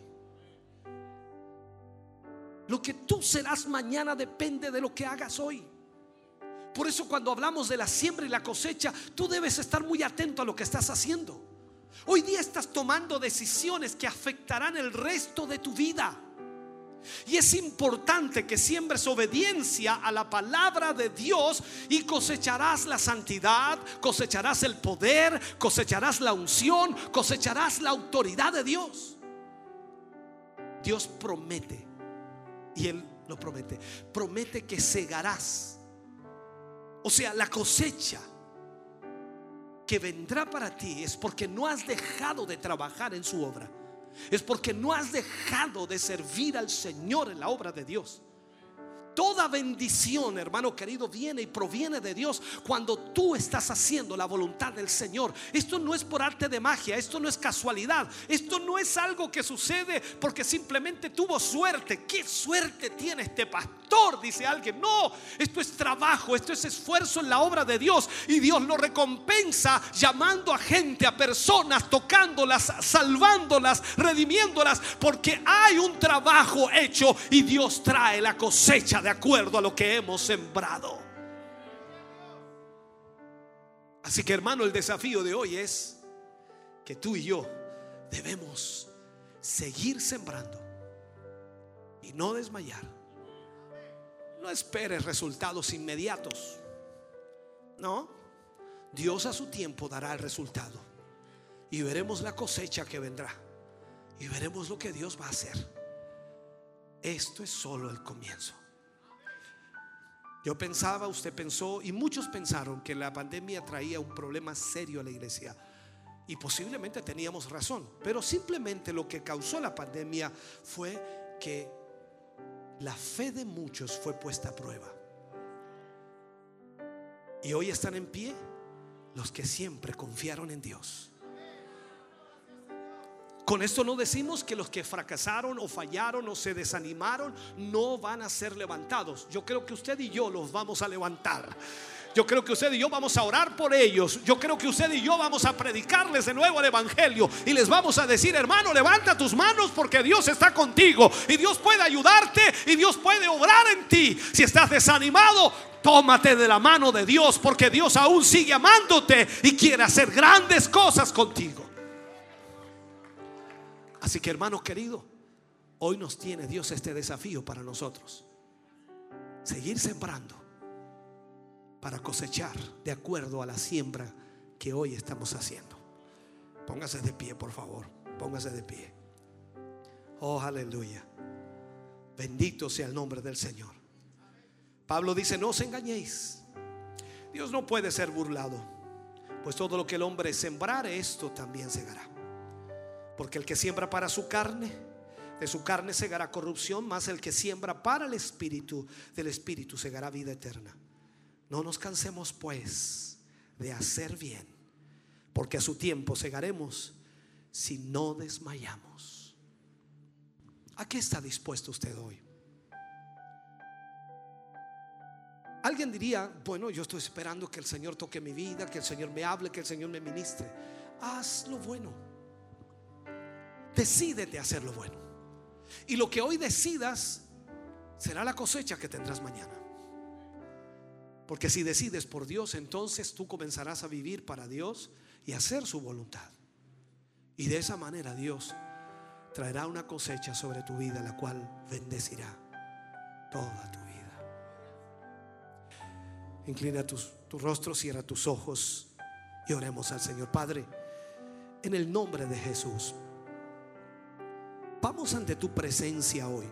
Speaker 4: Lo que tú serás mañana depende de lo que hagas hoy. Por eso cuando hablamos de la siembra y la cosecha, tú debes estar muy atento a lo que estás haciendo. Hoy día estás tomando decisiones que afectarán el resto de tu vida. Y es importante que siembres obediencia a la palabra de Dios y cosecharás la santidad, cosecharás el poder, cosecharás la unción, cosecharás la autoridad de Dios. Dios promete, y Él lo promete, promete que segarás. O sea, la cosecha que vendrá para ti es porque no has dejado de trabajar en su obra. Es porque no has dejado de servir al Señor en la obra de Dios. Toda bendición, hermano querido, viene y proviene de Dios cuando tú estás haciendo la voluntad del Señor. Esto no es por arte de magia, esto no es casualidad, esto no es algo que sucede porque simplemente tuvo suerte. ¿Qué suerte tiene este pastor?, dice alguien. No, esto es trabajo, esto es esfuerzo en la obra de Dios, y Dios lo recompensa llamando a gente, a personas, tocándolas, salvándolas, redimiéndolas, porque hay un trabajo hecho y Dios trae la cosecha de acuerdo a lo que hemos sembrado. Así que, hermano, el desafío de hoy es que tú y yo debemos seguir sembrando y no desmayar. No esperes resultados inmediatos. No, Dios a su tiempo dará el resultado y veremos la cosecha que vendrá y veremos lo que Dios va a hacer. Esto es solo el comienzo. Yo pensaba, usted pensó y muchos pensaron que la pandemia traía un problema serio a la iglesia, y posiblemente teníamos razón, pero simplemente lo que causó la pandemia fue que la fe de muchos fue puesta a prueba. Y hoy están en pie los que siempre confiaron en Dios. Con esto no decimos que los que fracasaron o fallaron o se desanimaron no van a ser levantados. Yo creo que usted y yo los vamos a levantar. Yo creo que usted y yo vamos a orar por ellos. Yo creo que usted y yo vamos a predicarles de nuevo el evangelio y les vamos a decir: hermano, levanta tus manos porque Dios está contigo y Dios puede ayudarte y Dios puede obrar en ti. Si estás desanimado, tómate de la mano de Dios, porque Dios aún sigue amándote y quiere hacer grandes cosas contigo. Así que, hermano querido, hoy nos tiene Dios este desafío para nosotros: seguir sembrando para cosechar de acuerdo a la siembra que hoy estamos haciendo. Póngase de pie, por favor. Póngase de pie. Oh, aleluya. Bendito sea el nombre del Señor. Pablo dice: no os engañéis, Dios no puede ser burlado, pues todo lo que el hombre sembrare, esto también segará. Porque el que siembra para su carne, de su carne segará corrupción, mas el que siembra para el Espíritu, del Espíritu segará vida eterna. No nos cansemos pues de hacer bien, porque a su tiempo segaremos si no desmayamos. ¿A qué está dispuesto usted hoy? Alguien diría: bueno, yo estoy esperando que el Señor toque mi vida, que el Señor me hable, que el Señor me ministre. Haz lo bueno. Decídete a hacer lo bueno, y lo que hoy decidas será la cosecha que tendrás mañana. Porque si decides por Dios, entonces tú comenzarás a vivir para Dios y hacer su voluntad, y de esa manera Dios traerá una cosecha sobre tu vida, la cual bendecirá toda tu vida. Inclina tu rostro, cierra tus ojos y oremos al Señor. Padre, en el nombre de Jesús, vamos ante tu presencia hoy.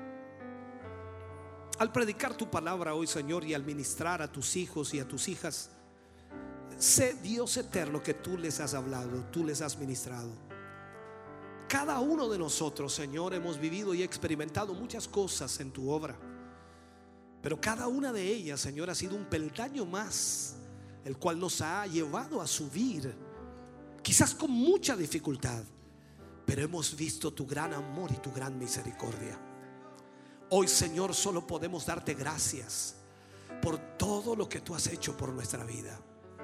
Speaker 4: Al predicar tu palabra hoy, Señor, y al ministrar a tus hijos y a tus hijas, sé, Dios eterno, que tú les has hablado, tú les has ministrado. Cada uno de nosotros, Señor, hemos vivido y experimentado muchas cosas en tu obra, Pero cada una de ellas, Señor, ha sido un peldaño más, el cual nos ha llevado a subir, quizás con mucha dificultad, pero hemos visto tu gran amor y tu gran misericordia. Hoy, Señor, solo podemos darte gracias por todo lo que tú has hecho por nuestra vida.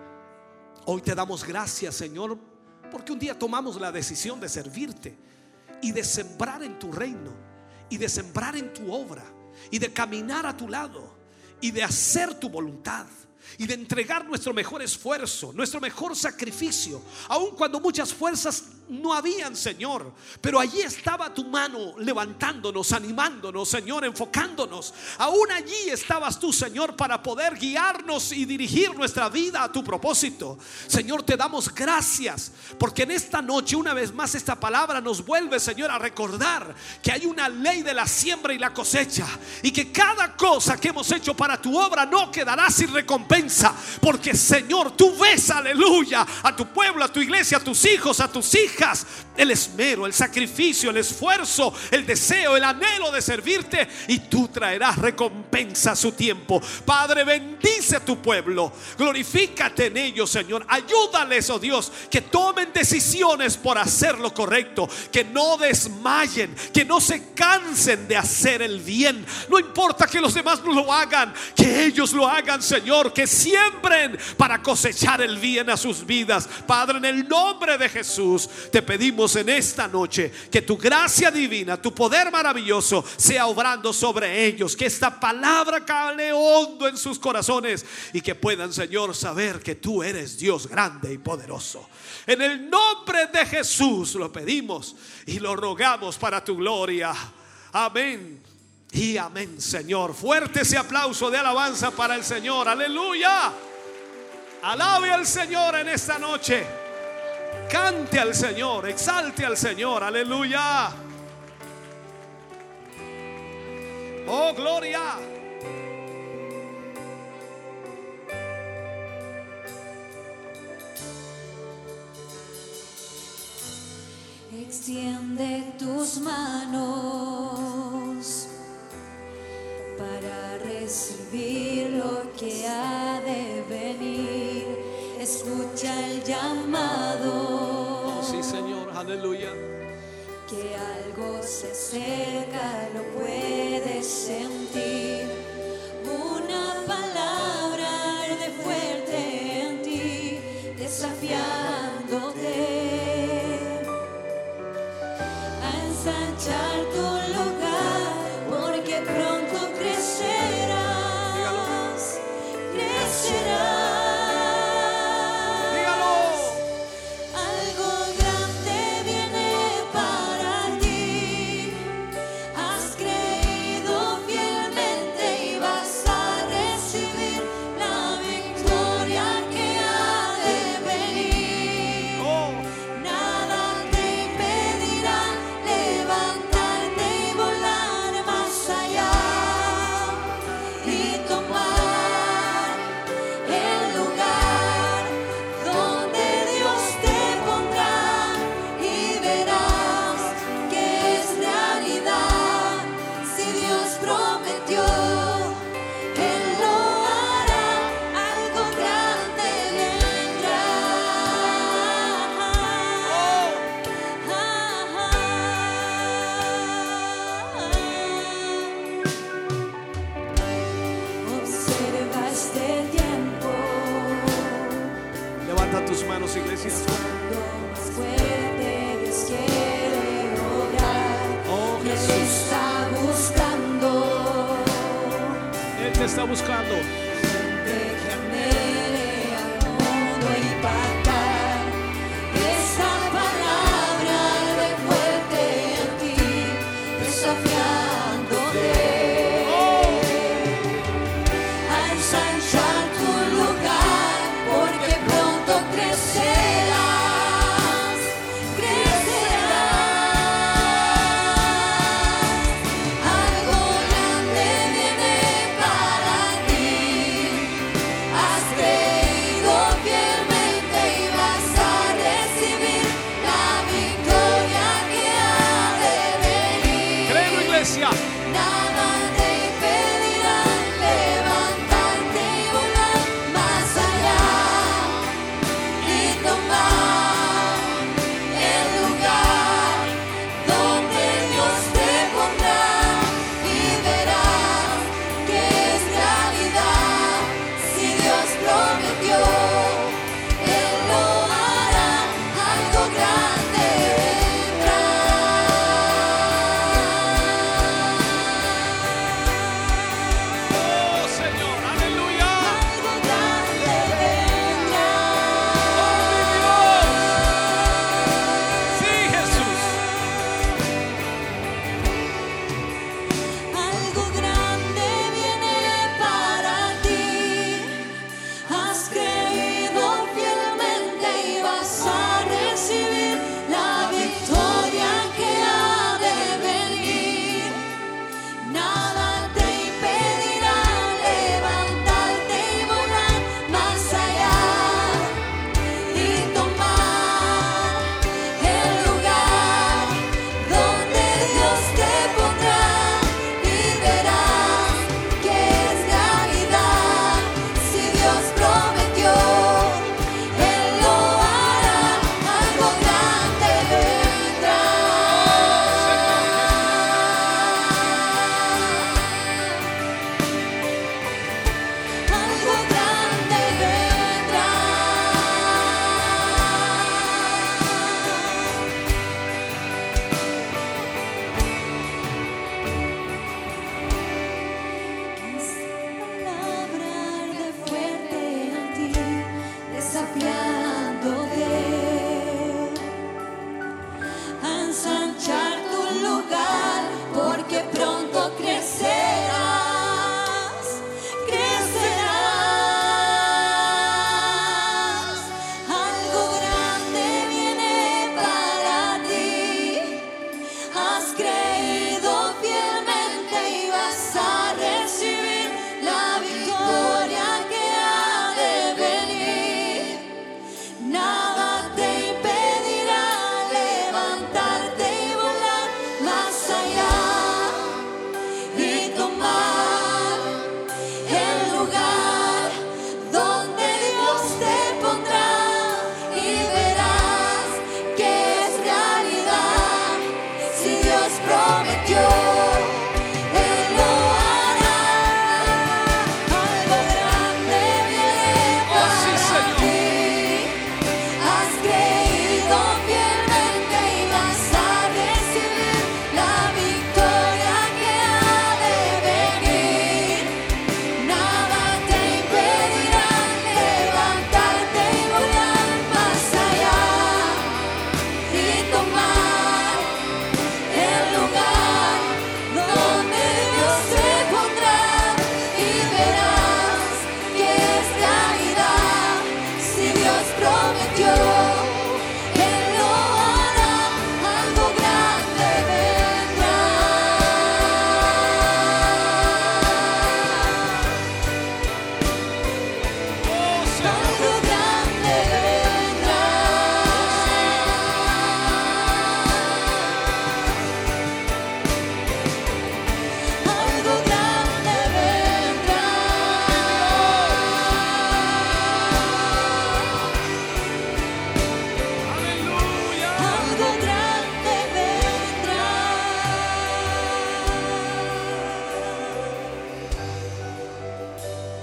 Speaker 4: Hoy te damos gracias, Señor, porque un día tomamos la decisión de servirte y de sembrar en tu reino y de sembrar en tu obra y de caminar a tu lado y de hacer tu voluntad y de entregar nuestro mejor esfuerzo, nuestro mejor sacrificio, aun cuando muchas fuerzas no habían, Señor, pero allí estaba tu mano levantándonos, animándonos, Señor, enfocándonos. Aún allí estabas tú, Señor, para poder guiarnos y dirigir nuestra vida a tu propósito. Señor, te damos gracias porque en esta noche una vez más esta palabra nos vuelve, Señor, a recordar que hay una ley de la siembra y la cosecha, y que cada cosa que hemos hecho para tu obra no quedará sin recompensa, porque, Señor, tú ves, aleluya, a tu pueblo, a tu iglesia, a tus hijos, a tus hijas, el esmero, el sacrificio, el esfuerzo, el deseo, el anhelo de servirte, y tú traerás recompensa a su tiempo. Padre, bendice a tu pueblo, glorifícate en ellos, Señor. Ayúdales, oh Dios, que tomen decisiones por hacer lo correcto, que no desmayen, que no se cansen de hacer el bien. No importa que los demás no lo hagan, que ellos lo hagan, Señor, que siembren para cosechar el bien a sus vidas. Padre, en el nombre de Jesús te pedimos en esta noche que tu gracia divina, tu poder maravilloso sea obrando sobre ellos, que esta palabra cale hondo en sus corazones y que puedan, Señor, saber que tú eres Dios grande y poderoso. En el nombre de Jesús lo pedimos y lo rogamos para tu gloria. Amén y amén, Señor. Fuerte ese aplauso de alabanza para el Señor. Aleluya. Alabe al Señor en esta noche. Cante al Señor, exalte al Señor. Aleluya. Oh, gloria.
Speaker 3: Extiende tus manos para recibir lo que ha de venir. Escucha el llamado.
Speaker 4: Oh, sí, Señor, aleluya.
Speaker 3: Que algo se acerca, lo puedes sentir. Una palabra arde fuerte en ti, desafiándote a ensanchar tu lugar, porque pronto crecerás, crecerás.
Speaker 4: Tus manos, iglesia. Oh, Jesús. Él te está buscando.
Speaker 3: Gente que anhele al mundo impactar. Esa palabra de fuerte en ti, desafiándote a ensanchar tu lugar, porque pronto crecerás, crecerás. Algo grande viene para ti.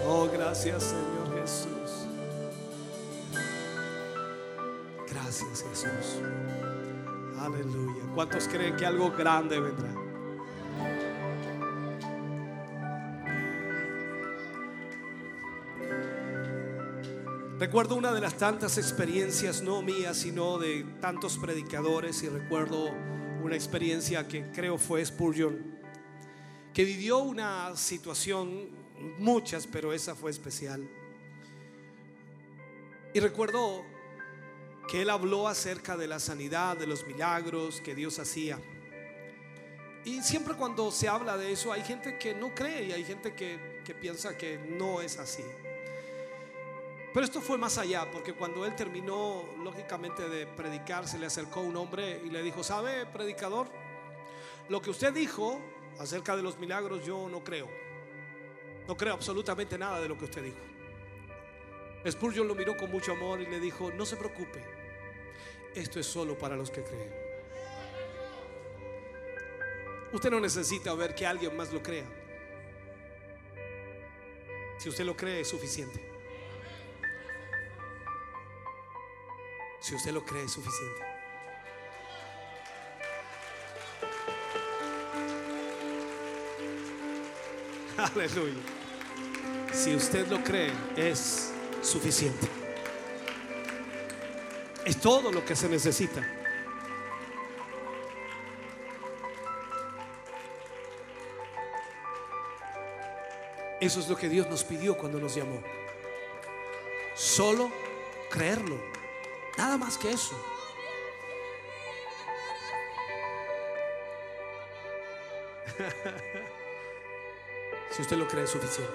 Speaker 4: Oh, gracias, Señor Jesús. Gracias, Jesús. Aleluya. ¿Cuántos creen que algo grande vendrá? Recuerdo una de las tantas experiencias, no mías, sino de tantos predicadores, y recuerdo una experiencia que creo fue Spurgeon, que vivió una situación, muchas, pero esa fue especial. Y recuerdo que él habló acerca de la sanidad, de los milagros que Dios hacía. Y siempre cuando se habla de eso hay gente que no cree y hay gente que piensa que no es así. Pero esto fue más allá, porque cuando él terminó lógicamente de predicar, se le acercó un hombre y le dijo: ¿sabe, predicador? Lo que usted dijo acerca de los milagros, yo no creo. No creo absolutamente nada de lo que usted dijo. Spurgeon lo miró con mucho amor y le dijo: no se preocupe, esto es solo para los que creen. Usted no necesita ver que alguien más lo crea. Si usted lo cree, es suficiente. Si usted lo cree, es suficiente. Aleluya. Si usted lo cree, es suficiente. Es todo lo que se necesita. Eso es lo que Dios nos pidió cuando nos llamó. Solo creerlo. Nada más que eso. Si usted lo cree, es suficiente.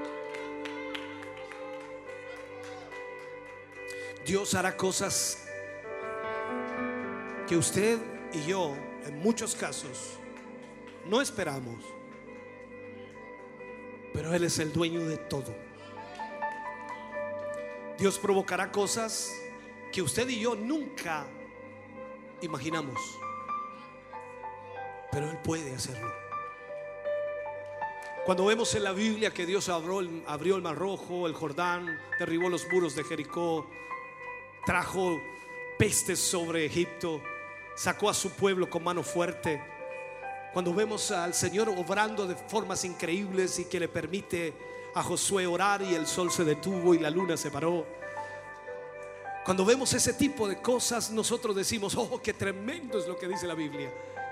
Speaker 4: Dios hará cosas que usted y yo, en muchos casos, no esperamos. Pero Él es el dueño de todo. Dios provocará cosas que usted y yo nunca imaginamos, pero Él puede hacerlo. Cuando vemos en la Biblia que Dios abrió el Mar Rojo, el Jordán, derribó los muros de Jericó, trajo pestes sobre Egipto, sacó a su pueblo con mano fuerte. Cuando vemos al Señor obrando de formas increíbles y que le permite a Josué orar y el sol se detuvo y la luna se paró. Cuando vemos ese tipo de cosas, nosotros decimos: oh, qué tremendo es lo que dice la Biblia.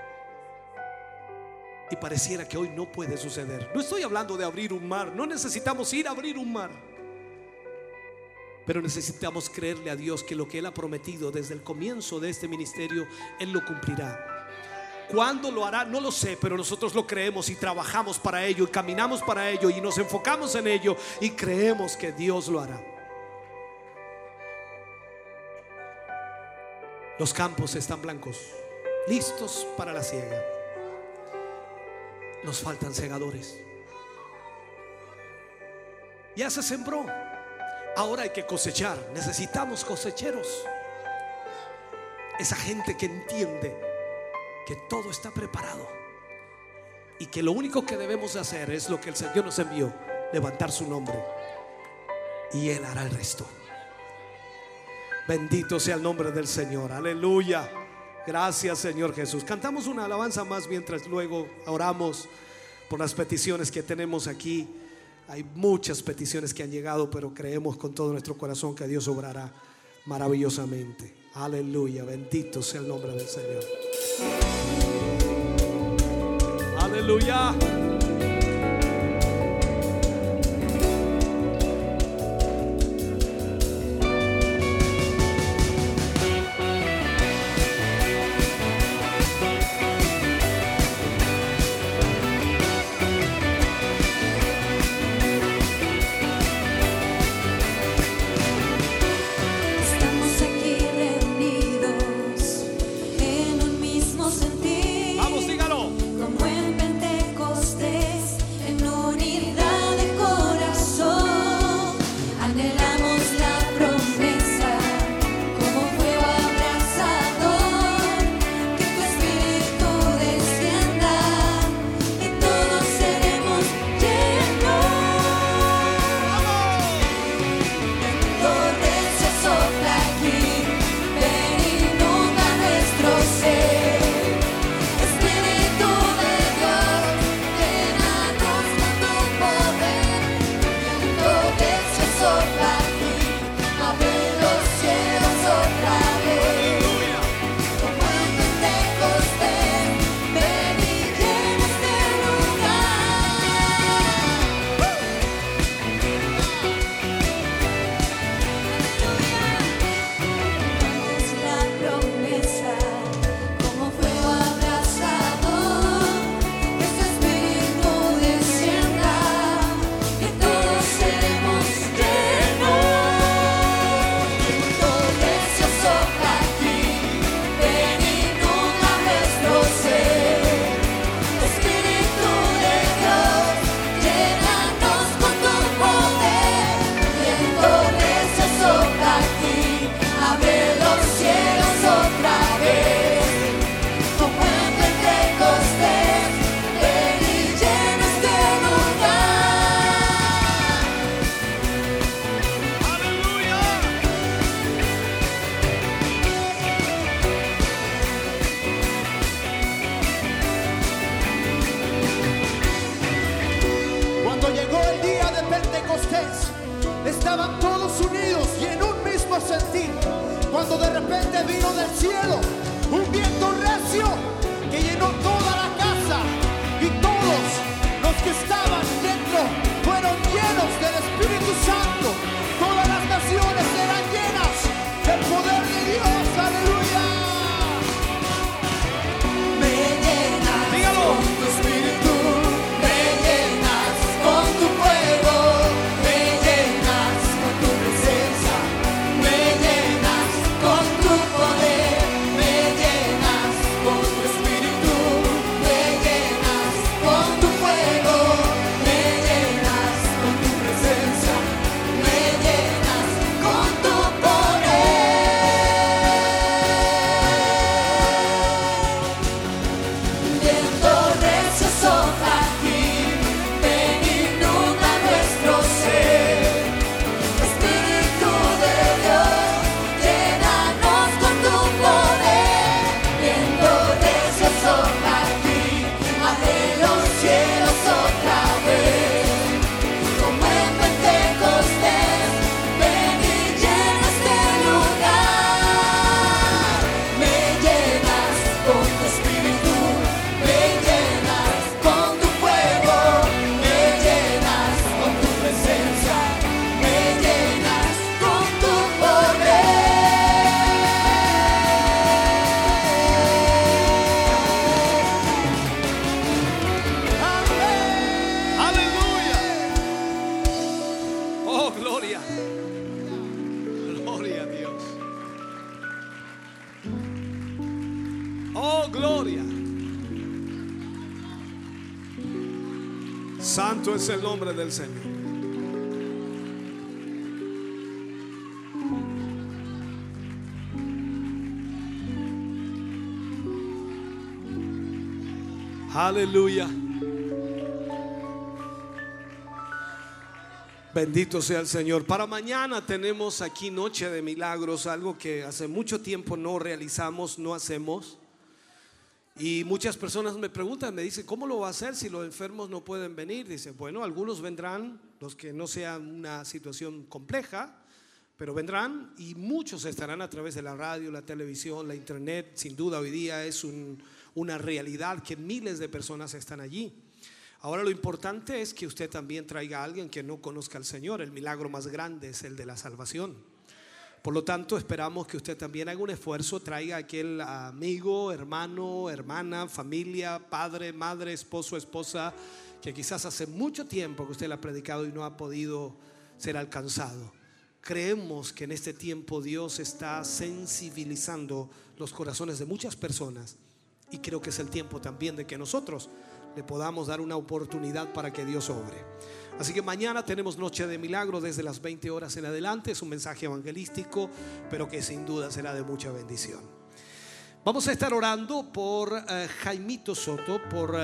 Speaker 4: Y pareciera que hoy no puede suceder. No estoy hablando de abrir un mar. No necesitamos ir a abrir un mar, pero necesitamos creerle a Dios que lo que Él ha prometido desde el comienzo de este ministerio, Él lo cumplirá. ¿Cuándo lo hará? No lo sé, pero nosotros lo creemos y trabajamos para ello y caminamos para ello y nos enfocamos en ello y creemos que Dios lo hará. Los campos están blancos, listos para la siega. Nos faltan segadores. Ya se sembró, ahora hay que cosechar. Necesitamos cosecheros. Esa gente que entiende que todo está preparado y que lo único que debemos de hacer es lo que el Señor nos envió: levantar su nombre, y Él hará el resto. Bendito sea el nombre del Señor. Aleluya. Gracias, Señor Jesús. Cantamos una alabanza más mientras luego oramos por las peticiones que tenemos aquí. Hay muchas peticiones que han llegado, pero creemos con todo nuestro corazón que Dios obrará maravillosamente. Aleluya. Bendito sea el nombre del Señor. Aleluya.
Speaker 3: Estamos aquí reunidos en un mismo sentir.
Speaker 4: Vamos, dígalo.
Speaker 3: Como en Pentecostés.
Speaker 2: estaban todos unidos y en un mismo sentir, cuando de repente vino del cielo un viento recio que llenó toda la casa, y todos los que estaban dentro fueron llenos del Espíritu Santo. Todas las naciones eran llenas del poder de Dios. Aleluya. Me llenas con tu Espíritu, me llenas con tu fuego, me llenas con tu presencia, me llenas con tu poder, me llenas con tu Espíritu, me llenas con tu fuego, me llenas con tu presencia, me llenas con tu poder. Viento recio sopla aquí, ven inunda nuestro ser. Espíritu de Dios, llénanos con tu poder. Viento recio sopla aquí, abre los cielos otra vez. Como en Pentecostés, ven y llena este lugar. Me llenas con tu Espíritu, me llenas con tu fuego, me llenas con tu presencia, me llenas con tu poder.
Speaker 4: Aleluya. Oh, gloria. Gloria a Dios. Oh, gloria. Santo es el nombre del Señor. Aleluya. Bendito sea el Señor. Para mañana tenemos aquí Noche de Milagros, algo que hace mucho tiempo no realizamos, no hacemos. Y muchas personas me preguntan, me dicen, ¿cómo lo va a hacer si los enfermos no pueden venir? Dicen, bueno, algunos vendrán, los que no sean una situación compleja, pero vendrán, y muchos estarán a través de la radio, la televisión, la internet. Sin duda hoy día es una realidad que miles de personas están allí. Ahora lo importante es que usted también traiga a alguien que no conozca al Señor. El milagro más grande es el de la salvación. Por lo tanto, esperamos que usted también haga un esfuerzo, traiga a aquel amigo, hermano, hermana, familia, padre, madre, esposo, esposa, que quizás hace mucho tiempo que usted le ha predicado y no ha podido ser alcanzado. Creemos que en este tiempo Dios está sensibilizando los corazones de muchas personas, y creo que es el tiempo también de que nosotros le podamos dar una oportunidad para que Dios obre. Así que mañana tenemos Noche de Milagro desde las 20 horas en adelante. Es un mensaje evangelístico, pero que sin duda será de mucha bendición. Vamos a estar orando por Jaimito Soto, por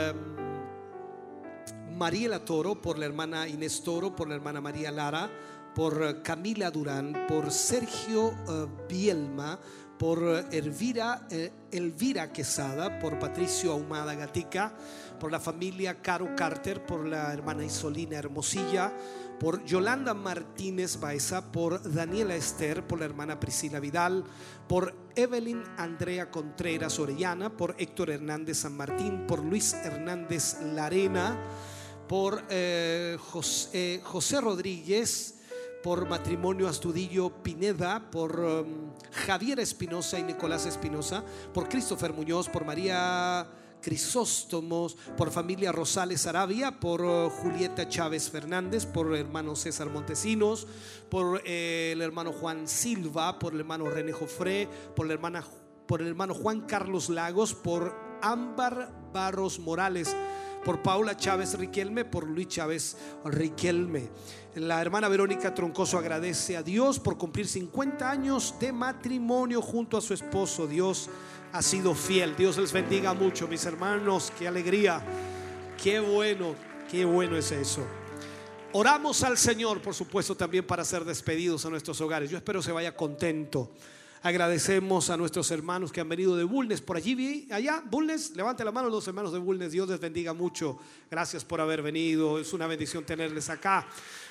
Speaker 4: Mariela Toro, por la hermana Inés Toro, por la hermana María Lara, por Camila Durán, por Sergio Bielma, por Elvira Quesada, por Patricio Ahumada Gatica, por la familia Caro Carter, por la hermana Isolina Hermosilla, por Yolanda Martínez Baeza, por Daniela Esther, por la hermana Priscila Vidal, por Evelyn Andrea Contreras Orellana, por Héctor Hernández San Martín, por Luis Hernández Larena, por José Rodríguez, por Matrimonio Astudillo Pineda, por Javier Espinosa y Nicolás Espinosa, por Christopher Muñoz, por María Crisóstomos, por familia Rosales Arabia, por Julieta Chávez Fernández, por el hermano César Montesinos, por el hermano Juan Silva, por el hermano René Jofré, por el hermano Juan Carlos Lagos, por Ámbar Barros Morales, por Paula Chávez Riquelme, por Luis Chávez Riquelme. La hermana Verónica Troncoso agradece a Dios por cumplir 50 años de matrimonio junto a su esposo. Dios ha sido fiel. Dios les bendiga mucho, mis hermanos. Qué alegría, qué bueno es eso. Oramos al Señor, por supuesto, también para ser despedidos a nuestros hogares. Yo espero se vaya contento. Agradecemos a nuestros hermanos que han venido de Bulnes. Por allí vi, allá, Bulnes, levante la mano los hermanos de Bulnes. Dios les bendiga mucho. Gracias por haber venido. Es una bendición tenerles acá.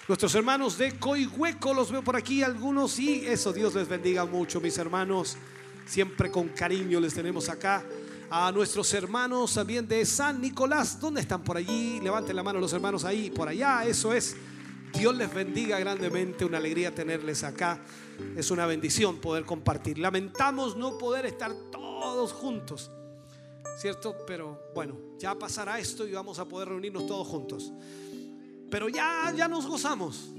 Speaker 4: Nuestros hermanos de Coihueco, los veo por aquí algunos, y eso, Dios les bendiga mucho, mis hermanos. Siempre con cariño les tenemos acá. A nuestros hermanos también de San Nicolás, ¿dónde están por allí? Levanten la mano los hermanos ahí, por allá, eso es. Dios les bendiga grandemente, una alegría tenerles acá. Es una bendición poder compartir. Lamentamos no poder estar todos juntos, ¿cierto? Pero bueno, ya pasará esto y vamos a poder reunirnos todos juntos. Pero ya nos gozamos.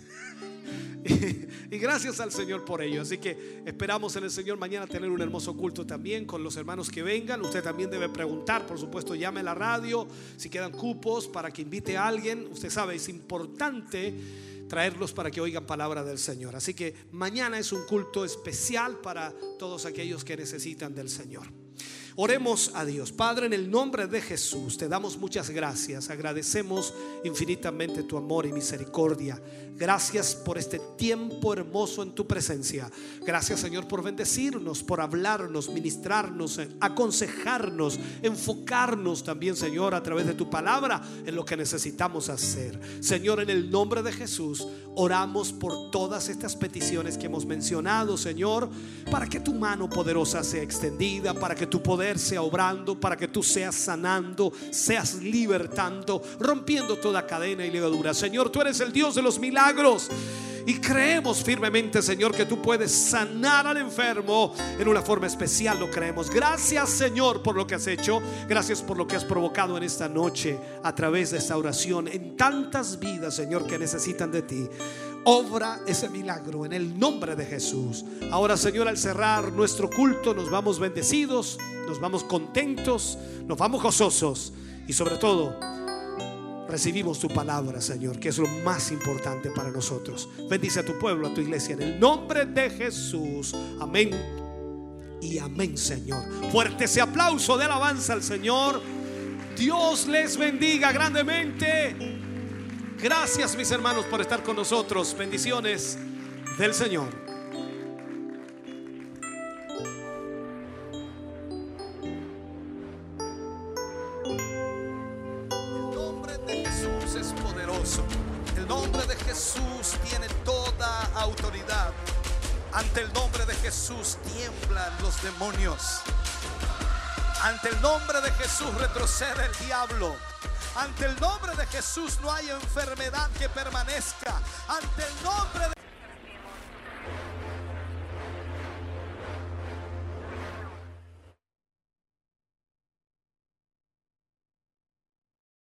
Speaker 4: Y gracias al Señor por ello. Así que esperamos en el Señor mañana tener un hermoso culto también con los hermanos que vengan. Usted también debe preguntar, por supuesto, llame a la radio si quedan cupos para que invite a alguien. Usted sabe, es importante traerlos para que oigan palabra del Señor. Así que mañana es un culto especial para todos aquellos que necesitan del Señor. Oremos a Dios. Padre, en el nombre de Jesús te damos muchas gracias. Agradecemos infinitamente tu amor y misericordia. Gracias por este tiempo hermoso en tu presencia. Gracias, Señor, por bendecirnos, por hablarnos, ministrarnos, aconsejarnos, enfocarnos también, Señor, a través de tu palabra en lo que necesitamos hacer. Señor, en el nombre de Jesús oramos por todas estas peticiones que hemos mencionado, Señor, para que tu mano poderosa sea extendida, para que tu poder sea obrando, para que tú seas sanando, seas libertando, rompiendo toda cadena y levadura. Señor, tú eres el Dios de los milagros y creemos firmemente, Señor, que tú puedes sanar al enfermo en una forma especial. Lo creemos. Gracias, Señor, por lo que has hecho. Gracias por lo que has provocado en esta noche a través de esta oración en tantas vidas, Señor, que necesitan de ti. Obra ese milagro en el nombre de Jesús. Ahora, Señor, al cerrar nuestro culto, nos vamos bendecidos, nos vamos contentos, nos vamos gozosos y sobre todo recibimos tu palabra, Señor, que es lo más importante para nosotros. Bendice a tu pueblo, a tu iglesia, en el nombre de Jesús. Amén y amén, Señor. Fuerte ese aplauso de alabanza al Señor. Dios les bendiga grandemente. Gracias, mis hermanos, por estar con nosotros. Bendiciones del Señor.
Speaker 5: El nombre de Jesús es poderoso. El nombre de Jesús tiene toda autoridad. Ante el nombre de Jesús tiemblan los demonios. Ante el nombre de Jesús retrocede el diablo. Ante el nombre de Jesús no hay enfermedad que permanezca. Ante el nombre